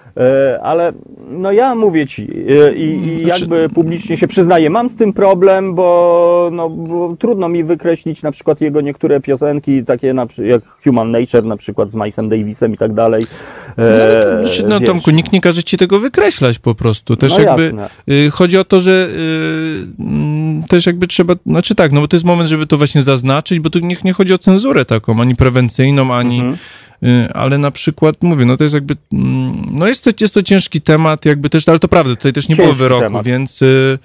[SPEAKER 2] E, ale no ja mówię ci e, i, i
[SPEAKER 5] Znaczy-
[SPEAKER 2] jakby publicznie się przyznaję, mam z tym problem, bo, no, bo trudno mi wykreślić na przykład jego niektóre piosenki, takie na, przy- jak Human Nature na przykład z Milesem Davisem i tak dalej.
[SPEAKER 5] No, ale to,
[SPEAKER 2] E,
[SPEAKER 5] znaczy, no
[SPEAKER 2] wiesz.
[SPEAKER 5] Tomku, nikt nie każe ci tego wykreślać po prostu. Też
[SPEAKER 2] No
[SPEAKER 5] jakby
[SPEAKER 2] jasne.
[SPEAKER 5] y, chodzi o to, że y, mm, też jakby trzeba, znaczy tak, no bo to jest moment, żeby to właśnie zaznaczyć, bo tu nie, nie chodzi o cenzurę taką, ani prewencyjną, ani
[SPEAKER 2] Mhm.
[SPEAKER 5] y, ale na przykład, mówię, no to jest jakby, mm, no jest to, jest to ciężki temat, jakby też, ale to prawda, tutaj też nie było
[SPEAKER 2] Ciężki
[SPEAKER 5] wyroku,
[SPEAKER 2] temat.
[SPEAKER 5] więc y,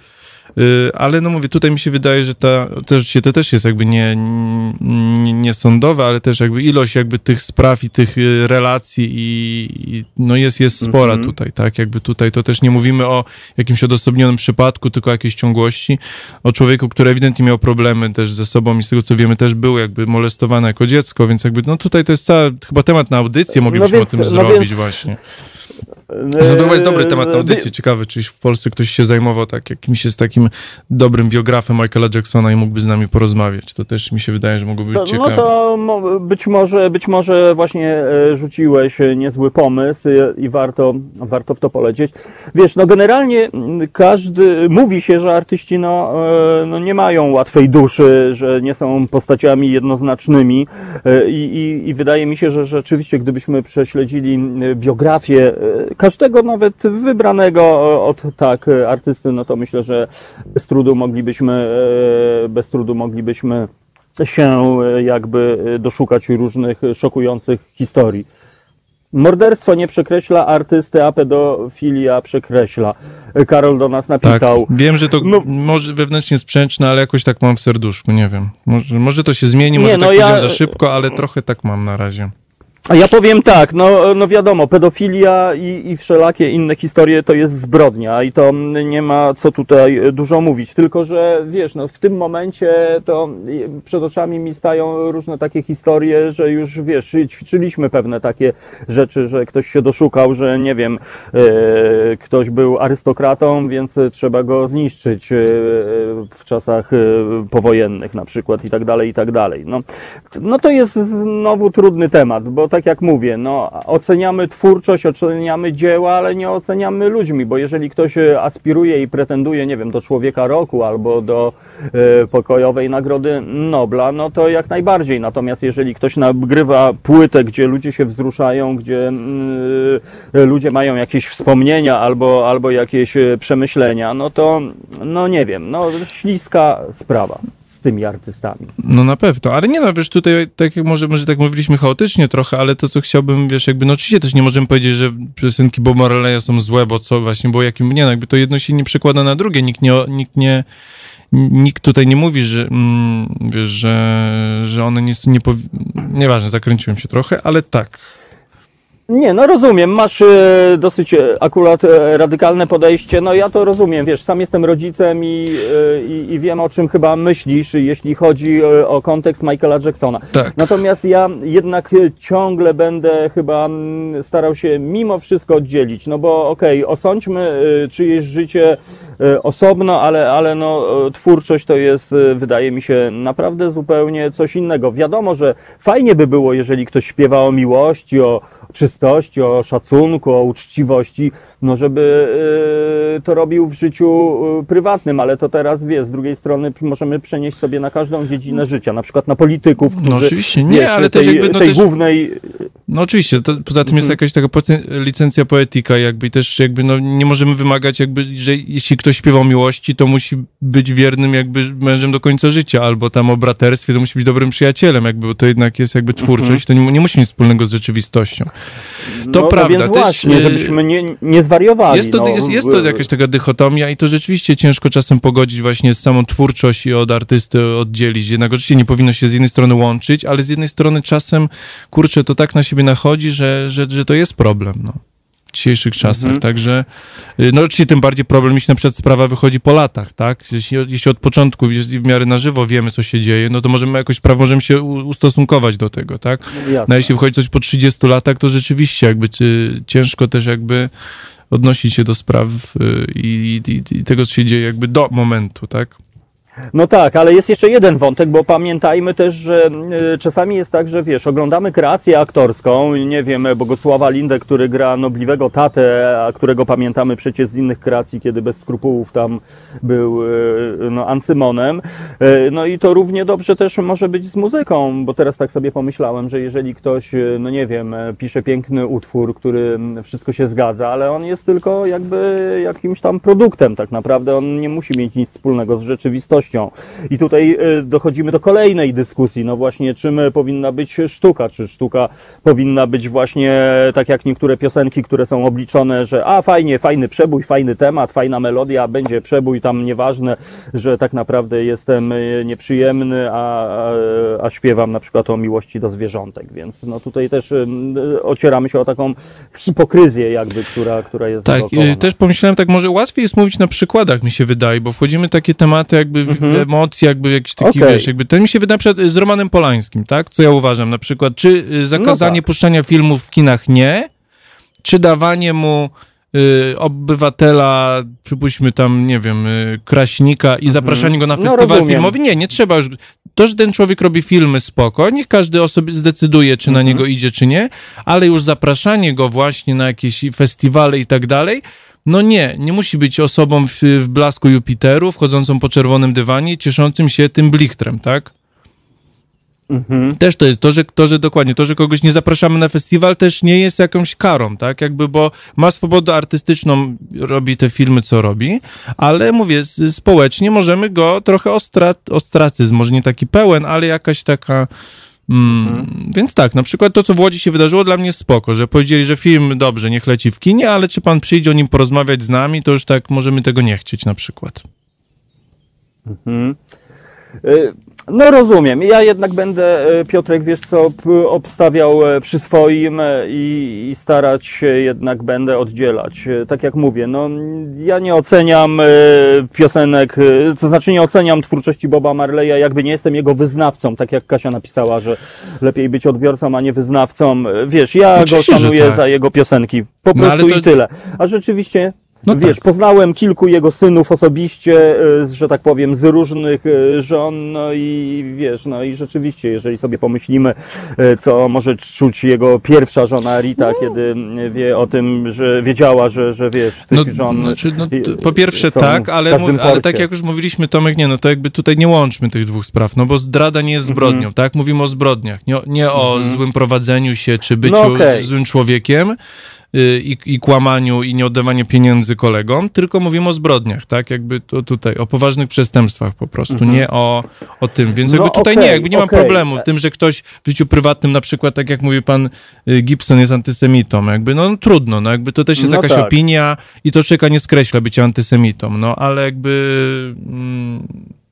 [SPEAKER 5] y, ale no mówię, tutaj mi się wydaje, że ta, też, to też jest jakby nie, nie, nie sądowe, ale też jakby ilość jakby tych spraw i tych y, relacji i, i no jest, jest spora
[SPEAKER 2] Mhm.
[SPEAKER 5] tutaj, tak, jakby tutaj to też nie mówimy o jakimś odosobnionym przypadku, tylko o jakiejś ciągłości, o człowieku, który ewidentnie miał problemy też ze sobą i z tego co wiemy też był jakby molestowany jako dziecko, więc jakby no tutaj to jest cały chyba temat na audycję, moglibyśmy
[SPEAKER 2] więc-
[SPEAKER 5] o tym
[SPEAKER 2] no
[SPEAKER 5] zrobić
[SPEAKER 2] więc-
[SPEAKER 5] właśnie. Zresztą to chyba jest dobry temat na
[SPEAKER 2] E,
[SPEAKER 5] audycji. Ciekawy, czy w Polsce ktoś się zajmował tak, jakimś jest takim dobrym biografem Michaela Jacksona i mógłby z nami porozmawiać. To też mi się wydaje, że mogłoby być
[SPEAKER 2] To,
[SPEAKER 5] ciekawe.
[SPEAKER 2] no to mo- być może, być może właśnie e, rzuciłeś niezły pomysł i, i warto, warto w to polecieć. Wiesz, no generalnie mm, każdy, mówi się, że artyści no, e, no nie mają łatwej duszy, że nie są postaciami jednoznacznymi e, i, i, i wydaje mi się, że rzeczywiście gdybyśmy prześledzili e, biografię e, każdego nawet wybranego e, od tak e, artysty, no to myślę, że bez trudu moglibyśmy, e, bez trudu moglibyśmy się e, jakby e, doszukać różnych szokujących historii. Morderstwo nie przekreśla artysty, a pedofilia przekreśla. E, Karol do nas
[SPEAKER 5] Tak,
[SPEAKER 2] napisał.
[SPEAKER 5] wiem, że to
[SPEAKER 2] No-
[SPEAKER 5] może wewnętrznie sprzeczne, ale jakoś tak mam w serduszku, nie wiem. Może, może to się zmieni,
[SPEAKER 2] Nie,
[SPEAKER 5] może
[SPEAKER 2] no
[SPEAKER 5] tak
[SPEAKER 2] ja-
[SPEAKER 5] pójdziemy za szybko, ale trochę tak mam na razie.
[SPEAKER 2] A ja powiem tak, no, no wiadomo, pedofilia i, i wszelakie inne historie to jest zbrodnia i to nie ma co tutaj dużo mówić, tylko że wiesz, no w tym momencie to przed oczami mi stają różne takie historie, że już wiesz, ćwiczyliśmy pewne takie rzeczy, że ktoś się doszukał, że nie wiem, e, ktoś był arystokratą, więc trzeba go zniszczyć e, w czasach e, powojennych na przykład i tak dalej, i tak dalej. No, no to jest znowu trudny temat, bo tak jak mówię, no oceniamy twórczość, oceniamy dzieła, ale nie oceniamy ludźmi, bo jeżeli ktoś aspiruje i pretenduje, nie wiem, do Człowieka Roku albo do e, pokojowej Nagrody Nobla, no to jak najbardziej. Natomiast jeżeli ktoś nagrywa płytę, gdzie ludzie się wzruszają, gdzie e, ludzie mają jakieś wspomnienia albo, albo jakieś przemyślenia, no to, no nie wiem, no śliska sprawa z tymi artystami.
[SPEAKER 5] No na pewno, ale nie no, wiesz, tutaj tak jak może, może tak mówiliśmy chaotycznie trochę, ale to co chciałbym, wiesz, jakby, no oczywiście też nie możemy powiedzieć, że piosenki Boba Marleya są złe, bo co właśnie, bo jakim, nie no, jakby to jedno się nie przekłada na drugie, nikt nie, nikt nie, nikt tutaj nie mówi, że, mm, wiesz, że, że one nie, nie powi... nieważne, zakręciłem się trochę, ale tak.
[SPEAKER 2] Nie, no rozumiem, masz e, dosyć e, akurat e, radykalne podejście, no ja to rozumiem, wiesz, sam jestem rodzicem i, e, i, i wiem, o czym chyba myślisz, jeśli chodzi e, o kontekst Michaela Jacksona.
[SPEAKER 5] Tak.
[SPEAKER 2] Natomiast ja jednak ciągle będę chyba m, starał się mimo wszystko oddzielić, no bo okej, okay, osądźmy e, czyjeś życie e, osobno, ale, ale no e, twórczość to jest, e, wydaje mi się, naprawdę zupełnie coś innego. Wiadomo, że fajnie by było, jeżeli ktoś śpiewa o miłości, o czystości, o szacunku, o uczciwości, no żeby y, to robił w życiu y, prywatnym, ale to teraz, wiesz, z drugiej strony możemy przenieść sobie na każdą dziedzinę życia, na przykład na polityków, którzy,
[SPEAKER 5] no oczywiście, nie,
[SPEAKER 2] wiesz,
[SPEAKER 5] ale
[SPEAKER 2] tej,
[SPEAKER 5] też jakby, no
[SPEAKER 2] tej
[SPEAKER 5] też...
[SPEAKER 2] głównej...
[SPEAKER 5] No oczywiście, to, poza tym jest jakaś taka licencja poetyka jakby i też jakby no nie możemy wymagać jakby, że jeśli ktoś śpiewa o miłości, to musi być wiernym jakby mężem do końca życia, albo tam o braterstwie, to musi być dobrym przyjacielem jakby, bo to jednak jest jakby twórczość, to nie, nie musi mieć wspólnego z rzeczywistością. To
[SPEAKER 2] no,
[SPEAKER 5] prawda.
[SPEAKER 2] No więc
[SPEAKER 5] też,
[SPEAKER 2] właśnie, żebyśmy nie, nie zwariowali.
[SPEAKER 5] Jest to,
[SPEAKER 2] no.
[SPEAKER 5] jest, jest to jakaś taka dychotomia i to rzeczywiście ciężko czasem pogodzić właśnie z samą twórczość i od artysty oddzielić. Jednak oczywiście nie powinno się z jednej strony łączyć, ale z jednej strony czasem, kurczę, to tak na siebie nachodzi, że, że, że to jest problem, no. W dzisiejszych czasach,
[SPEAKER 2] Mhm.
[SPEAKER 5] także no oczywiście tym bardziej problem, jeśli na przykład sprawa wychodzi po latach, tak? Jeśli, jeśli od początku jest w miarę na żywo wiemy, co się dzieje, no to możemy jakoś prawo, możemy się ustosunkować do tego, tak?
[SPEAKER 2] Jasne.
[SPEAKER 5] No jeśli wychodzi coś po trzydziestu latach, to rzeczywiście jakby czy, ciężko też jakby odnosić się do spraw y, i, i, i tego, co się dzieje jakby do momentu, tak?
[SPEAKER 2] No tak, ale jest jeszcze jeden wątek, bo pamiętajmy też, że y, czasami jest tak, że wiesz, oglądamy kreację aktorską, nie wiem, Bogusława Lindę, który gra nobliwego tatę, a którego pamiętamy przecież z innych kreacji, kiedy bez skrupułów tam był y, no, Ancymonem. Y, no i to równie dobrze też może być z muzyką, bo teraz tak sobie pomyślałem, że jeżeli ktoś, y, no nie wiem, pisze piękny utwór, który wszystko się zgadza, ale on jest tylko jakby jakimś tam produktem tak naprawdę, on nie musi mieć nic wspólnego z rzeczywistością. I tutaj dochodzimy do kolejnej dyskusji, no właśnie czym powinna być sztuka, czy sztuka powinna być właśnie tak jak niektóre piosenki, które są obliczone, że a fajnie, fajny przebój, fajny temat, fajna melodia, będzie przebój, tam nieważne, że tak naprawdę jestem nieprzyjemny, a, a, a śpiewam na przykład o miłości do zwierzątek, więc no tutaj też ocieramy się o taką hipokryzję jakby, która, która jest
[SPEAKER 5] tak,
[SPEAKER 2] dookoła nas.
[SPEAKER 5] Też pomyślałem tak, może łatwiej jest mówić na przykładach, mi się wydaje, bo wchodzimy w takie tematy jakby mhm. emocji, jakby jakiś taki,
[SPEAKER 2] okay.
[SPEAKER 5] wiesz, jakby, to mi się wydaje na przykład z Romanem Polańskim, tak, co ja uważam, na przykład, czy zakazanie no tak. puszczania filmów w kinach nie, czy dawanie mu y, obywatela, przypuśćmy tam, nie wiem, y, Kraśnika i mhm. zapraszanie go na festiwal no, filmowy, nie, nie trzeba już, to, że ten człowiek robi filmy, spoko, niech każdy sobie zdecyduje, czy mhm. na niego idzie, czy nie, ale już zapraszanie go właśnie na jakieś festiwale i tak dalej, no nie, nie musi być osobą w, w blasku Jupiteru, wchodzącą po czerwonym dywanie, cieszącym się tym blichtrem, tak? Mhm. Też to jest to, że, to, że dokładnie, to, że kogoś nie zapraszamy na festiwal, też nie jest jakąś karą, tak? Jakby, bo ma swobodę artystyczną, robi te filmy, co robi, ale mówię, społecznie możemy go trochę ostra, ostracyzm, może nie taki pełen, ale jakaś taka... Mm, mhm. Więc tak, na przykład to, co w Łodzi się wydarzyło, dla mnie jest spoko, że powiedzieli, że film dobrze, niech leci w kinie, ale czy pan przyjdzie o nim porozmawiać z nami, to już tak możemy tego nie chcieć na przykład.
[SPEAKER 2] Mhm. Y- No rozumiem. Ja jednak będę, Piotrek, wiesz co, p- obstawiał przy swoim i, i starać się jednak będę oddzielać. Tak jak mówię, no ja nie oceniam e, piosenek, e, to znaczy nie oceniam twórczości Boba Marleya, jakby nie jestem jego wyznawcą, tak jak Kasia napisała, że lepiej być odbiorcą, a nie wyznawcą. Wiesz, ja
[SPEAKER 5] Oczywiście,
[SPEAKER 2] go
[SPEAKER 5] że
[SPEAKER 2] szanuję
[SPEAKER 5] tak.
[SPEAKER 2] za jego piosenki. Po
[SPEAKER 5] No, ale
[SPEAKER 2] prostu
[SPEAKER 5] to-
[SPEAKER 2] i tyle. A rzeczywiście...
[SPEAKER 5] No
[SPEAKER 2] Wiesz,
[SPEAKER 5] tak.
[SPEAKER 2] poznałem kilku jego synów osobiście, e, z, że tak powiem, z różnych e, żon, no i wiesz, no i rzeczywiście, jeżeli sobie pomyślimy, e, co może czuć jego pierwsza żona Rita, kiedy mm, wie o tym, że wiedziała, że, że wiesz, tych
[SPEAKER 5] No,
[SPEAKER 2] żon...
[SPEAKER 5] znaczy, no,
[SPEAKER 2] e,
[SPEAKER 5] t- po pierwsze
[SPEAKER 2] są
[SPEAKER 5] tak,
[SPEAKER 2] w
[SPEAKER 5] ale,
[SPEAKER 2] każdym
[SPEAKER 5] mu- ale
[SPEAKER 2] porcie.
[SPEAKER 5] tak jak już mówiliśmy, Tomek, nie, no to jakby tutaj nie łączmy tych dwóch spraw, no bo zdrada nie jest zbrodnią,
[SPEAKER 2] Mhm.
[SPEAKER 5] tak? Mówimy o zbrodniach, nie, o- nie o złym prowadzeniu się, czy byciu
[SPEAKER 2] No okej.
[SPEAKER 5] złym człowiekiem y, i, i kłamaniu i nieoddawaniu pieniędzy kolegom, tylko mówimy o zbrodniach, tak? Jakby to tutaj, o poważnych przestępstwach po prostu, nie o, o tym, więc
[SPEAKER 2] Mhm. No
[SPEAKER 5] jakby tutaj
[SPEAKER 2] okej,
[SPEAKER 5] nie, jakby nie mam
[SPEAKER 2] okej.
[SPEAKER 5] problemu w tym, że ktoś w życiu prywatnym na przykład, tak jak mówi pan y, Gibson, jest antysemitą, jakby no, no trudno, no jakby to też jest
[SPEAKER 2] No
[SPEAKER 5] jakaś
[SPEAKER 2] tak.
[SPEAKER 5] opinia i to człowieka nie skreśla bycia antysemitą, no ale jakby mm,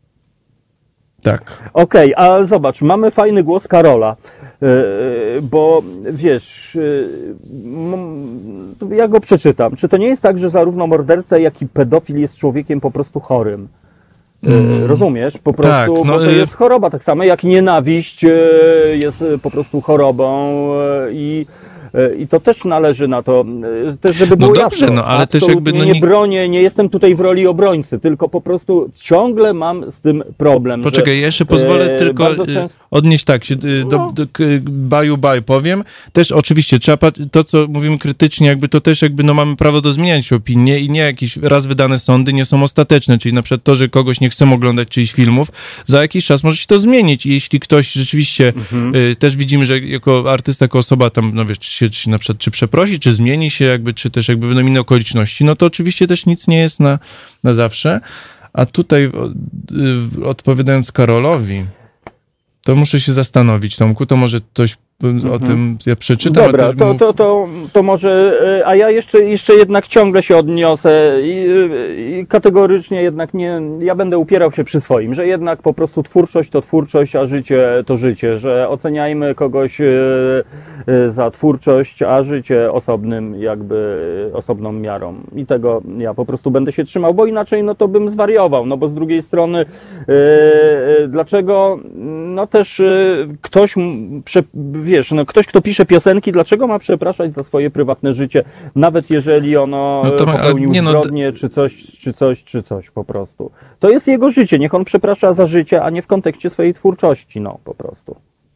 [SPEAKER 5] tak.
[SPEAKER 2] Okej, a zobacz, mamy fajny głos Karola, yy, bo wiesz, yy, m- ja go przeczytam. Czy to nie jest tak, że zarówno morderca, jak i pedofil jest człowiekiem po prostu chorym? Yy, rozumiesz? Po prostu,
[SPEAKER 5] tak, no,
[SPEAKER 2] bo to
[SPEAKER 5] yy.
[SPEAKER 2] jest choroba, tak samo jak nienawiść yy, jest yy, po prostu chorobą yy, i i to też należy na to, yy, też żeby było
[SPEAKER 5] No dobrze,
[SPEAKER 2] jasne.
[SPEAKER 5] no, ale też
[SPEAKER 2] Absolutnie
[SPEAKER 5] jakby, no
[SPEAKER 2] nie
[SPEAKER 5] nie-
[SPEAKER 2] bronię, nie jestem tutaj w roli obrońcy, tylko po prostu ciągle mam z tym problem.
[SPEAKER 5] Poczekaj,
[SPEAKER 2] że,
[SPEAKER 5] ja jeszcze pozwolę
[SPEAKER 2] e,
[SPEAKER 5] tylko
[SPEAKER 2] bardzo
[SPEAKER 5] y,
[SPEAKER 2] często-
[SPEAKER 5] odnieść tak, się, y, do,
[SPEAKER 2] No.
[SPEAKER 5] do, k- baju baj powiem. Też oczywiście trzeba, pat- to co mówimy krytycznie, jakby to też jakby no mamy prawo do zmieniać opinię i nie jakieś raz wydane sądy nie są ostateczne, czyli na przykład to, że kogoś nie chcemy oglądać czyichś filmów, za jakiś czas może się to zmienić i jeśli ktoś rzeczywiście
[SPEAKER 2] Mhm.
[SPEAKER 5] y, też widzimy, że jako artysta, jako osoba tam, no wiesz, czy, się, czy na przykład czy przeprosi, czy zmieni się jakby, czy też jakby będą inne okoliczności, no to oczywiście też nic nie jest na, na zawsze. A tutaj o, y, odpowiadając Karolowi, to muszę się zastanowić, Tomku, to może coś o tym ja przeczytam. a
[SPEAKER 2] Dobra,
[SPEAKER 5] też
[SPEAKER 2] to,
[SPEAKER 5] mów-
[SPEAKER 2] to, to, to może, e, a ja jeszcze, jeszcze jednak ciągle się odniosę i, i kategorycznie jednak nie, ja będę upierał się przy swoim, że jednak po prostu twórczość to twórczość, a życie to życie, że oceniajmy kogoś e, e, za twórczość, a życie osobnym jakby, e, osobną miarą i tego ja po prostu będę się trzymał, bo inaczej no to bym zwariował, no bo z drugiej strony e, e, dlaczego no też e, ktoś m- prze, wiesz, no ktoś, kto pisze piosenki, dlaczego ma przepraszać za swoje prywatne życie, nawet jeżeli ono
[SPEAKER 5] No to ma- ale
[SPEAKER 2] popełnił
[SPEAKER 5] nie no,
[SPEAKER 2] zbrodnię, czy coś, czy coś, czy coś po prostu. To jest jego życie, niech on przeprasza za życie, a nie w kontekście swojej twórczości, no po prostu.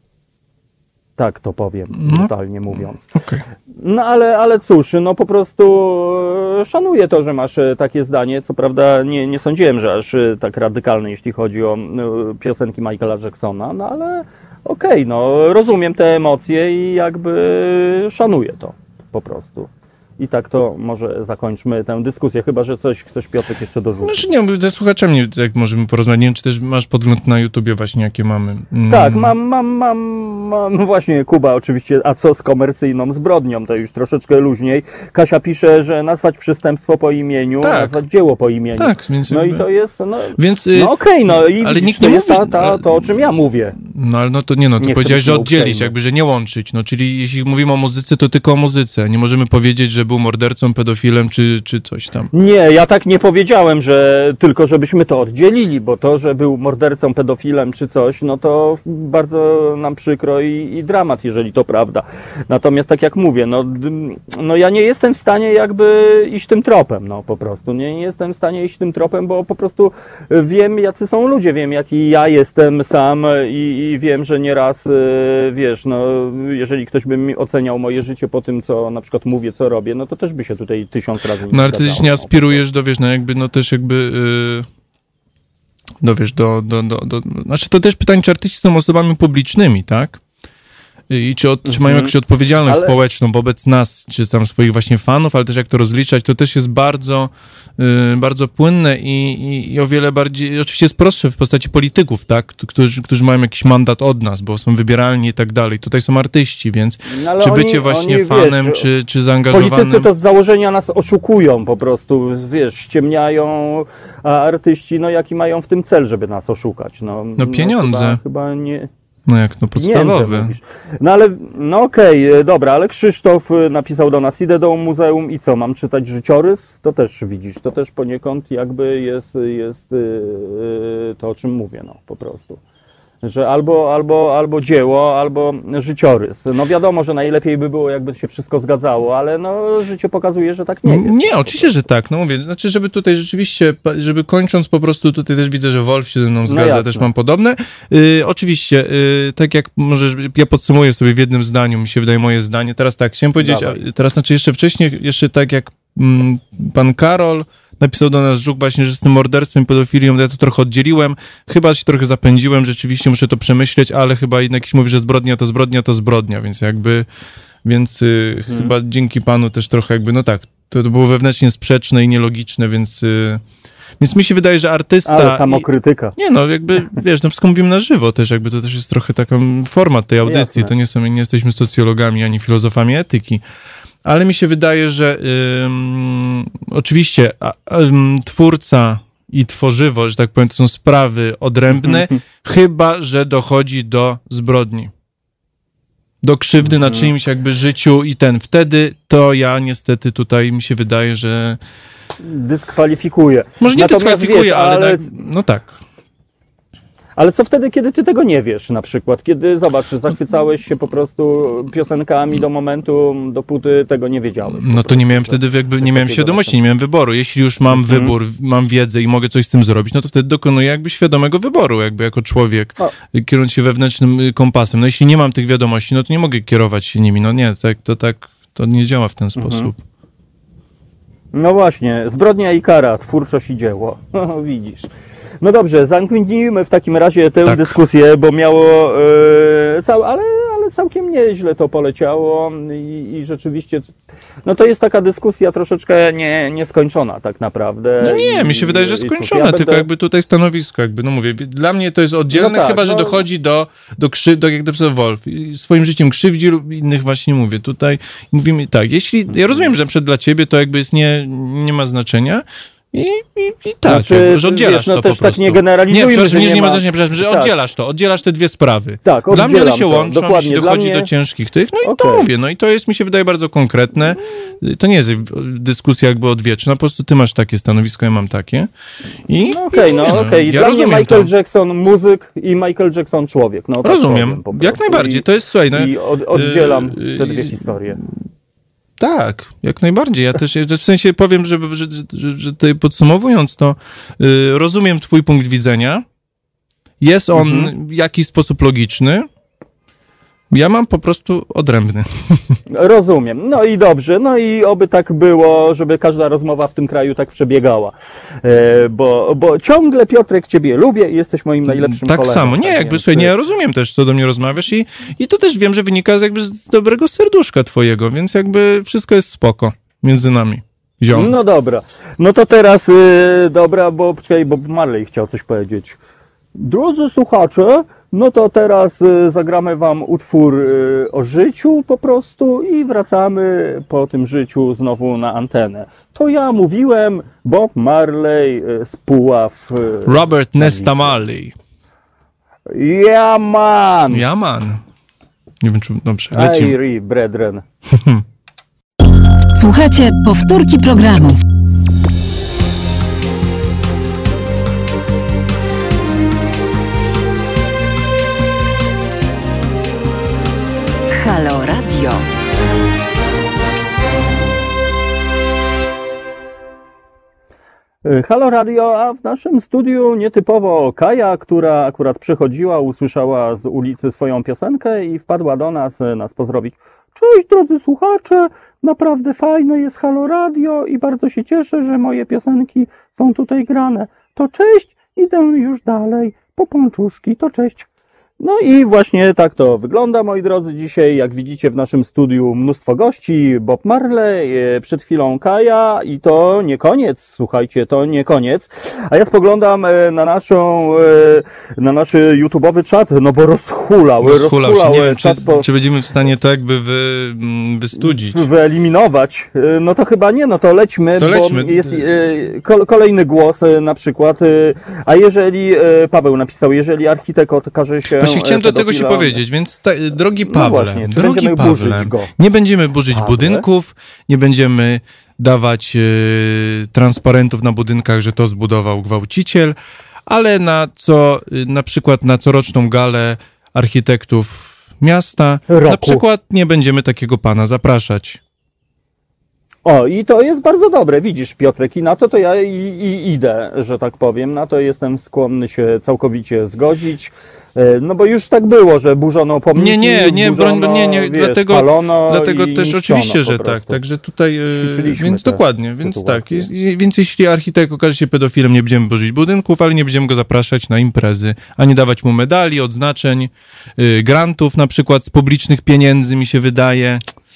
[SPEAKER 2] Tak to powiem,
[SPEAKER 5] No.
[SPEAKER 2] brutalnie mówiąc.
[SPEAKER 5] Okej.
[SPEAKER 2] No ale, ale cóż, no po prostu e, szanuję to, że masz e, takie zdanie. Co prawda nie, nie sądziłem, że aż e, tak radykalne, jeśli chodzi o e, piosenki Michaela Jacksona, no ale okej, no rozumiem te emocje i jakby szanuję to po prostu. I tak to może zakończmy tę dyskusję, chyba że coś, coś Piotrek jeszcze dorzuci.
[SPEAKER 5] Znaczy nie, ze słuchaczami jak możemy porozmawiać, nie wiem, czy też masz podgląd na YouTubie właśnie, jakie mamy. Mm.
[SPEAKER 2] Tak, mam, mam, mam, mam, no właśnie, Kuba oczywiście, a co z komercyjną zbrodnią, to już troszeczkę luźniej. Kasia pisze, że nazwać przestępstwo po imieniu,
[SPEAKER 5] Tak.
[SPEAKER 2] nazwać dzieło po imieniu.
[SPEAKER 5] Tak, więc
[SPEAKER 2] No i
[SPEAKER 5] jakby-
[SPEAKER 2] to jest, no,
[SPEAKER 5] Więc, y,
[SPEAKER 2] no okej, no i
[SPEAKER 5] ale nikt
[SPEAKER 2] to
[SPEAKER 5] nie
[SPEAKER 2] jest
[SPEAKER 5] mówi-
[SPEAKER 2] ta, ta,
[SPEAKER 5] ale-
[SPEAKER 2] to, o czym ja mówię.
[SPEAKER 5] No ale no to nie, no to
[SPEAKER 2] Nie chcę
[SPEAKER 5] powiedziałeś,
[SPEAKER 2] być
[SPEAKER 5] że oddzielić,
[SPEAKER 2] nieuprzejmy.
[SPEAKER 5] jakby, że nie łączyć, no czyli jeśli mówimy o muzyce, to tylko o muzyce, nie możemy powiedzieć, że był mordercą, pedofilem, czy, czy coś tam.
[SPEAKER 2] Nie, ja tak nie powiedziałem, że tylko żebyśmy to oddzielili, bo to, że był mordercą, pedofilem czy coś, no to bardzo nam przykro i, i dramat, jeżeli to prawda. Natomiast tak jak mówię, no, d- no ja nie jestem w stanie jakby iść tym tropem, no po prostu. Nie, nie jestem w stanie iść tym tropem, bo po prostu wiem, jacy są ludzie, wiem, jaki ja jestem sam i, i wiem, że nieraz, y, wiesz, no jeżeli ktoś by mi oceniał moje życie po tym, co na przykład mówię, co robię, no to też by się tutaj tysiąc razy nie
[SPEAKER 5] No ale ty
[SPEAKER 2] zgadzało,
[SPEAKER 5] też nie
[SPEAKER 2] no.
[SPEAKER 5] aspirujesz do, wiesz, no jakby, no też jakby, yy, do, wiesz, do, do, do, do, znaczy to też pytanie, czy artyści są osobami publicznymi, tak? I czy, od, czy mają
[SPEAKER 2] Mhm.
[SPEAKER 5] jakąś odpowiedzialność
[SPEAKER 2] Ale-
[SPEAKER 5] społeczną wobec nas, czy tam swoich właśnie fanów, ale też jak to rozliczać, to też jest bardzo, y, bardzo płynne i, i, i o wiele bardziej, oczywiście jest prostsze w postaci polityków, tak, którzy, którzy mają jakiś mandat od nas, bo są wybieralni i tak dalej. Tutaj są artyści, więc
[SPEAKER 2] No, ale
[SPEAKER 5] czy
[SPEAKER 2] oni-
[SPEAKER 5] bycie właśnie
[SPEAKER 2] oni,
[SPEAKER 5] fanem,
[SPEAKER 2] wiesz,
[SPEAKER 5] czy, czy zaangażowanym...
[SPEAKER 2] Politycy to z założenia nas oszukują po prostu, wiesz, ściemniają, a artyści, no jaki mają w tym cel, żeby nas oszukać? No,
[SPEAKER 5] No pieniądze.
[SPEAKER 2] Chyba, chyba nie...
[SPEAKER 5] No jak, no podstawowy.
[SPEAKER 2] Pieniądze, mówisz. No ale, no okej, e, dobra, ale Krzysztof e, napisał do nas, idę do muzeum i co, mam czytać życiorys? To też widzisz, to też poniekąd jakby jest, jest e, e, to, o czym mówię, no po prostu. Że albo, albo, albo dzieło, albo życiorys. No wiadomo, że najlepiej by było, jakby się wszystko zgadzało, ale no życie pokazuje, że tak nie jest.
[SPEAKER 5] Nie, oczywiście, że tak. No mówię, znaczy, żeby tutaj rzeczywiście, pa- żeby kończąc po prostu, tutaj też widzę, że Wolf się ze mną zgadza,
[SPEAKER 2] jasne.
[SPEAKER 5] też mam podobne. Y, oczywiście, y, tak jak może, ja podsumuję sobie w jednym zdaniu, mi się wydaje moje zdanie. Teraz tak, chciałem powiedzieć,
[SPEAKER 2] Dawaj.
[SPEAKER 5] a, teraz znaczy jeszcze wcześniej, jeszcze tak jak mm, pan Karol napisał do nas Żuk właśnie, że z tym morderstwem, pedofilią, ja to trochę oddzieliłem. Chyba się trochę zapędziłem, rzeczywiście muszę to przemyśleć, ale chyba jednak jakiś mówi, że zbrodnia to zbrodnia to zbrodnia, więc jakby, więc y,
[SPEAKER 2] Hmm.
[SPEAKER 5] chyba dzięki panu też trochę jakby, no tak, to, to było wewnętrznie sprzeczne i nielogiczne, więc, y, więc mi się wydaje, że artysta...
[SPEAKER 2] Ale
[SPEAKER 5] i-
[SPEAKER 2] samokrytyka.
[SPEAKER 5] nie no, jakby, wiesz, no wszystko mówimy na żywo też, jakby to też jest trochę taki format tej audycji,
[SPEAKER 2] Jasne.
[SPEAKER 5] to nie są, nie jesteśmy socjologami ani filozofami etyki, ale mi się wydaje, że ym, oczywiście a, ym, twórca i tworzywo, że tak powiem, to są sprawy odrębne, chyba że dochodzi do zbrodni. Do krzywdy na czyimś jakby życiu i ten. Wtedy to ja niestety tutaj mi się wydaje, że
[SPEAKER 2] Dyskwalifikuje.
[SPEAKER 5] może nie
[SPEAKER 2] Natomiast
[SPEAKER 5] dyskwalifikuje,
[SPEAKER 2] wiesz,
[SPEAKER 5] ale,
[SPEAKER 2] ale,
[SPEAKER 5] tak, no tak.
[SPEAKER 2] ale co wtedy, kiedy ty tego nie wiesz na przykład? Kiedy, zobacz, zachwycałeś się po prostu piosenkami do momentu, dopóty tego nie wiedziałeś. po
[SPEAKER 5] No to
[SPEAKER 2] prostu,
[SPEAKER 5] nie miałem
[SPEAKER 2] że-
[SPEAKER 5] wtedy jakby,
[SPEAKER 2] coś
[SPEAKER 5] nie miałem
[SPEAKER 2] takiego
[SPEAKER 5] świadomości,
[SPEAKER 2] nastąpi.
[SPEAKER 5] nie miałem wyboru. Jeśli już mam
[SPEAKER 2] Mhm.
[SPEAKER 5] wybór, mam wiedzę i mogę coś z tym zrobić, no to wtedy dokonuję jakby świadomego wyboru, jakby jako człowiek,
[SPEAKER 2] O.
[SPEAKER 5] kierując się wewnętrznym y, kompasem. No jeśli nie mam tych wiadomości, no to nie mogę kierować się nimi. No nie, tak, to tak, to nie działa w ten
[SPEAKER 2] Mhm.
[SPEAKER 5] sposób.
[SPEAKER 2] No właśnie, zbrodnia i kara, twórczość i dzieło. O, widzisz. No dobrze, zamknijmy w takim razie tę
[SPEAKER 5] Tak.
[SPEAKER 2] dyskusję, bo miało, e, cał, ale, ale całkiem nieźle to poleciało i, i rzeczywiście, no to jest taka dyskusja troszeczkę nie, nieskończona tak naprawdę.
[SPEAKER 5] No nie, mi się
[SPEAKER 2] I-
[SPEAKER 5] wydaje, że
[SPEAKER 2] i cóż,
[SPEAKER 5] skończone,
[SPEAKER 2] ja
[SPEAKER 5] tylko
[SPEAKER 2] będę-
[SPEAKER 5] jakby tutaj stanowisko, jakby, no mówię, dla mnie to jest oddzielne,
[SPEAKER 2] No tak,
[SPEAKER 5] chyba, że
[SPEAKER 2] no-
[SPEAKER 5] dochodzi do, do krzy, do jak napisał Wolf, i swoim życiem krzywdzi lub innych właśnie mówię. Tutaj mówimy tak, jeśli, ja rozumiem, że przed dla ciebie to jakby jest nie, nie ma znaczenia, I, i, i tak,
[SPEAKER 2] Znaczy,
[SPEAKER 5] jakby, że oddzielasz
[SPEAKER 2] wiesz, no
[SPEAKER 5] to
[SPEAKER 2] też
[SPEAKER 5] po
[SPEAKER 2] tak
[SPEAKER 5] prostu.
[SPEAKER 2] nie generalizujmy,
[SPEAKER 5] Nie, przepraszam,
[SPEAKER 2] że
[SPEAKER 5] nie,
[SPEAKER 2] nie
[SPEAKER 5] nie ma
[SPEAKER 2] ma-
[SPEAKER 5] znaczenia, przepraszam, że
[SPEAKER 2] Tak.
[SPEAKER 5] oddzielasz to, oddzielasz te dwie sprawy.
[SPEAKER 2] Tak,
[SPEAKER 5] Dla mnie one
[SPEAKER 2] oddzielam
[SPEAKER 5] się
[SPEAKER 2] to,
[SPEAKER 5] łączą,
[SPEAKER 2] dokładnie.
[SPEAKER 5] jeśli
[SPEAKER 2] Dla
[SPEAKER 5] dochodzi
[SPEAKER 2] mnie-
[SPEAKER 5] do ciężkich tych, no i to
[SPEAKER 2] Okej.
[SPEAKER 5] mówię, no i to jest, mi się wydaje, bardzo konkretne. To nie jest dyskusja jakby odwieczna, po prostu ty masz takie stanowisko, ja mam takie. I,
[SPEAKER 2] No okej,
[SPEAKER 5] i
[SPEAKER 2] no
[SPEAKER 5] mówię,
[SPEAKER 2] okej.
[SPEAKER 5] Ja
[SPEAKER 2] Dla mnie
[SPEAKER 5] rozumiem
[SPEAKER 2] Michael
[SPEAKER 5] to.
[SPEAKER 2] Jackson muzyk i Michael Jackson człowiek. No, tak
[SPEAKER 5] Rozumiem,
[SPEAKER 2] powiem po
[SPEAKER 5] jak
[SPEAKER 2] prostu.
[SPEAKER 5] najbardziej,
[SPEAKER 2] I,
[SPEAKER 5] to jest, słuchaj, no,
[SPEAKER 2] I od, oddzielam
[SPEAKER 5] yy,
[SPEAKER 2] te dwie
[SPEAKER 5] yy,
[SPEAKER 2] historie.
[SPEAKER 5] tak, jak najbardziej. Ja też, w sensie powiem, że, że, że, że tutaj podsumowując to, y, rozumiem twój punkt widzenia. Jest on
[SPEAKER 2] Mhm.
[SPEAKER 5] w jakiś sposób logiczny. Ja mam po prostu odrębny.
[SPEAKER 2] Rozumiem. No i dobrze. No i oby tak było, żeby każda rozmowa w tym kraju tak przebiegała. E, bo, bo ciągle, Piotrek, ciebie lubię i jesteś moim najlepszym
[SPEAKER 5] Tak
[SPEAKER 2] kolegą.
[SPEAKER 5] samo. Nie,
[SPEAKER 2] tak
[SPEAKER 5] jakby,
[SPEAKER 2] więc,
[SPEAKER 5] słuchaj, nie, ja rozumiem też, co do mnie rozmawiasz i, i to też wiem, że wynika z, jakby z dobrego serduszka twojego, więc jakby wszystko jest spoko między nami. Ziom.
[SPEAKER 2] No dobra. No to teraz, y, dobra, bo poczekaj, bo Marley chciał coś powiedzieć. Drodzy słuchacze, no to teraz y, zagramy wam utwór y, o życiu po prostu i wracamy po tym życiu znowu na antenę. To ja mówiłem, Bob Marley y, z Puław. Y,
[SPEAKER 5] Robert Nesta Marley.
[SPEAKER 2] yeah, man!
[SPEAKER 5] Ja man. Nie wiem, czy dobrze. Lecimy.
[SPEAKER 2] Airy, brethren.
[SPEAKER 1] Słuchajcie, powtórki programu.
[SPEAKER 6] Halo Radio.
[SPEAKER 2] Halo Radio, a w naszym studiu nietypowo Kaja, która akurat przychodziła, usłyszała z ulicy swoją piosenkę i wpadła do nas nas pozdrowić. Cześć drodzy słuchacze, naprawdę fajne jest Halo Radio i bardzo się cieszę, że moje piosenki są tutaj grane. To cześć, idę już dalej, po pączuszki, to cześć. No i właśnie tak to wygląda, moi drodzy, dzisiaj. Jak widzicie w naszym studiu mnóstwo gości, Bob Marley, e, przed chwilą Kaja i to nie koniec, słuchajcie, to nie koniec. A ja spoglądam e, na naszą, e, na nasz YouTube'owy czat, no bo rozhulał,
[SPEAKER 5] Rozhulał się,
[SPEAKER 2] rozhulał
[SPEAKER 5] nie wiem, czy,
[SPEAKER 2] czat po...
[SPEAKER 5] czy będziemy w stanie to jakby wy, mm, wystudzić.
[SPEAKER 2] Wyeliminować. E, No to chyba nie, no to lećmy,
[SPEAKER 5] To lećmy.
[SPEAKER 2] bo jest e, kol, kolejny głos e, na przykład, e, a jeżeli, e, Paweł napisał, jeżeli architekt okaże się
[SPEAKER 5] Właśnie chciałem do tego się
[SPEAKER 2] pedofilem-
[SPEAKER 5] powiedzieć, więc ta, drogi
[SPEAKER 2] No
[SPEAKER 5] Pawle,
[SPEAKER 2] właśnie, czy
[SPEAKER 5] drogi
[SPEAKER 2] będziemy
[SPEAKER 5] Pawle,
[SPEAKER 2] burzyć go?
[SPEAKER 5] nie będziemy burzyć
[SPEAKER 2] Pawle?
[SPEAKER 5] budynków, nie będziemy dawać e, transparentów na budynkach, że to zbudował gwałciciel, ale na co, e, na przykład na coroczną galę architektów miasta,
[SPEAKER 2] Roku.
[SPEAKER 5] na przykład nie będziemy takiego pana zapraszać.
[SPEAKER 2] O, i to jest bardzo dobre, widzisz, Piotrek, i na to to ja i, i idę, że tak powiem, na to jestem skłonny się całkowicie zgodzić, e, no bo już tak było, że burzono pomniki,
[SPEAKER 5] Nie, nie, nie, broń,
[SPEAKER 2] burzono,
[SPEAKER 5] nie, nie,
[SPEAKER 2] wiesz,
[SPEAKER 5] dlatego,
[SPEAKER 2] palono
[SPEAKER 5] dlatego
[SPEAKER 2] i
[SPEAKER 5] też
[SPEAKER 2] niszczono
[SPEAKER 5] oczywiście, że
[SPEAKER 2] po
[SPEAKER 5] tak,
[SPEAKER 2] prostu.
[SPEAKER 5] także tutaj, e,
[SPEAKER 2] Ćwiczyliśmy
[SPEAKER 5] więc
[SPEAKER 2] te
[SPEAKER 5] dokładnie, więc tak,
[SPEAKER 2] sytuacje.
[SPEAKER 5] jest, więc jeśli architekt okaże się pedofilem, nie będziemy burzyć budynków, ale nie będziemy go zapraszać na imprezy, ani dawać mu medali, odznaczeń, y, grantów na przykład z publicznych pieniędzy, mi się wydaje,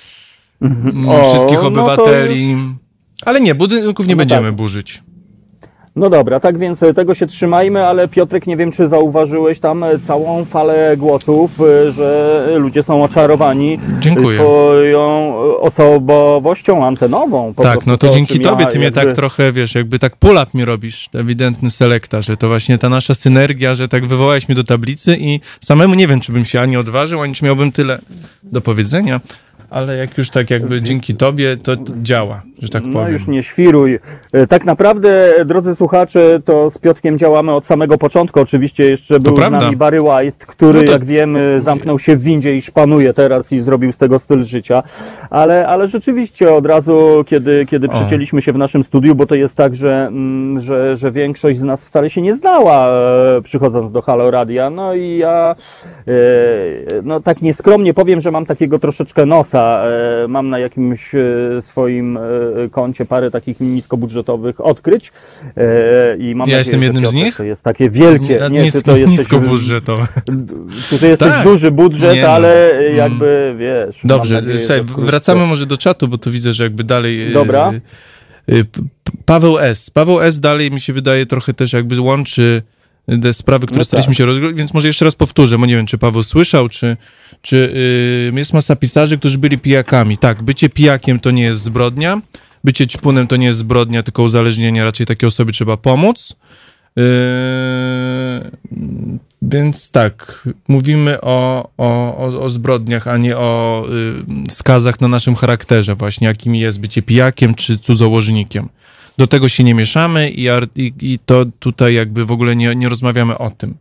[SPEAKER 5] mm,
[SPEAKER 2] O,
[SPEAKER 5] wszystkich
[SPEAKER 2] no to
[SPEAKER 5] obywateli,
[SPEAKER 2] już-
[SPEAKER 5] ale nie, budynków nie
[SPEAKER 2] No
[SPEAKER 5] będziemy
[SPEAKER 2] tak.
[SPEAKER 5] burzyć.
[SPEAKER 2] No dobra, tak więc e, tego się trzymajmy, ale Piotrek, nie wiem, czy zauważyłeś tam e, całą falę głosów, e, że ludzie są oczarowani
[SPEAKER 5] Dziękuję.
[SPEAKER 2] twoją e, osobowością antenową. Po
[SPEAKER 5] Tak,
[SPEAKER 2] prostu
[SPEAKER 5] no to, dzięki
[SPEAKER 2] czym
[SPEAKER 5] tobie,
[SPEAKER 2] ja
[SPEAKER 5] ty mnie
[SPEAKER 2] jakby-
[SPEAKER 5] tak trochę, wiesz, jakby tak pull-up mi robisz, ewidentny selekta, że to właśnie ta nasza synergia, że tak wywołałeś mnie do tablicy i samemu nie wiem, czy bym się ani odważył, ani czy miałbym tyle do powiedzenia, ale jak już tak jakby dzięki tobie, to, to działa, że tak
[SPEAKER 2] No
[SPEAKER 5] powiem.
[SPEAKER 2] już nie świruj. E, Tak naprawdę, drodzy słuchacze, to z Piotrkiem działamy od samego początku. Oczywiście jeszcze był z
[SPEAKER 5] prawda.
[SPEAKER 2] nami Barry White, który,
[SPEAKER 5] No to-
[SPEAKER 2] jak wiemy, zamknął się w windzie i szpanuje teraz i zrobił z tego styl życia. Ale, ale rzeczywiście od razu, kiedy, kiedy
[SPEAKER 5] O.
[SPEAKER 2] przecięliśmy się w naszym studiu, bo to jest tak, że, mm, że, że większość z nas wcale się nie znała, e, przychodząc do Halo Radia. No i ja, e, no tak nieskromnie powiem, że mam takiego troszeczkę nosa. E, mam na jakimś e, swoim e, koncie parę takich niskobudżetowych odkryć e, i mam
[SPEAKER 5] Ja
[SPEAKER 2] nadzieję,
[SPEAKER 5] jestem
[SPEAKER 2] że
[SPEAKER 5] jednym z
[SPEAKER 2] Piotrek
[SPEAKER 5] nich?
[SPEAKER 2] to jest takie wielkie.
[SPEAKER 5] Na-
[SPEAKER 2] Nie, ty
[SPEAKER 5] nisko,
[SPEAKER 2] to jesteś,
[SPEAKER 5] niskobudżetowe.
[SPEAKER 2] ty to jesteś
[SPEAKER 5] Tak.
[SPEAKER 2] duży budżet,
[SPEAKER 5] Nie no.
[SPEAKER 2] ale
[SPEAKER 5] Mm.
[SPEAKER 2] jakby wiesz. mam
[SPEAKER 5] Dobrze,
[SPEAKER 2] nadzieję,
[SPEAKER 5] słuchaj,
[SPEAKER 2] że wkrótce-
[SPEAKER 5] wracamy może do czatu, bo tu widzę, że jakby dalej... e,
[SPEAKER 2] Dobra.
[SPEAKER 5] e, P- Paweł S. Paweł S. dalej mi się wydaje trochę też jakby łączy te sprawy, które
[SPEAKER 2] No
[SPEAKER 5] staraliśmy
[SPEAKER 2] tak.
[SPEAKER 5] się rozgrywać, więc może jeszcze raz powtórzę, bo nie wiem, czy Paweł słyszał, czy, czy yy, jest masa pisarzy, którzy byli pijakami. Tak, bycie pijakiem to nie jest zbrodnia, bycie ćpunem to nie jest zbrodnia, tylko uzależnienie, raczej takiej osobie trzeba pomóc. Yy, więc tak, mówimy o, o, o, o zbrodniach, a nie o y, skazach na naszym charakterze właśnie, jakim jest bycie pijakiem czy cudzołożnikiem. Do tego się nie mieszamy i, ar- i, i to tutaj jakby w ogóle nie, nie rozmawiamy o tym.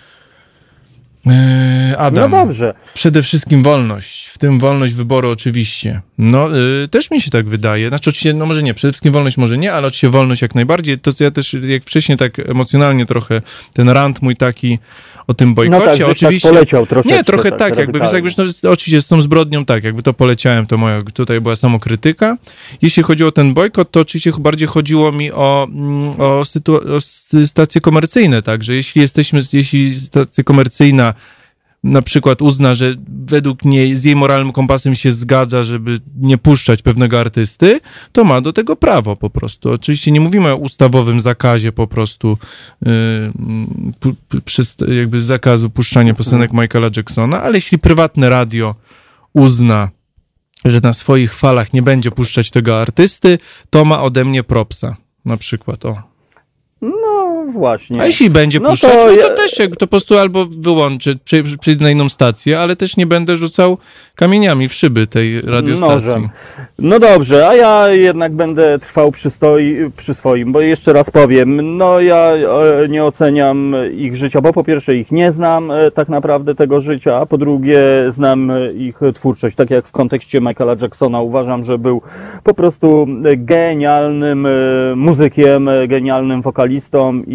[SPEAKER 5] Yy, Adam,
[SPEAKER 2] No dobrze.
[SPEAKER 5] przede wszystkim wolność, w tym wolność wyboru oczywiście. No, y, też mi się tak wydaje. Znaczy, oczywiście, no może nie, przede wszystkim wolność może nie, ale oczywiście wolność jak najbardziej. To, co ja też, jak wcześniej tak emocjonalnie trochę, ten rant mój taki o tym bojkocie,
[SPEAKER 2] No tak, żeś
[SPEAKER 5] oczywiście...
[SPEAKER 2] tak poleciał troszeczkę.
[SPEAKER 5] Nie, trochę
[SPEAKER 2] tak,
[SPEAKER 5] tak, jakby, więc jakby,
[SPEAKER 2] radykalnie.
[SPEAKER 5] no, oczywiście z tą zbrodnią tak, jakby to poleciałem, to moja tutaj była samokrytyka. Jeśli chodzi o ten bojkot, to oczywiście bardziej chodziło mi o, mm, o, sytu- o s- stacje komercyjne, tak, że jeśli jesteśmy, jeśli stacja komercyjna na przykład uzna, że według niej z jej moralnym kompasem się zgadza, żeby nie puszczać pewnego artysty, to ma do tego prawo po prostu. Oczywiście nie mówimy o ustawowym zakazie po prostu yy, pu, pu, przyst- jakby zakazu puszczania piosenek Michaela Jacksona, ale jeśli prywatne radio uzna, że na swoich falach nie będzie puszczać tego artysty, to ma ode mnie propsa. Na przykład, o.
[SPEAKER 2] No właśnie.
[SPEAKER 5] A jeśli będzie
[SPEAKER 2] No
[SPEAKER 5] puszczać,
[SPEAKER 2] to
[SPEAKER 5] no to
[SPEAKER 2] ja-
[SPEAKER 5] też jakby to po prostu albo wyłączę, przej- przejdę na inną stację, ale też nie będę rzucał kamieniami w szyby tej radiostacji.
[SPEAKER 2] Nożem. No dobrze, a ja jednak będę trwał przy, stoi, przy swoim, bo jeszcze raz powiem, no ja e, nie oceniam ich życia, bo po pierwsze ich nie znam e, tak naprawdę tego życia, a po drugie znam e, ich twórczość, tak jak w kontekście Michaela Jacksona uważam, że był po prostu genialnym e, muzykiem, e, genialnym wokalistą i,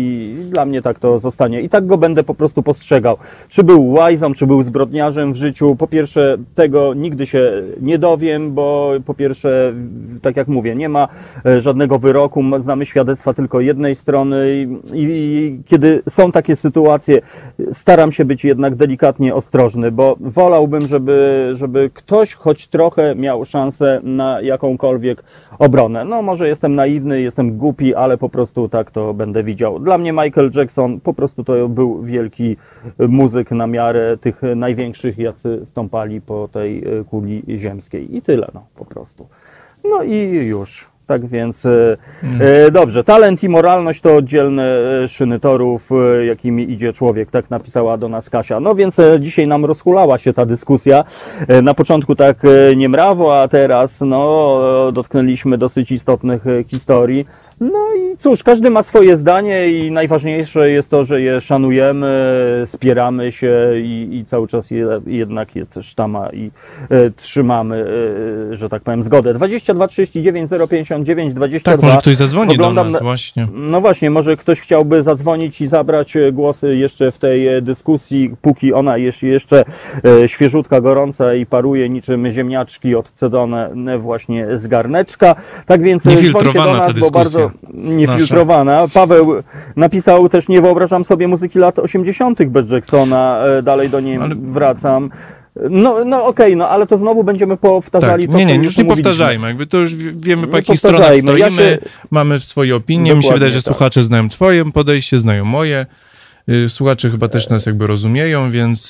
[SPEAKER 2] i dla mnie tak to zostanie. I tak go będę po prostu postrzegał. Czy był łajzą, czy był zbrodniarzem w życiu, po pierwsze tego nigdy się nie dowiem, bo po pierwsze, tak jak mówię, nie ma żadnego wyroku, znamy świadectwa tylko jednej strony i, i kiedy są takie sytuacje, staram się być jednak delikatnie ostrożny, bo wolałbym, żeby, żeby ktoś choć trochę miał szansę na jakąkolwiek obronę. No może jestem naiwny, jestem głupi, ale po prostu tak to będę widział. Dla mnie Michael Jackson po prostu to był wielki muzyk na miarę tych największych, jacy stąpali po tej kuli ziemskiej. I tyle, no po prostu. No i już. Tak więc e, e, dobrze, talent i moralność to oddzielne szyny torów, e, jakimi idzie człowiek, tak napisała do nas Kasia. No więc e, dzisiaj nam rozhulała się ta dyskusja. E, na początku tak e, niemrawo, a teraz no dotknęliśmy dosyć istotnych e, historii. No i cóż, każdy ma swoje zdanie i najważniejsze jest to, że je szanujemy, spieramy się i, i cały czas je, jednak jest sztama i e, trzymamy, e, że tak powiem, zgodę. dwadzieścia dwa trzydzieści dziewięć zero pięćdziesiąt dziewięć dwadzieścia dwa.
[SPEAKER 5] Tak, może ktoś zadzwoni
[SPEAKER 2] Oglądam
[SPEAKER 5] do nas,
[SPEAKER 2] na...
[SPEAKER 5] właśnie.
[SPEAKER 2] No właśnie, może ktoś chciałby zadzwonić i zabrać głos jeszcze w tej dyskusji, póki ona jest jeszcze e, świeżutka, gorąca i paruje niczym ziemniaczki odcedzone właśnie z garneczka. Tak więc
[SPEAKER 5] niefiltrowana
[SPEAKER 2] do nas,
[SPEAKER 5] ta dyskusja.
[SPEAKER 2] bo bardzo niefiltrowana. Paweł napisał też, nie wyobrażam sobie muzyki lat osiemdziesiątych bez Jacksona, e, dalej do niej ale... wracam. No, no okej, okay, no ale to znowu będziemy powtarzali
[SPEAKER 5] tak,
[SPEAKER 2] to,
[SPEAKER 5] nie, nie,
[SPEAKER 2] co
[SPEAKER 5] już nie
[SPEAKER 2] mówiliśmy.
[SPEAKER 5] powtarzajmy, jakby to już wiemy, po
[SPEAKER 2] nie
[SPEAKER 5] jakich stronach stoimy,
[SPEAKER 2] ja się...
[SPEAKER 5] mamy swoje opinie, dokładnie, mi się wydaje, że tak. Słuchacze znają twoje podejście, znają moje, słuchacze chyba też nas jakby rozumieją, więc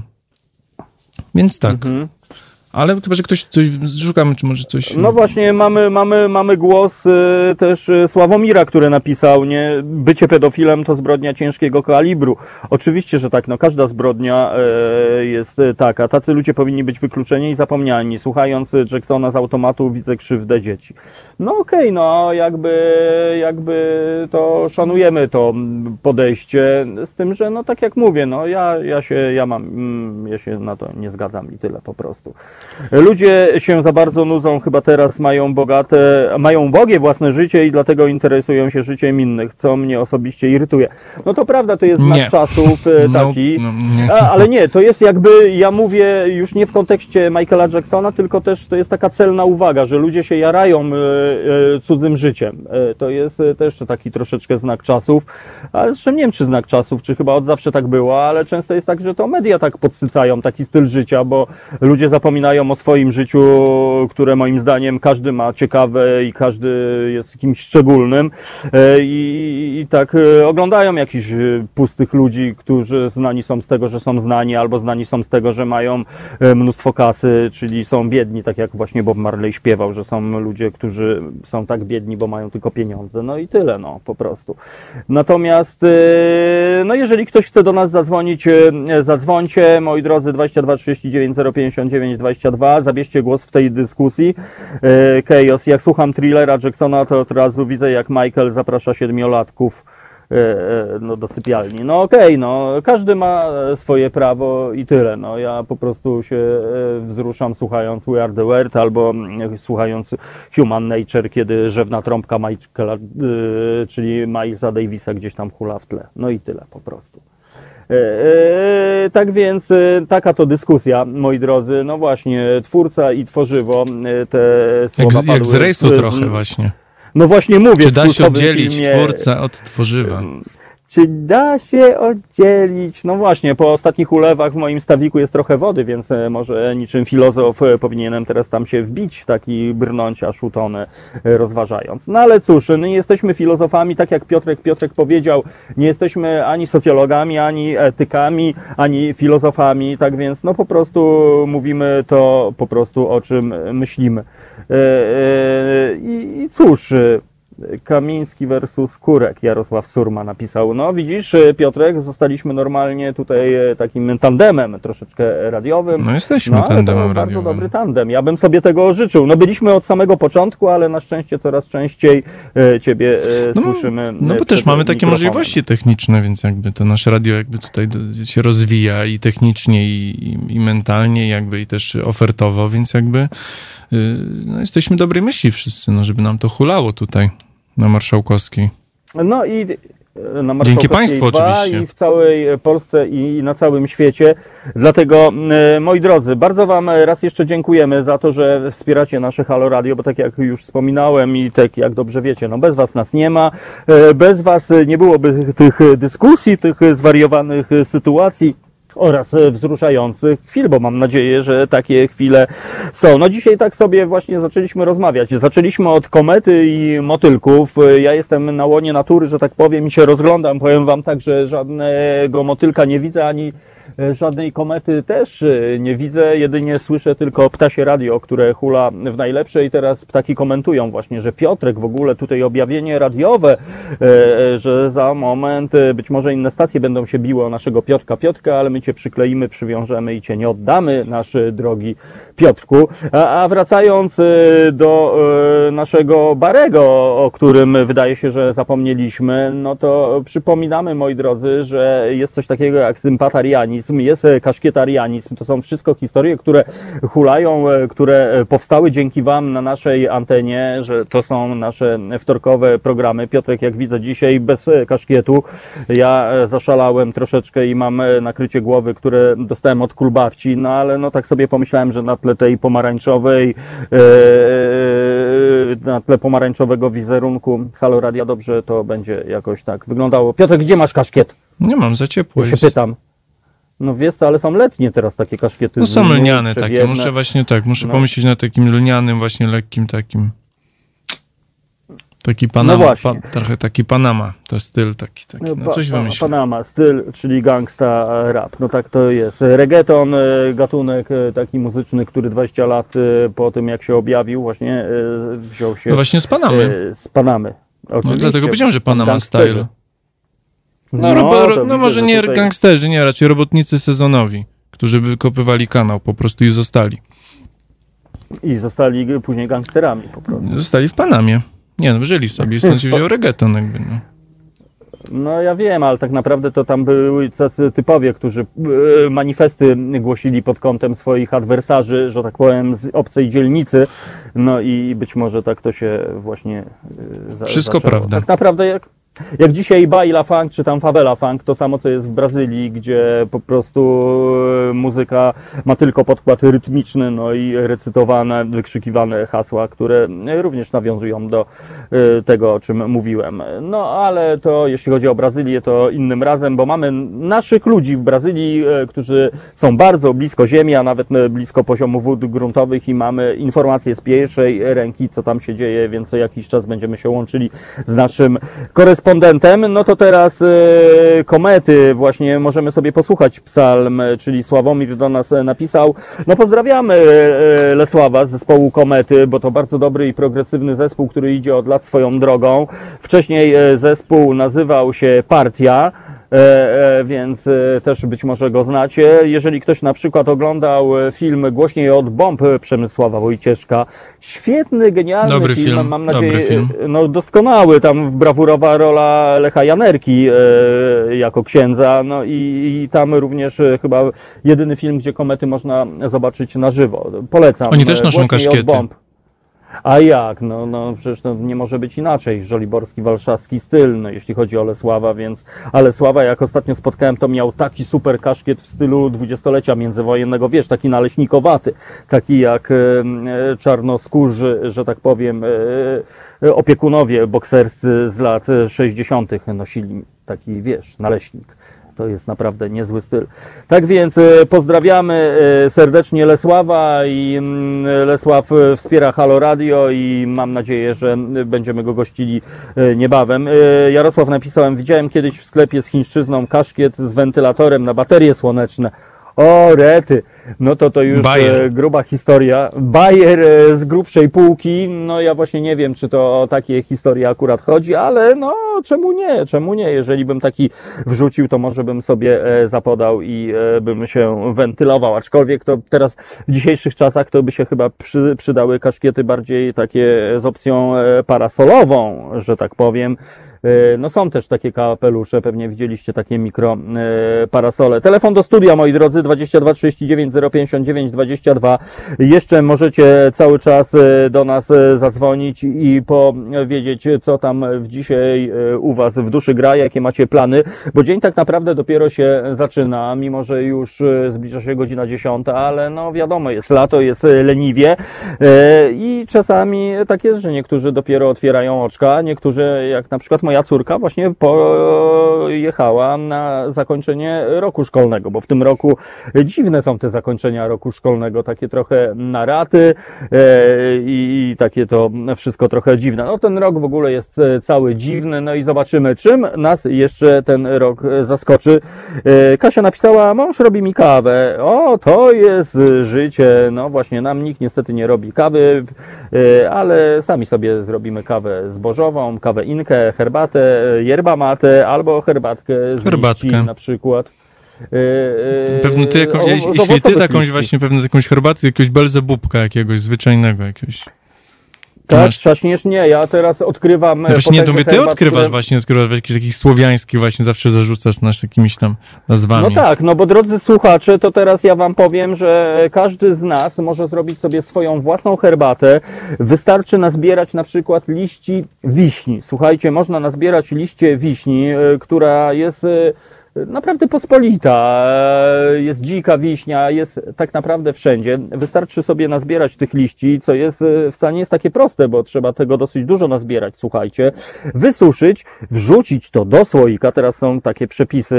[SPEAKER 5] więc tak. Mhm. Ale chyba, że ktoś coś szukamy, czy może coś...
[SPEAKER 2] No właśnie, mamy, mamy, mamy głos y, też Sławomira, który napisał, nie, bycie pedofilem to zbrodnia ciężkiego kalibru. Oczywiście, że tak, no każda zbrodnia y, jest taka. Tacy ludzie powinni być wykluczeni i zapomniani. Słuchając Jacksona z automatu widzę krzywdę dzieci. No okej, okay, no jakby, jakby to szanujemy to podejście, z tym, że no tak jak mówię, no ja, ja się, ja mam, ja się na to nie zgadzam i tyle po prostu. Ludzie się za bardzo nudzą, chyba teraz mają bogate, mają ubogie własne życie i dlatego interesują się życiem innych, co mnie osobiście irytuje. No to prawda, to jest znak
[SPEAKER 5] nie.
[SPEAKER 2] czasów taki,
[SPEAKER 5] no, no, nie.
[SPEAKER 2] A, ale nie, to jest jakby, ja mówię już nie w kontekście Michaela Jacksona, tylko też to jest taka celna uwaga, że ludzie się jarają e, e, cudzym życiem. E, to jest też taki troszeczkę znak czasów, ale zresztą nie wiem, czy znak czasów, czy chyba od zawsze tak było, ale często jest tak, że to media tak podsycają taki styl życia, bo ludzie zapominają o swoim życiu, które moim zdaniem każdy ma ciekawe i każdy jest kimś szczególnym i, i tak oglądają jakichś pustych ludzi, którzy znani są z tego, że są znani, albo znani są z tego, że mają mnóstwo kasy, czyli są biedni, tak jak właśnie Bob Marley śpiewał, że są ludzie, którzy są tak biedni, bo mają tylko pieniądze, no i tyle, no po prostu. Natomiast no jeżeli ktoś chce do nas zadzwonić, zadzwońcie, moi drodzy, dwadzieścia dwa trzydzieści dziewięć zero pięćdziesiąt dziewięć dwadzieścia dwa, zabierzcie głos w tej dyskusji. Chaos, jak słucham thrillera Jacksona, to od razu widzę, jak Michael zaprasza siedmiolatków no, do sypialni. No okej, okay, no każdy ma swoje prawo i tyle. No ja po prostu się wzruszam słuchając We Are The World albo słuchając Human Nature, kiedy rzewna trąbka Michaela, czyli Milesa Davisa gdzieś tam hula w tle. No i tyle po prostu. Eee, tak więc e, taka to dyskusja, moi drodzy, no właśnie, twórca i tworzywo, e, te słowa
[SPEAKER 5] jak, jak z rejsu trochę właśnie.
[SPEAKER 2] No właśnie mówię.
[SPEAKER 5] Czy da się oddzielić
[SPEAKER 2] filmie,
[SPEAKER 5] twórcę od tworzywa?
[SPEAKER 2] Czy da się oddzielić? No właśnie, po ostatnich ulewach w moim stawiku jest trochę wody, więc może niczym filozof powinienem teraz tam się wbić, taki brnąć aż utonę, rozważając. No ale cóż, nie jesteśmy filozofami, tak jak Piotrek Piotrek powiedział, nie jesteśmy ani socjologami, ani etykami, ani filozofami, tak więc no po prostu mówimy to po prostu o czym myślimy. I, i cóż... Kamiński versus Kurek, Jarosław Surma napisał. No widzisz, Piotrek, zostaliśmy normalnie tutaj takim tandemem troszeczkę radiowym.
[SPEAKER 5] No jesteśmy
[SPEAKER 2] no,
[SPEAKER 5] tandemem
[SPEAKER 2] to
[SPEAKER 5] radiowym.
[SPEAKER 2] Bardzo dobry tandem. Ja bym sobie tego życzył. No byliśmy od samego początku, ale na szczęście coraz częściej e, ciebie e,
[SPEAKER 5] no,
[SPEAKER 2] słyszymy.
[SPEAKER 5] No bo też mamy takie możliwości techniczne, więc jakby to nasze radio jakby tutaj się rozwija i technicznie, i, i, i mentalnie, jakby i też ofertowo, więc jakby no, jesteśmy dobrej myśli wszyscy, no, żeby nam to hulało tutaj na Marszałkowskiej.
[SPEAKER 2] No i na
[SPEAKER 5] Dzięki
[SPEAKER 2] Marszałkowskiej
[SPEAKER 5] państwu
[SPEAKER 2] dwa
[SPEAKER 5] oczywiście.
[SPEAKER 2] i w całej Polsce i na całym świecie. Dlatego, e, moi drodzy, bardzo Wam raz jeszcze dziękujemy za to, że wspieracie nasze Halo Radio, bo tak jak już wspominałem i tak jak dobrze wiecie, no bez Was nas nie ma, e, bez Was nie byłoby tych dyskusji, tych zwariowanych sytuacji oraz wzruszających chwil, bo mam nadzieję, że takie chwile są. No dzisiaj tak sobie właśnie zaczęliśmy rozmawiać. Zaczęliśmy od komety i motylków. Ja jestem na łonie natury, że tak powiem, i się rozglądam. Powiem Wam tak, że żadnego motylka nie widzę, ani żadnej komety też nie widzę, jedynie słyszę tylko ptasie radio, które hula w najlepsze i teraz ptaki komentują właśnie, że Piotrek w ogóle tutaj objawienie radiowe, że za moment być może inne stacje będą się biły o naszego Piotrka Piotrka, ale my Cię przykleimy, przywiążemy i Cię nie oddamy, nasz drogi Piotrku. A, a wracając do naszego Barego, o którym wydaje się, że zapomnieliśmy, no to przypominamy, moi drodzy, że jest coś takiego jak sympatarianizm, jest kaszkietarianizm, to są wszystko historie, które hulają, które powstały dzięki Wam na naszej antenie, że to są nasze wtorkowe programy. Piotrek, jak widzę dzisiaj bez kaszkietu, ja zaszalałem troszeczkę i mam nakrycie głowy, które dostałem od kulbawci, no ale no tak sobie pomyślałem, że na tle tej pomarańczowej, na tle pomarańczowego wizerunku Halo Radia dobrze to będzie jakoś tak wyglądało. Piotrek, gdzie masz kaszkiet?
[SPEAKER 5] Nie mam, za ciepło
[SPEAKER 2] Ja się
[SPEAKER 5] jest.
[SPEAKER 2] pytam. No wiesz to, ale są letnie teraz takie kaszkiety.
[SPEAKER 5] No są
[SPEAKER 2] z lnu,
[SPEAKER 5] lniane takie,
[SPEAKER 2] przewiewne.
[SPEAKER 5] muszę właśnie tak, muszę
[SPEAKER 2] No.
[SPEAKER 5] pomyśleć na takim lnianym, właśnie lekkim takim. Taki Panama,
[SPEAKER 2] No właśnie.
[SPEAKER 5] pa, trochę taki Panama, to styl taki, taki. No coś
[SPEAKER 2] Pa-
[SPEAKER 5] wymyśliłem.
[SPEAKER 2] Panama, styl, czyli gangsta rap. No tak to jest. Reggaeton, e, gatunek e, taki muzyczny, który dwadzieścia lat e, po tym jak się objawił, właśnie e, wziął się
[SPEAKER 5] No właśnie z Panamy.
[SPEAKER 2] e, z Panamy.
[SPEAKER 5] No
[SPEAKER 2] Oczywiście.
[SPEAKER 5] dlatego powiedziałem, że Panama
[SPEAKER 2] Gangsterzy.
[SPEAKER 5] Style. No,
[SPEAKER 2] No,
[SPEAKER 5] robo,
[SPEAKER 2] to
[SPEAKER 5] ro, no
[SPEAKER 2] widzę,
[SPEAKER 5] może
[SPEAKER 2] że
[SPEAKER 5] nie
[SPEAKER 2] tutaj-
[SPEAKER 5] gangsterzy, nie, raczej robotnicy sezonowi, którzy wykopywali kanał po prostu i zostali.
[SPEAKER 2] I zostali później gangsterami po prostu.
[SPEAKER 5] Zostali w Panamie. Nie no, żyli sobie i stąd się wziął reggaeton jakby, no.
[SPEAKER 2] No ja wiem, ale tak naprawdę to tam były tacy typowie, którzy e, manifesty głosili pod kątem swoich adwersarzy, że tak powiem, z obcej dzielnicy. No i być może tak to się właśnie e, za,
[SPEAKER 5] Wszystko
[SPEAKER 2] zaczęło.
[SPEAKER 5] prawda.
[SPEAKER 2] Tak naprawdę jak, jak dzisiaj baila funk, czy tam favela funk, to samo co jest w Brazylii, gdzie po prostu e, muzyka ma tylko podkład rytmiczny, no i recytowane, wykrzykiwane hasła, które również nawiązują do e, tego, o czym mówiłem. No ale to jeśli chodzi o Brazylię, to innym razem, bo mamy naszych ludzi w Brazylii, e, którzy są bardzo blisko ziemi, a nawet e, blisko poziomu wód gruntowych i mamy informacje z pierwszej ręki, co tam się dzieje, więc co jakiś czas będziemy się łączyli z naszym korespondentem. No to teraz e, komety, właśnie możemy sobie posłuchać psalm, czyli Sławomir do nas napisał. No pozdrawiamy e, Lesława z zespołu Komety, bo to bardzo dobry i progresywny zespół, który idzie od lat swoją drogą. Wcześniej e, zespół nazywał się Partia. E, e, więc e, też być może go znacie. Jeżeli ktoś na przykład oglądał e, film Głośniej od bomb Przemysława Wojcieszka, świetny, genialny
[SPEAKER 5] Dobry
[SPEAKER 2] film,
[SPEAKER 5] film,
[SPEAKER 2] mam
[SPEAKER 5] dobry
[SPEAKER 2] nadzieję,
[SPEAKER 5] film.
[SPEAKER 2] e, no doskonały, tam brawurowa rola Lecha Janerki e, jako księdza, no i, i tam również e, chyba jedyny film, gdzie komety można zobaczyć na żywo. Polecam.
[SPEAKER 5] Oni też
[SPEAKER 2] e,
[SPEAKER 5] noszą
[SPEAKER 2] Głośniej od
[SPEAKER 5] kaszkiety.
[SPEAKER 2] bomb. A jak? No, no przecież to nie może być inaczej. Żoliborski, warszawski styl, no, jeśli chodzi o Lesława, więc... Ale Sława, jak ostatnio spotkałem, to miał taki super kaszkiet w stylu dwudziestolecia międzywojennego, wiesz, taki naleśnikowaty, taki jak e, e, czarnoskórzy, że tak powiem, e, e, opiekunowie bokserscy z lat sześćdziesiątych nosili taki, wiesz, naleśnik. To jest naprawdę niezły styl. Tak więc e, pozdrawiamy e, serdecznie Lesława i mm, Lesław e, wspiera Halo Radio i mam nadzieję, że będziemy go gościli e, niebawem. E, Jarosław napisałem, widziałem kiedyś w sklepie z chińszczyzną kaszkiet z wentylatorem na baterie słoneczne. O, rety. No to to już
[SPEAKER 5] Bayer.
[SPEAKER 2] e, gruba historia. Bayer e, z grubszej półki. No ja właśnie nie wiem, czy to o takie historie akurat chodzi, ale no czemu nie, czemu nie? Jeżeli bym taki wrzucił, to może bym sobie e, zapodał i e, bym się wentylował. Aczkolwiek to teraz w dzisiejszych czasach to by się chyba przy, przydały kaszkiety bardziej takie z opcją e, parasolową, że tak powiem. E, No są też takie kapelusze, pewnie widzieliście takie mikro e, parasole. Telefon do studia, moi drodzy, dwadzieścia dwa trzydzieści dziewięć zero pięćdziesiąt dziewięć dwadzieścia dwa. Jeszcze możecie cały czas do nas zadzwonić i powiedzieć, co tam w dzisiaj u was w duszy gra, jakie macie plany, bo dzień tak naprawdę dopiero się zaczyna, mimo że już zbliża się godzina dziesiąta, ale no wiadomo, jest lato, jest leniwie i czasami tak jest, że niektórzy dopiero otwierają oczka, niektórzy, jak na przykład moja córka, właśnie pojechała na zakończenie roku szkolnego, bo w tym roku dziwne są te zakończenia roku szkolnego, takie trochę na raty i takie to wszystko trochę dziwne. No ten rok w ogóle jest cały dziwny, no i zobaczymy, czym nas jeszcze ten rok zaskoczy. Kasia napisała, mąż robi mi kawę. O, to jest życie. No właśnie, nam nikt niestety nie robi kawy, ale sami sobie zrobimy kawę zbożową, kawę inkę, herbatę, yerba mate albo herbatkę z
[SPEAKER 5] Herbatkę.
[SPEAKER 2] liści na przykład.
[SPEAKER 5] Pewno ty, jaką,
[SPEAKER 2] o,
[SPEAKER 5] jeśli,
[SPEAKER 2] z
[SPEAKER 5] jeśli ty
[SPEAKER 2] owocowych
[SPEAKER 5] takąś
[SPEAKER 2] liści.
[SPEAKER 5] właśnie pewną jakąś herbatę, jakiegoś belzebubka jakiegoś zwyczajnego jakiegoś.
[SPEAKER 2] Tak,
[SPEAKER 5] masz-
[SPEAKER 2] trzaśniesz? Nie, ja teraz odkrywam...
[SPEAKER 5] No właśnie nie, to
[SPEAKER 2] potęgę
[SPEAKER 5] mówię, ty
[SPEAKER 2] herbat,
[SPEAKER 5] odkrywasz
[SPEAKER 2] które-
[SPEAKER 5] właśnie, odkrywasz jakichś takich słowiańskich właśnie zawsze zarzucasz nas jakimiś tam nazwami.
[SPEAKER 2] No tak, no bo drodzy słuchacze, to teraz ja wam powiem, że każdy z nas może zrobić sobie swoją własną herbatę. Wystarczy nazbierać na przykład liści wiśni. Słuchajcie, można nazbierać liście wiśni, y, która jest y, naprawdę pospolita, y, jest dzika wiśnia, jest tak naprawdę wszędzie. Wystarczy sobie nazbierać tych liści, co jest y, wcale nie jest takie proste, bo trzeba tego dosyć dużo nazbierać, słuchajcie. Wysuszyć, wrzucić to do słoika, teraz są takie przepisy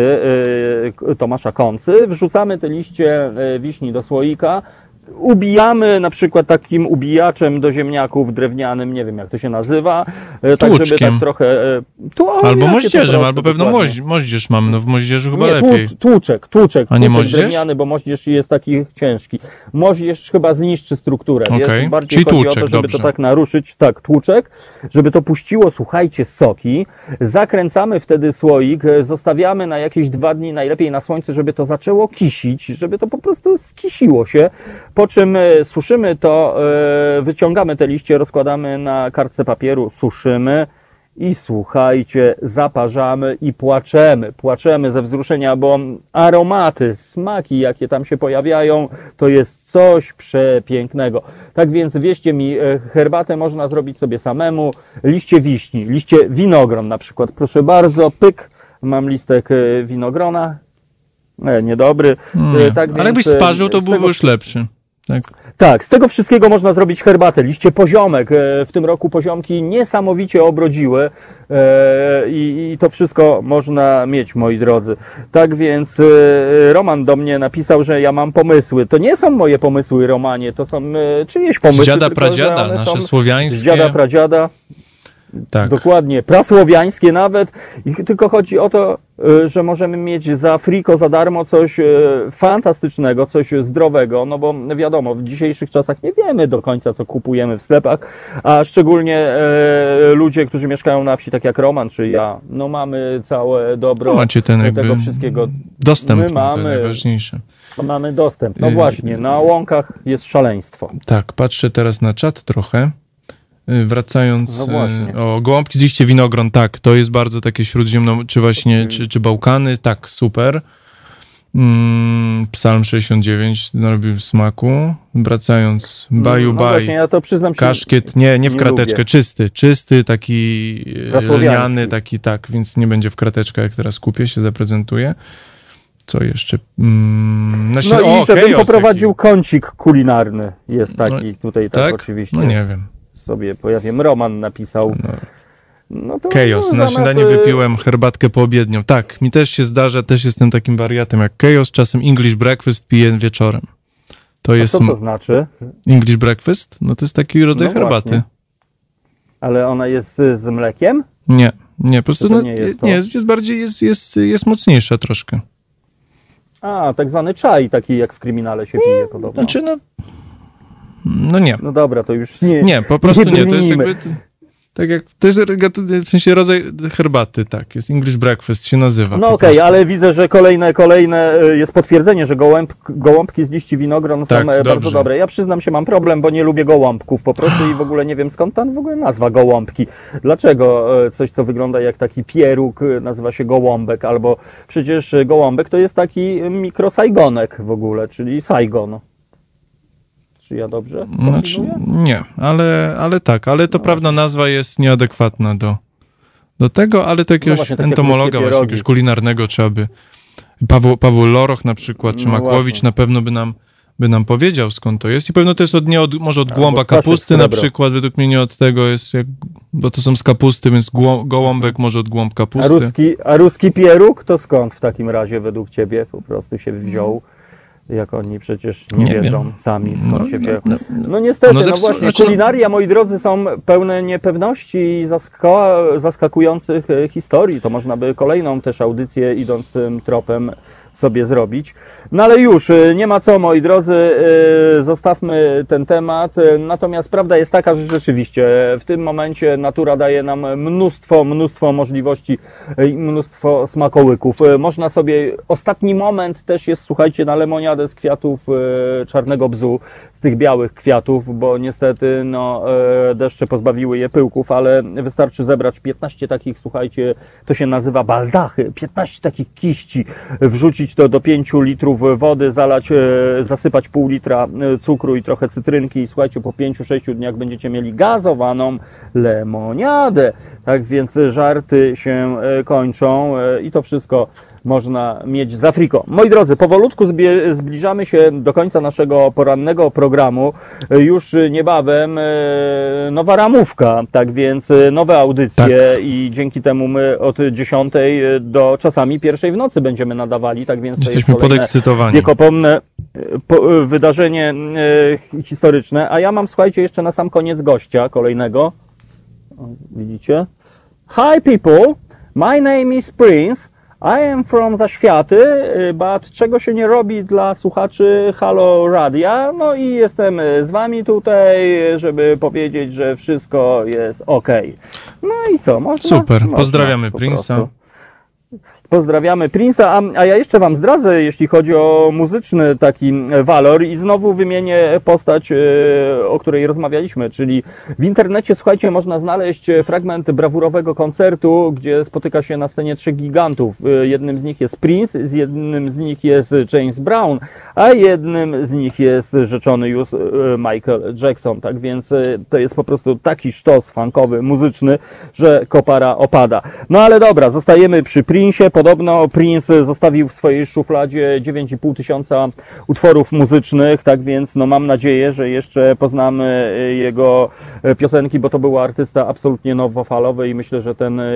[SPEAKER 2] y, Tomasza Kący, wrzucamy te liście y, wiśni do słoika, ubijamy na przykład takim ubijaczem do ziemniaków drewnianym, nie wiem jak to się nazywa, e, tak żeby
[SPEAKER 5] Tłuczkiem.
[SPEAKER 2] tak trochę... e, Tu, o,
[SPEAKER 5] Albo
[SPEAKER 2] jakie to
[SPEAKER 5] moździerzem,
[SPEAKER 2] proste,
[SPEAKER 5] albo pewno
[SPEAKER 2] dokładnie.
[SPEAKER 5] moź, moździerz mamy, no w moździerzu chyba
[SPEAKER 2] Nie,
[SPEAKER 5] lepiej.
[SPEAKER 2] tłucz, tłuczek, tłuczek,
[SPEAKER 5] A nie
[SPEAKER 2] tłuczek
[SPEAKER 5] moździerz?
[SPEAKER 2] drewniany, bo moździerz jest taki ciężki. Moździerz chyba zniszczy strukturę,
[SPEAKER 5] Okej,
[SPEAKER 2] wiesz? Bardziej
[SPEAKER 5] czyli
[SPEAKER 2] chodzi
[SPEAKER 5] tłuczek,
[SPEAKER 2] o to, żeby
[SPEAKER 5] dobrze.
[SPEAKER 2] to tak naruszyć, tak, tłuczek, żeby to puściło, słuchajcie, soki, zakręcamy wtedy słoik, e, zostawiamy na jakieś dwa dni, najlepiej na słońcu, żeby to zaczęło kisić, żeby to po prostu skisiło się, po czym e, suszymy to, e, wyciągamy te liście, rozkładamy na kartce papieru, suszymy i słuchajcie, zaparzamy i płaczemy. Płaczemy ze wzruszenia, bo aromaty, smaki, jakie tam się pojawiają, to jest coś przepięknego. Tak więc wierzcie mi, e, herbatę można zrobić sobie samemu. Liście wiśni, liście winogron na przykład. Proszę bardzo, pyk, mam listek e, winogrona. E, niedobry.
[SPEAKER 5] Nie.
[SPEAKER 2] E, tak
[SPEAKER 5] Ale jakbyś
[SPEAKER 2] więc, e,
[SPEAKER 5] sparzył, to
[SPEAKER 2] z
[SPEAKER 5] byłby
[SPEAKER 2] tego-
[SPEAKER 5] już lepszy. Tak.
[SPEAKER 2] Tak, z tego wszystkiego można zrobić herbatę. Liście poziomek. E, W tym roku poziomki niesamowicie obrodziły e, i, i to wszystko można mieć, moi drodzy. Tak więc e, Roman do mnie napisał, że ja mam pomysły. To nie są moje pomysły, Romanie, to są e, czyjeś pomysły.
[SPEAKER 5] Z dziada
[SPEAKER 2] tylko że
[SPEAKER 5] pradziada,
[SPEAKER 2] one
[SPEAKER 5] nasze
[SPEAKER 2] są
[SPEAKER 5] słowiańskie.
[SPEAKER 2] Z dziada pradziada.
[SPEAKER 5] Tak.
[SPEAKER 2] Dokładnie, prasłowiańskie nawet. I tylko chodzi o to, y, że możemy mieć za friko, za darmo coś y, fantastycznego, coś zdrowego, no bo wiadomo, w dzisiejszych czasach nie wiemy do końca, co kupujemy w sklepach, a szczególnie e, ludzie, którzy mieszkają na wsi, tak jak Roman czy ja, no mamy całe dobro
[SPEAKER 5] No macie ten jakby
[SPEAKER 2] tego wszystkiego.
[SPEAKER 5] dostęp,
[SPEAKER 2] My
[SPEAKER 5] to
[SPEAKER 2] mamy-
[SPEAKER 5] najważniejsze.
[SPEAKER 2] Mamy dostęp. No
[SPEAKER 5] Y,
[SPEAKER 2] właśnie, na łąkach jest szaleństwo.
[SPEAKER 5] Tak, patrzę teraz na czat trochę. Y, Wracając,
[SPEAKER 2] No właśnie.
[SPEAKER 5] y, o gołąbki z liście winogron, tak, to jest bardzo takie śródziemno, czy właśnie, czy, czy Bałkany, tak, super. Mm, Psalm sześćdziesiąt dziewięć narobił smaku. Wracając, baju,
[SPEAKER 2] no
[SPEAKER 5] baj,
[SPEAKER 2] właśnie, ja to przyznam się.
[SPEAKER 5] kaszkiet, nie, nie w
[SPEAKER 2] nie
[SPEAKER 5] krateczkę,
[SPEAKER 2] lubię.
[SPEAKER 5] czysty, czysty, taki y,
[SPEAKER 2] Prasłowiański.
[SPEAKER 5] lniany, taki, tak, więc nie będzie w krateczkę, jak teraz kupię, się zaprezentuje. Co jeszcze? Mm, na
[SPEAKER 2] No
[SPEAKER 5] śle-
[SPEAKER 2] i
[SPEAKER 5] o,
[SPEAKER 2] żebym
[SPEAKER 5] chaos
[SPEAKER 2] poprowadził
[SPEAKER 5] jaki.
[SPEAKER 2] kącik kulinarny. Jest taki
[SPEAKER 5] No,
[SPEAKER 2] tutaj, tak,
[SPEAKER 5] Tak?
[SPEAKER 2] oczywiście.
[SPEAKER 5] No nie wiem.
[SPEAKER 2] Sobie powiem, Roman napisał.
[SPEAKER 5] No.
[SPEAKER 2] No to
[SPEAKER 5] Chaos.
[SPEAKER 2] no,
[SPEAKER 5] Na
[SPEAKER 2] zamiast,
[SPEAKER 5] śniadanie
[SPEAKER 2] y,
[SPEAKER 5] wypiłem herbatkę poobiednią. Tak, mi też się zdarza, też jestem takim wariatem jak Chaos. Czasem English breakfast piję wieczorem. To
[SPEAKER 2] A
[SPEAKER 5] jest
[SPEAKER 2] co to znaczy?
[SPEAKER 5] English breakfast? No to jest taki rodzaj
[SPEAKER 2] No
[SPEAKER 5] herbaty.
[SPEAKER 2] właśnie. Ale ona jest y, z mlekiem?
[SPEAKER 5] Nie, nie, po prostu
[SPEAKER 2] to
[SPEAKER 5] no,
[SPEAKER 2] nie
[SPEAKER 5] nie,
[SPEAKER 2] jest to?
[SPEAKER 5] jest, jest bardziej, jest, jest, jest mocniejsza troszkę.
[SPEAKER 2] A, tak zwany czaj, taki jak w kryminale się pije podobno.
[SPEAKER 5] Znaczy, no, no nie.
[SPEAKER 2] No dobra, to już nie.
[SPEAKER 5] Nie, po prostu nie. To jest
[SPEAKER 2] brnijmy.
[SPEAKER 5] jakby... Tak jak, to jest gatunek, w sensie rodzaj herbaty, tak, jest English breakfast się nazywa.
[SPEAKER 2] No
[SPEAKER 5] po
[SPEAKER 2] okej,
[SPEAKER 5] prostu.
[SPEAKER 2] ale widzę, że kolejne, kolejne y, jest potwierdzenie, że gołęb, gołąbki z liści winogron są
[SPEAKER 5] Tak,
[SPEAKER 2] e, bardzo
[SPEAKER 5] dobrze.
[SPEAKER 2] dobre. Ja przyznam się, mam problem, bo nie lubię gołąbków po prostu i w ogóle nie wiem skąd ta w ogóle nazwa gołąbki. Dlaczego e, coś, co wygląda jak taki pieróg, e, nazywa się gołąbek, albo przecież e, gołąbek to jest taki mikrosajgonek w ogóle, czyli Saigon. Czy ja dobrze
[SPEAKER 5] Znaczy,
[SPEAKER 2] kombinuję?
[SPEAKER 5] nie, ale, ale tak, ale to prawda nazwa jest nieadekwatna do, do tego, ale to jakiegoś
[SPEAKER 2] właśnie, takie
[SPEAKER 5] entomologa,
[SPEAKER 2] polskie
[SPEAKER 5] właśnie
[SPEAKER 2] pierogi.
[SPEAKER 5] jakiegoś kulinarnego trzeba by, Paweł, Paweł Loroch na przykład, czy
[SPEAKER 2] No
[SPEAKER 5] Makłowicz
[SPEAKER 2] właśnie.
[SPEAKER 5] na pewno by nam, by nam powiedział skąd to jest i pewno to jest od, nie od, może od
[SPEAKER 2] Albo
[SPEAKER 5] głąba
[SPEAKER 2] Staszek
[SPEAKER 5] kapusty na
[SPEAKER 2] Srebro.
[SPEAKER 5] przykład, według mnie nie od tego jest, jak, bo to są z kapusty, więc głą, gołąbek może od głąb
[SPEAKER 2] A
[SPEAKER 5] kapusty.
[SPEAKER 2] ruski, a ruski pieróg to skąd w takim razie według ciebie po prostu się wziął? Jak oni przecież nie,
[SPEAKER 5] Nie
[SPEAKER 2] wiedzą
[SPEAKER 5] wiem.
[SPEAKER 2] sami skąd
[SPEAKER 5] No,
[SPEAKER 2] się
[SPEAKER 5] no,
[SPEAKER 2] wziął.
[SPEAKER 5] no,
[SPEAKER 2] No niestety,
[SPEAKER 5] No
[SPEAKER 2] no,
[SPEAKER 5] zepsu-
[SPEAKER 2] właśnie,
[SPEAKER 5] znaczy, no-
[SPEAKER 2] kulinaria, moi drodzy, są pełne niepewności i zaska- zaskakujących e, historii. To można by kolejną też audycję idąc tym tropem sobie zrobić. No ale już, e, nie ma co, moi drodzy, e, zostawmy ten temat. E, Natomiast prawda jest taka, że rzeczywiście w tym momencie natura daje nam mnóstwo, mnóstwo możliwości e, i mnóstwo smakołyków. E, Można sobie, ostatni moment też jest, słuchajcie, na lemoniadę z kwiatów e, czarnego bzu, z tych białych kwiatów, bo niestety no, e, deszcze pozbawiły je pyłków, ale wystarczy zebrać piętnaście takich, słuchajcie, to się nazywa baldachy, piętnaście takich kiści, wrzucić to do pięciu litrów wody, zalać, e, zasypać pół litra e, cukru i trochę cytrynki i słuchajcie, po pięciu sześciu dniach będziecie mieli gazowaną lemoniadę. Tak więc żarty się e, kończą e, i to wszystko można mieć z Afriką. Moi drodzy, powolutku zbie- zbliżamy się do końca naszego porannego programu. E, Już niebawem e, nowa ramówka, tak więc e, nowe audycje i dzięki temu my od dziesiątej do czasami pierwszej w nocy będziemy nadawali, tak więc to jest
[SPEAKER 5] Jesteśmy
[SPEAKER 2] kolejne
[SPEAKER 5] podekscytowani.
[SPEAKER 2] wiekopomne e, po, e, wydarzenie e, historyczne. A ja mam, słuchajcie, jeszcze na sam koniec gościa kolejnego. O, widzicie? Hi people, my name is Prince. I am from Zaświaty, y, but czego się nie robi dla słuchaczy Halo Radia. No i jestem z wami tutaj, żeby powiedzieć, że wszystko jest ok. No i co? Można,
[SPEAKER 5] Super,
[SPEAKER 2] można
[SPEAKER 5] pozdrawiamy
[SPEAKER 2] po
[SPEAKER 5] Prince'a.
[SPEAKER 2] prostu. Pozdrawiamy Prince'a, a, a ja jeszcze wam zdradzę, jeśli chodzi o muzyczny taki walor i znowu wymienię postać, e, o której rozmawialiśmy, czyli w internecie, słuchajcie, można znaleźć fragment brawurowego koncertu, gdzie spotyka się na scenie trzech gigantów. E, Jednym z nich jest Prince, z jednym z nich jest James Brown, a jednym z nich jest rzeczony już e, Michael Jackson. Tak więc e, to jest po prostu taki sztos funkowy, muzyczny, że kopara opada. No ale dobra, zostajemy przy Prince'ie. Podobno Prince zostawił w swojej szufladzie dziewięć i pół tysiąca utworów muzycznych, tak więc no mam nadzieję, że jeszcze poznamy jego piosenki, bo to był artysta absolutnie nowofalowy i myślę, że ten e,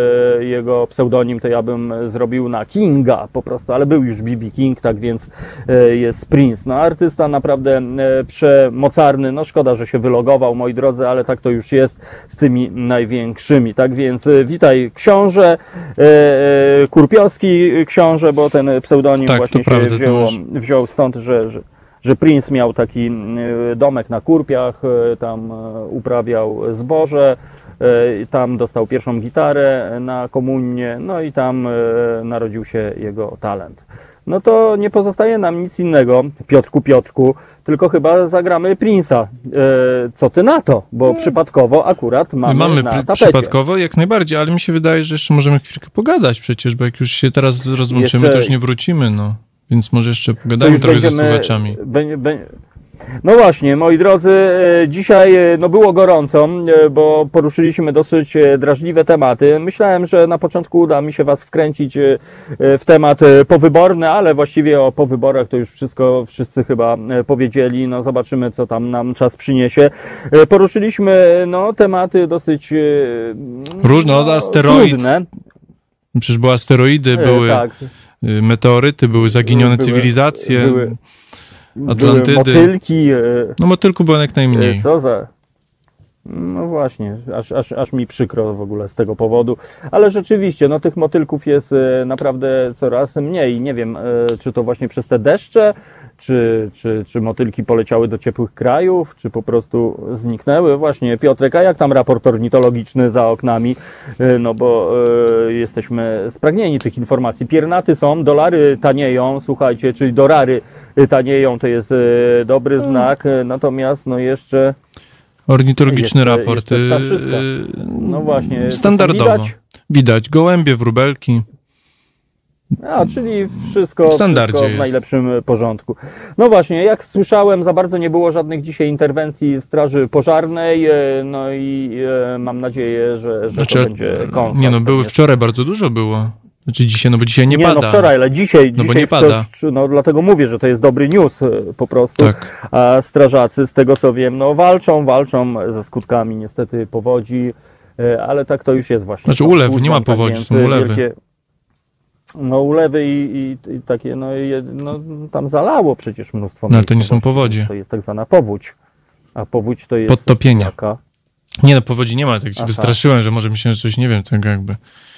[SPEAKER 2] jego pseudonim to ja bym zrobił na Kinga po prostu, ale był już B B King, tak więc e, jest Prince. No artysta naprawdę e, przemocarny, no szkoda, że się wylogował, moi drodzy, ale tak to już jest z tymi największymi, tak więc e, witaj książę, e, e, Kurpiowski książę, bo ten pseudonim
[SPEAKER 5] Tak,
[SPEAKER 2] właśnie
[SPEAKER 5] to
[SPEAKER 2] się
[SPEAKER 5] prawda, to
[SPEAKER 2] wzięło,
[SPEAKER 5] masz.
[SPEAKER 2] wziął stąd, że, że, że Prince miał taki e, domek na Kurpiach, e, tam e, uprawiał zboże, e, tam dostał pierwszą gitarę na komunię, no i tam e, narodził się jego talent. No to nie pozostaje nam nic innego, Piotrku, Piotrku, tylko chyba zagramy Prince'a. E, co ty na to? Bo przypadkowo akurat mamy,
[SPEAKER 5] Mamy
[SPEAKER 2] na
[SPEAKER 5] pr-
[SPEAKER 2] tapecie.
[SPEAKER 5] przypadkowo, jak najbardziej, ale mi się wydaje, że jeszcze możemy chwilkę pogadać przecież, bo jak już się teraz rozłączymy,
[SPEAKER 2] Jeszcze-
[SPEAKER 5] to już nie wrócimy, no. Więc może jeszcze
[SPEAKER 2] To
[SPEAKER 5] pogadamy
[SPEAKER 2] już
[SPEAKER 5] trochę ze
[SPEAKER 2] będziemy-
[SPEAKER 5] słuchaczami.
[SPEAKER 2] Bę, bę, no właśnie, moi drodzy, e, dzisiaj e, no było gorąco, e, bo poruszyliśmy dosyć e, drażliwe tematy. Myślałem, że na początku uda mi się was wkręcić e, e, w temat e, powyborny, ale właściwie o powyborach to już wszystko wszyscy chyba e, powiedzieli. No zobaczymy, co tam nam czas przyniesie. E, Poruszyliśmy no tematy dosyć e,
[SPEAKER 5] Różne,
[SPEAKER 2] no,
[SPEAKER 5] od asteroid,
[SPEAKER 2] trudne.
[SPEAKER 5] Przecież były asteroidy,
[SPEAKER 2] E,
[SPEAKER 5] były
[SPEAKER 2] tak.
[SPEAKER 5] y, meteoryty, były zaginione
[SPEAKER 2] Były-
[SPEAKER 5] cywilizacje.
[SPEAKER 2] były-
[SPEAKER 5] Atlantydy.
[SPEAKER 2] Były motylki. e,
[SPEAKER 5] No motylku było jak najmniej.
[SPEAKER 2] Co za... No właśnie, aż, aż, aż mi przykro w ogóle z tego powodu, ale rzeczywiście, no tych motylków jest e, naprawdę coraz mniej. Nie wiem, e, czy to właśnie przez te deszcze, czy, czy, czy motylki poleciały do ciepłych krajów, czy po prostu zniknęły. Właśnie, Piotrek, a jak tam raport ornitologiczny za oknami? No bo y, jesteśmy spragnieni tych informacji. Piernaty są, dolary tanieją, słuchajcie, czyli dolary tanieją, to jest y, dobry znak, natomiast no jeszcze...
[SPEAKER 5] Ornitologiczny
[SPEAKER 2] jeszcze,
[SPEAKER 5] raport.
[SPEAKER 2] Jeszcze ptaszyska. No właśnie.
[SPEAKER 5] Standardowo.
[SPEAKER 2] Widać?
[SPEAKER 5] Widać gołębie, wróbelki.
[SPEAKER 2] A, czyli wszystko,
[SPEAKER 5] W standardzie
[SPEAKER 2] wszystko w
[SPEAKER 5] jest.
[SPEAKER 2] najlepszym porządku. No właśnie, jak słyszałem, za bardzo nie było żadnych dzisiaj interwencji Straży Pożarnej, e, no i e, mam nadzieję, że, że
[SPEAKER 5] Znaczy,
[SPEAKER 2] to będzie konstant.
[SPEAKER 5] nie no, były wczoraj, bardzo dużo było. Znaczy dzisiaj, no bo dzisiaj nie,
[SPEAKER 2] Nie,
[SPEAKER 5] pada.
[SPEAKER 2] no wczoraj, ale dzisiaj,
[SPEAKER 5] No bo
[SPEAKER 2] dzisiaj
[SPEAKER 5] nie pada.
[SPEAKER 2] wciąż, no dlatego mówię, że to jest dobry news e, po prostu.
[SPEAKER 5] Tak.
[SPEAKER 2] A strażacy, z tego co wiem, no walczą, walczą ze skutkami niestety powodzi, e, ale tak to już jest właśnie.
[SPEAKER 5] Znaczy
[SPEAKER 2] tą
[SPEAKER 5] ulew,
[SPEAKER 2] służbą,
[SPEAKER 5] nie ma
[SPEAKER 2] tak
[SPEAKER 5] powodzi,
[SPEAKER 2] więc
[SPEAKER 5] są ulewy.
[SPEAKER 2] wielkie- No ulewy i, i, i takie, no, i, no tam zalało przecież mnóstwo
[SPEAKER 5] No ale to nie
[SPEAKER 2] miejsc,
[SPEAKER 5] są
[SPEAKER 2] bo
[SPEAKER 5] powodzie.
[SPEAKER 2] To jest tak zwana powódź, a powódź to jest...
[SPEAKER 5] Podtopienia.
[SPEAKER 2] jaka?
[SPEAKER 5] Nie no, powodzi nie ma, tak się
[SPEAKER 2] Aha.
[SPEAKER 5] wystraszyłem, że może myślałem, że coś, nie wiem, tego jakby...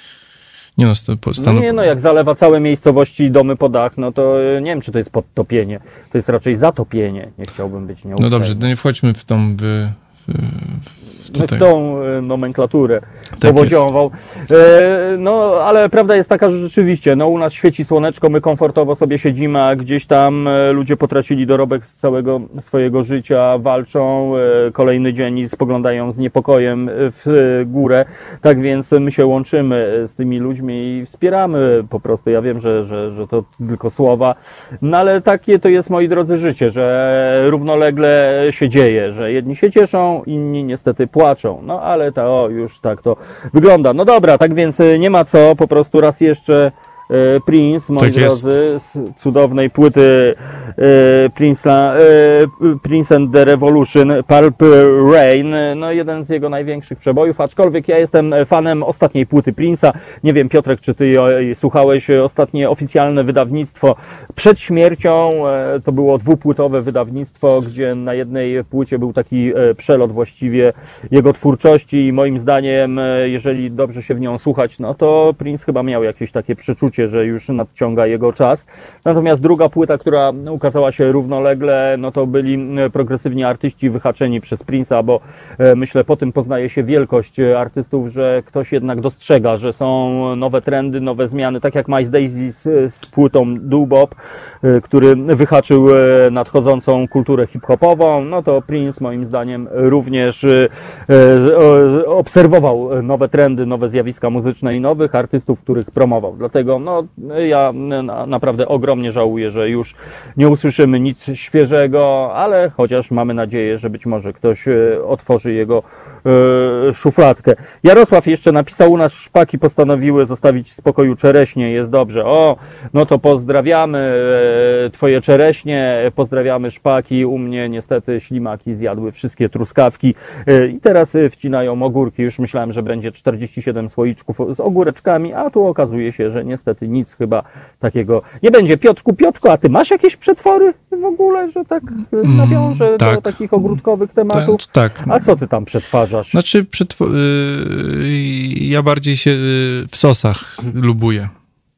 [SPEAKER 5] Nie no, sta- po-
[SPEAKER 2] No
[SPEAKER 5] stanu...
[SPEAKER 2] nie, no jak zalewa całe miejscowości i domy po dach, no to e, nie wiem, czy to jest podtopienie, to jest raczej zatopienie, nie chciałbym być
[SPEAKER 5] No
[SPEAKER 2] nieuprzejmy.
[SPEAKER 5] dobrze, to nie wchodźmy w tą... W, w, w
[SPEAKER 2] w
[SPEAKER 5] tutaj.
[SPEAKER 2] tą e, nomenklaturę
[SPEAKER 5] Tak
[SPEAKER 2] powodziową. E, no, ale prawda jest taka, że rzeczywiście, no u nas świeci słoneczko, my komfortowo sobie siedzimy, a gdzieś tam e, ludzie potracili dorobek z całego swojego życia, walczą, e, kolejny dzień i spoglądają z niepokojem w e, górę. Tak więc my się łączymy z tymi ludźmi i wspieramy po prostu. Ja wiem, że, że, że to tylko słowa, no ale takie to jest, moi drodzy, życie, że równolegle się dzieje, że jedni się cieszą, inni niestety płaczą. No ale to o, już tak to wygląda. No dobra, tak więc y, nie ma co, po prostu raz jeszcze y, Prince, moi
[SPEAKER 5] Tak jest.
[SPEAKER 2] drodzy, z cudownej płyty y, Prince'a, y, Prince and the Revolution, Purple Rain, no jeden z jego największych przebojów, aczkolwiek ja jestem fanem ostatniej płyty Prince'a. Nie wiem, Piotrek, czy ty o, słuchałeś ostatnie oficjalne wydawnictwo przed śmiercią, e, to było dwupłytowe wydawnictwo, gdzie na jednej płycie był taki e, przelot właściwie jego twórczości i moim zdaniem, e, jeżeli dobrze się w nią słuchać, no to Prince chyba miał jakieś takie przeczucie, że już nadciąga jego czas. Natomiast druga płyta, która ukazała się równolegle, no to byli e, progresywni artyści wyhaczeni przez Prince'a, bo e, myślę, po tym poznaje się wielkość e, artystów, że ktoś jednak dostrzega, że są nowe trendy, nowe zmiany, tak jak Miles Davis z, z płytą Doo Bop, e, który wyhaczył e, nadchodzącą kulturę hip-hopową, no to Prince moim zdaniem również e, e, obserwował nowe trendy, nowe zjawiska muzyczne i nowych artystów, których promował. Dlatego no, ja na, naprawdę ogromnie żałuję, że już nie usłyszymy nic świeżego, ale chociaż mamy nadzieję, że być może ktoś e, otworzy jego e, szufladkę. Jarosław jeszcze napisał, u nas szpaki postanowiły zostawić w spokoju czereśnie, jest dobrze. O, no to pozdrawiamy e, twoje czereśnie, pozdrawiamy szpaki, u mnie niestety ślimaki zjadły wszystkie truskawki e, i teraz e, wcinają ogórki. Już myślałem, że będzie czterdzieści siedem słoiczków z ogóreczkami, a tu okazuje się, że niestety nic chyba takiego nie będzie. Piotrku, Piotrku, a ty masz jakieś przetwory w ogóle, że tak e, nawiążę
[SPEAKER 5] Mm,
[SPEAKER 2] do
[SPEAKER 5] tak.
[SPEAKER 2] takich ogródkowych tematów?
[SPEAKER 5] Tak, tak.
[SPEAKER 2] A co ty tam przetwarzasz?
[SPEAKER 5] Znaczy, przetwo- y, ja bardziej się y, w sosach lubuję.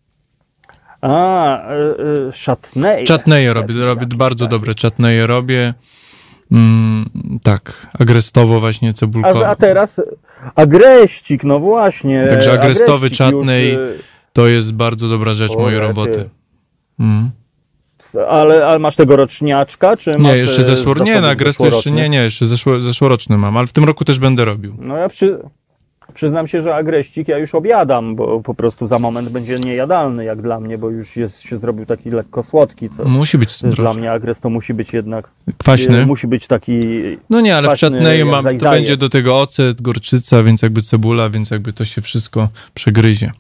[SPEAKER 2] A, y, y, szatnej.
[SPEAKER 5] Czatneje robię, robię bardzo dobre czatneje robię. Mm, tak, agrestowo właśnie cebulkowo.
[SPEAKER 2] A, a teraz agreścik, no właśnie.
[SPEAKER 5] Także agrestowy
[SPEAKER 2] agreścik
[SPEAKER 5] czatnej
[SPEAKER 2] już, y,
[SPEAKER 5] To jest bardzo dobra rzecz
[SPEAKER 2] O,
[SPEAKER 5] mojej
[SPEAKER 2] rety.
[SPEAKER 5] roboty. Mm.
[SPEAKER 2] Ale, ale masz tego roczniaczka, czy masz...
[SPEAKER 5] Nie, jeszcze
[SPEAKER 2] y,
[SPEAKER 5] zeszło... Nie,
[SPEAKER 2] zasoby
[SPEAKER 5] na agresto jeszcze
[SPEAKER 2] zeszłoroczne?
[SPEAKER 5] nie, nie, jeszcze zeszło, zeszłoroczny mam, ale w tym roku też będę robił.
[SPEAKER 2] No ja przy... przyznam się, że agreścik ja już objadam, bo po prostu za moment będzie niejadalny jak dla mnie, bo już jest, się zrobił taki lekko słodki, co
[SPEAKER 5] Musi być
[SPEAKER 2] dla
[SPEAKER 5] trochę
[SPEAKER 2] mnie agres to musi być jednak...
[SPEAKER 5] kwaśny.
[SPEAKER 2] y, Musi być taki...
[SPEAKER 5] No nie, ale w
[SPEAKER 2] kwaśny
[SPEAKER 5] czatneju
[SPEAKER 2] jak
[SPEAKER 5] mam, to
[SPEAKER 2] zajzaje.
[SPEAKER 5] będzie do tego ocet, gorczyca, więc jakby cebula, więc jakby to się wszystko przegryzie.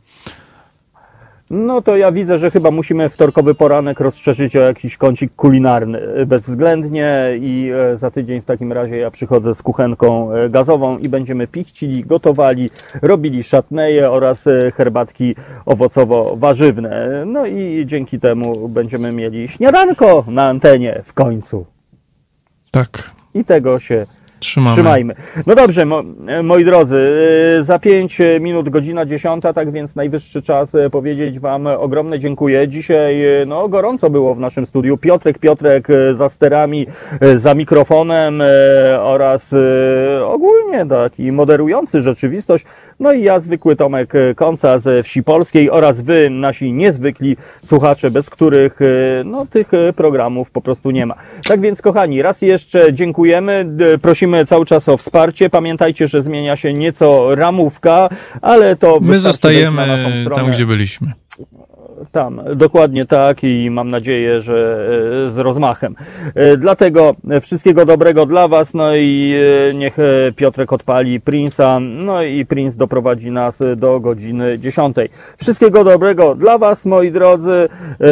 [SPEAKER 2] No to ja widzę, że chyba musimy wtorkowy poranek rozszerzyć o jakiś kącik kulinarny bezwzględnie i e, za tydzień w takim razie ja przychodzę z kuchenką e, gazową i będziemy pichcili, gotowali, robili szatneje oraz e, herbatki owocowo-warzywne. No i dzięki temu będziemy mieli śniadanko na antenie w końcu.
[SPEAKER 5] Tak.
[SPEAKER 2] I tego się
[SPEAKER 5] Trzymamy.
[SPEAKER 2] Trzymajmy. No dobrze, mo, moi drodzy, y, za pięć minut godzina dziesiąta, tak więc najwyższy czas y, powiedzieć Wam ogromne dziękuję. Dzisiaj y, no, gorąco było w naszym studiu. Piotrek, Piotrek y, za sterami, y, za mikrofonem y, oraz y, ogólnie taki moderujący rzeczywistość. No i ja, zwykły Tomek Konca ze Wsi Polskiej oraz Wy, nasi niezwykli słuchacze, bez których y, no, tych y, programów po prostu nie ma. Tak więc, kochani, raz jeszcze dziękujemy. Y, prosimy cały czas o wsparcie. Pamiętajcie, że zmienia się nieco ramówka, ale to
[SPEAKER 5] My zostajemy tam, gdzie byliśmy.
[SPEAKER 2] Tam, dokładnie tak i mam nadzieję, że z rozmachem. Dlatego wszystkiego dobrego dla Was, no i niech Piotrek odpali Prince'a, no i Prince doprowadzi nas do godziny dziesiątej. Wszystkiego dobrego dla Was, moi drodzy,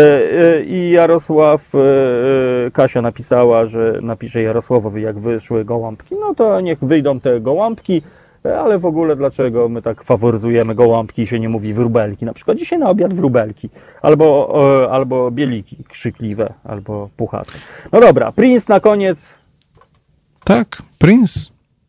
[SPEAKER 2] i Jarosław, Kasia napisała, że napisze Jarosławowi, jak wyszły gołąbki, no to niech wyjdą te gołąbki. Ale w ogóle dlaczego my tak faworyzujemy gołąbki i się nie mówi wróbelki? Na przykład dzisiaj na obiad wróbelki, albo, e, albo bieliki krzykliwe, albo puchacze. No dobra, Prince na koniec.
[SPEAKER 5] Tak, Prince.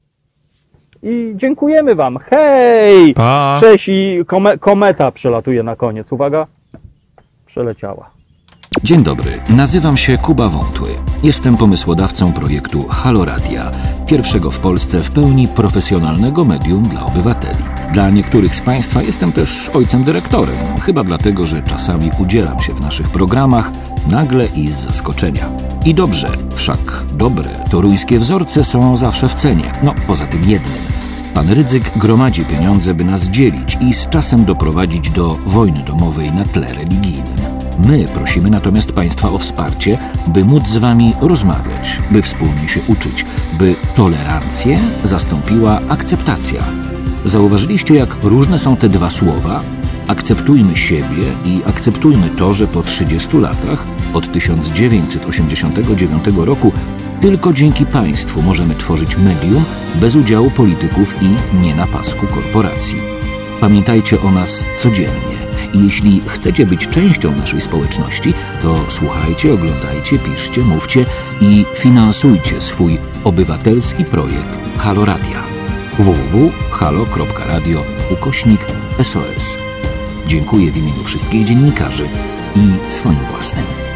[SPEAKER 2] I dziękujemy Wam. Hej!
[SPEAKER 5] Pa!
[SPEAKER 2] Cześć i kome, kometa przelatuje na koniec. Uwaga, przeleciała.
[SPEAKER 3] Dzień dobry, nazywam się Kuba Wątły. Jestem pomysłodawcą projektu Halo Radia, pierwszego w Polsce w pełni profesjonalnego medium dla obywateli. Dla niektórych z Państwa jestem też ojcem dyrektorem, chyba dlatego, że czasami udzielam się w naszych programach nagle i z zaskoczenia. I dobrze, wszak dobre toruńskie wzorce są zawsze w cenie, no poza tym jednym. Pan Rydzyk gromadzi pieniądze, by nas dzielić i z czasem doprowadzić do wojny domowej na tle religijnym. My prosimy natomiast Państwa o wsparcie, by móc z Wami rozmawiać, by wspólnie się uczyć, by tolerancję zastąpiła akceptacja. Zauważyliście, jak różne są te dwa słowa? Akceptujmy siebie i akceptujmy to, że po trzydziestu latach, od tysiąc dziewięćset osiemdziesiątego dziewiątego roku, tylko dzięki państwu możemy tworzyć medium bez udziału polityków i nie na pasku korporacji. Pamiętajcie o nas codziennie. I jeśli chcecie być częścią naszej społeczności, to słuchajcie, oglądajcie, piszcie, mówcie i finansujcie swój obywatelski projekt Halo Radia. w w w kropka halo kropka radio ukośnik S O S. Dziękuję w imieniu wszystkich dziennikarzy i swoim własnym.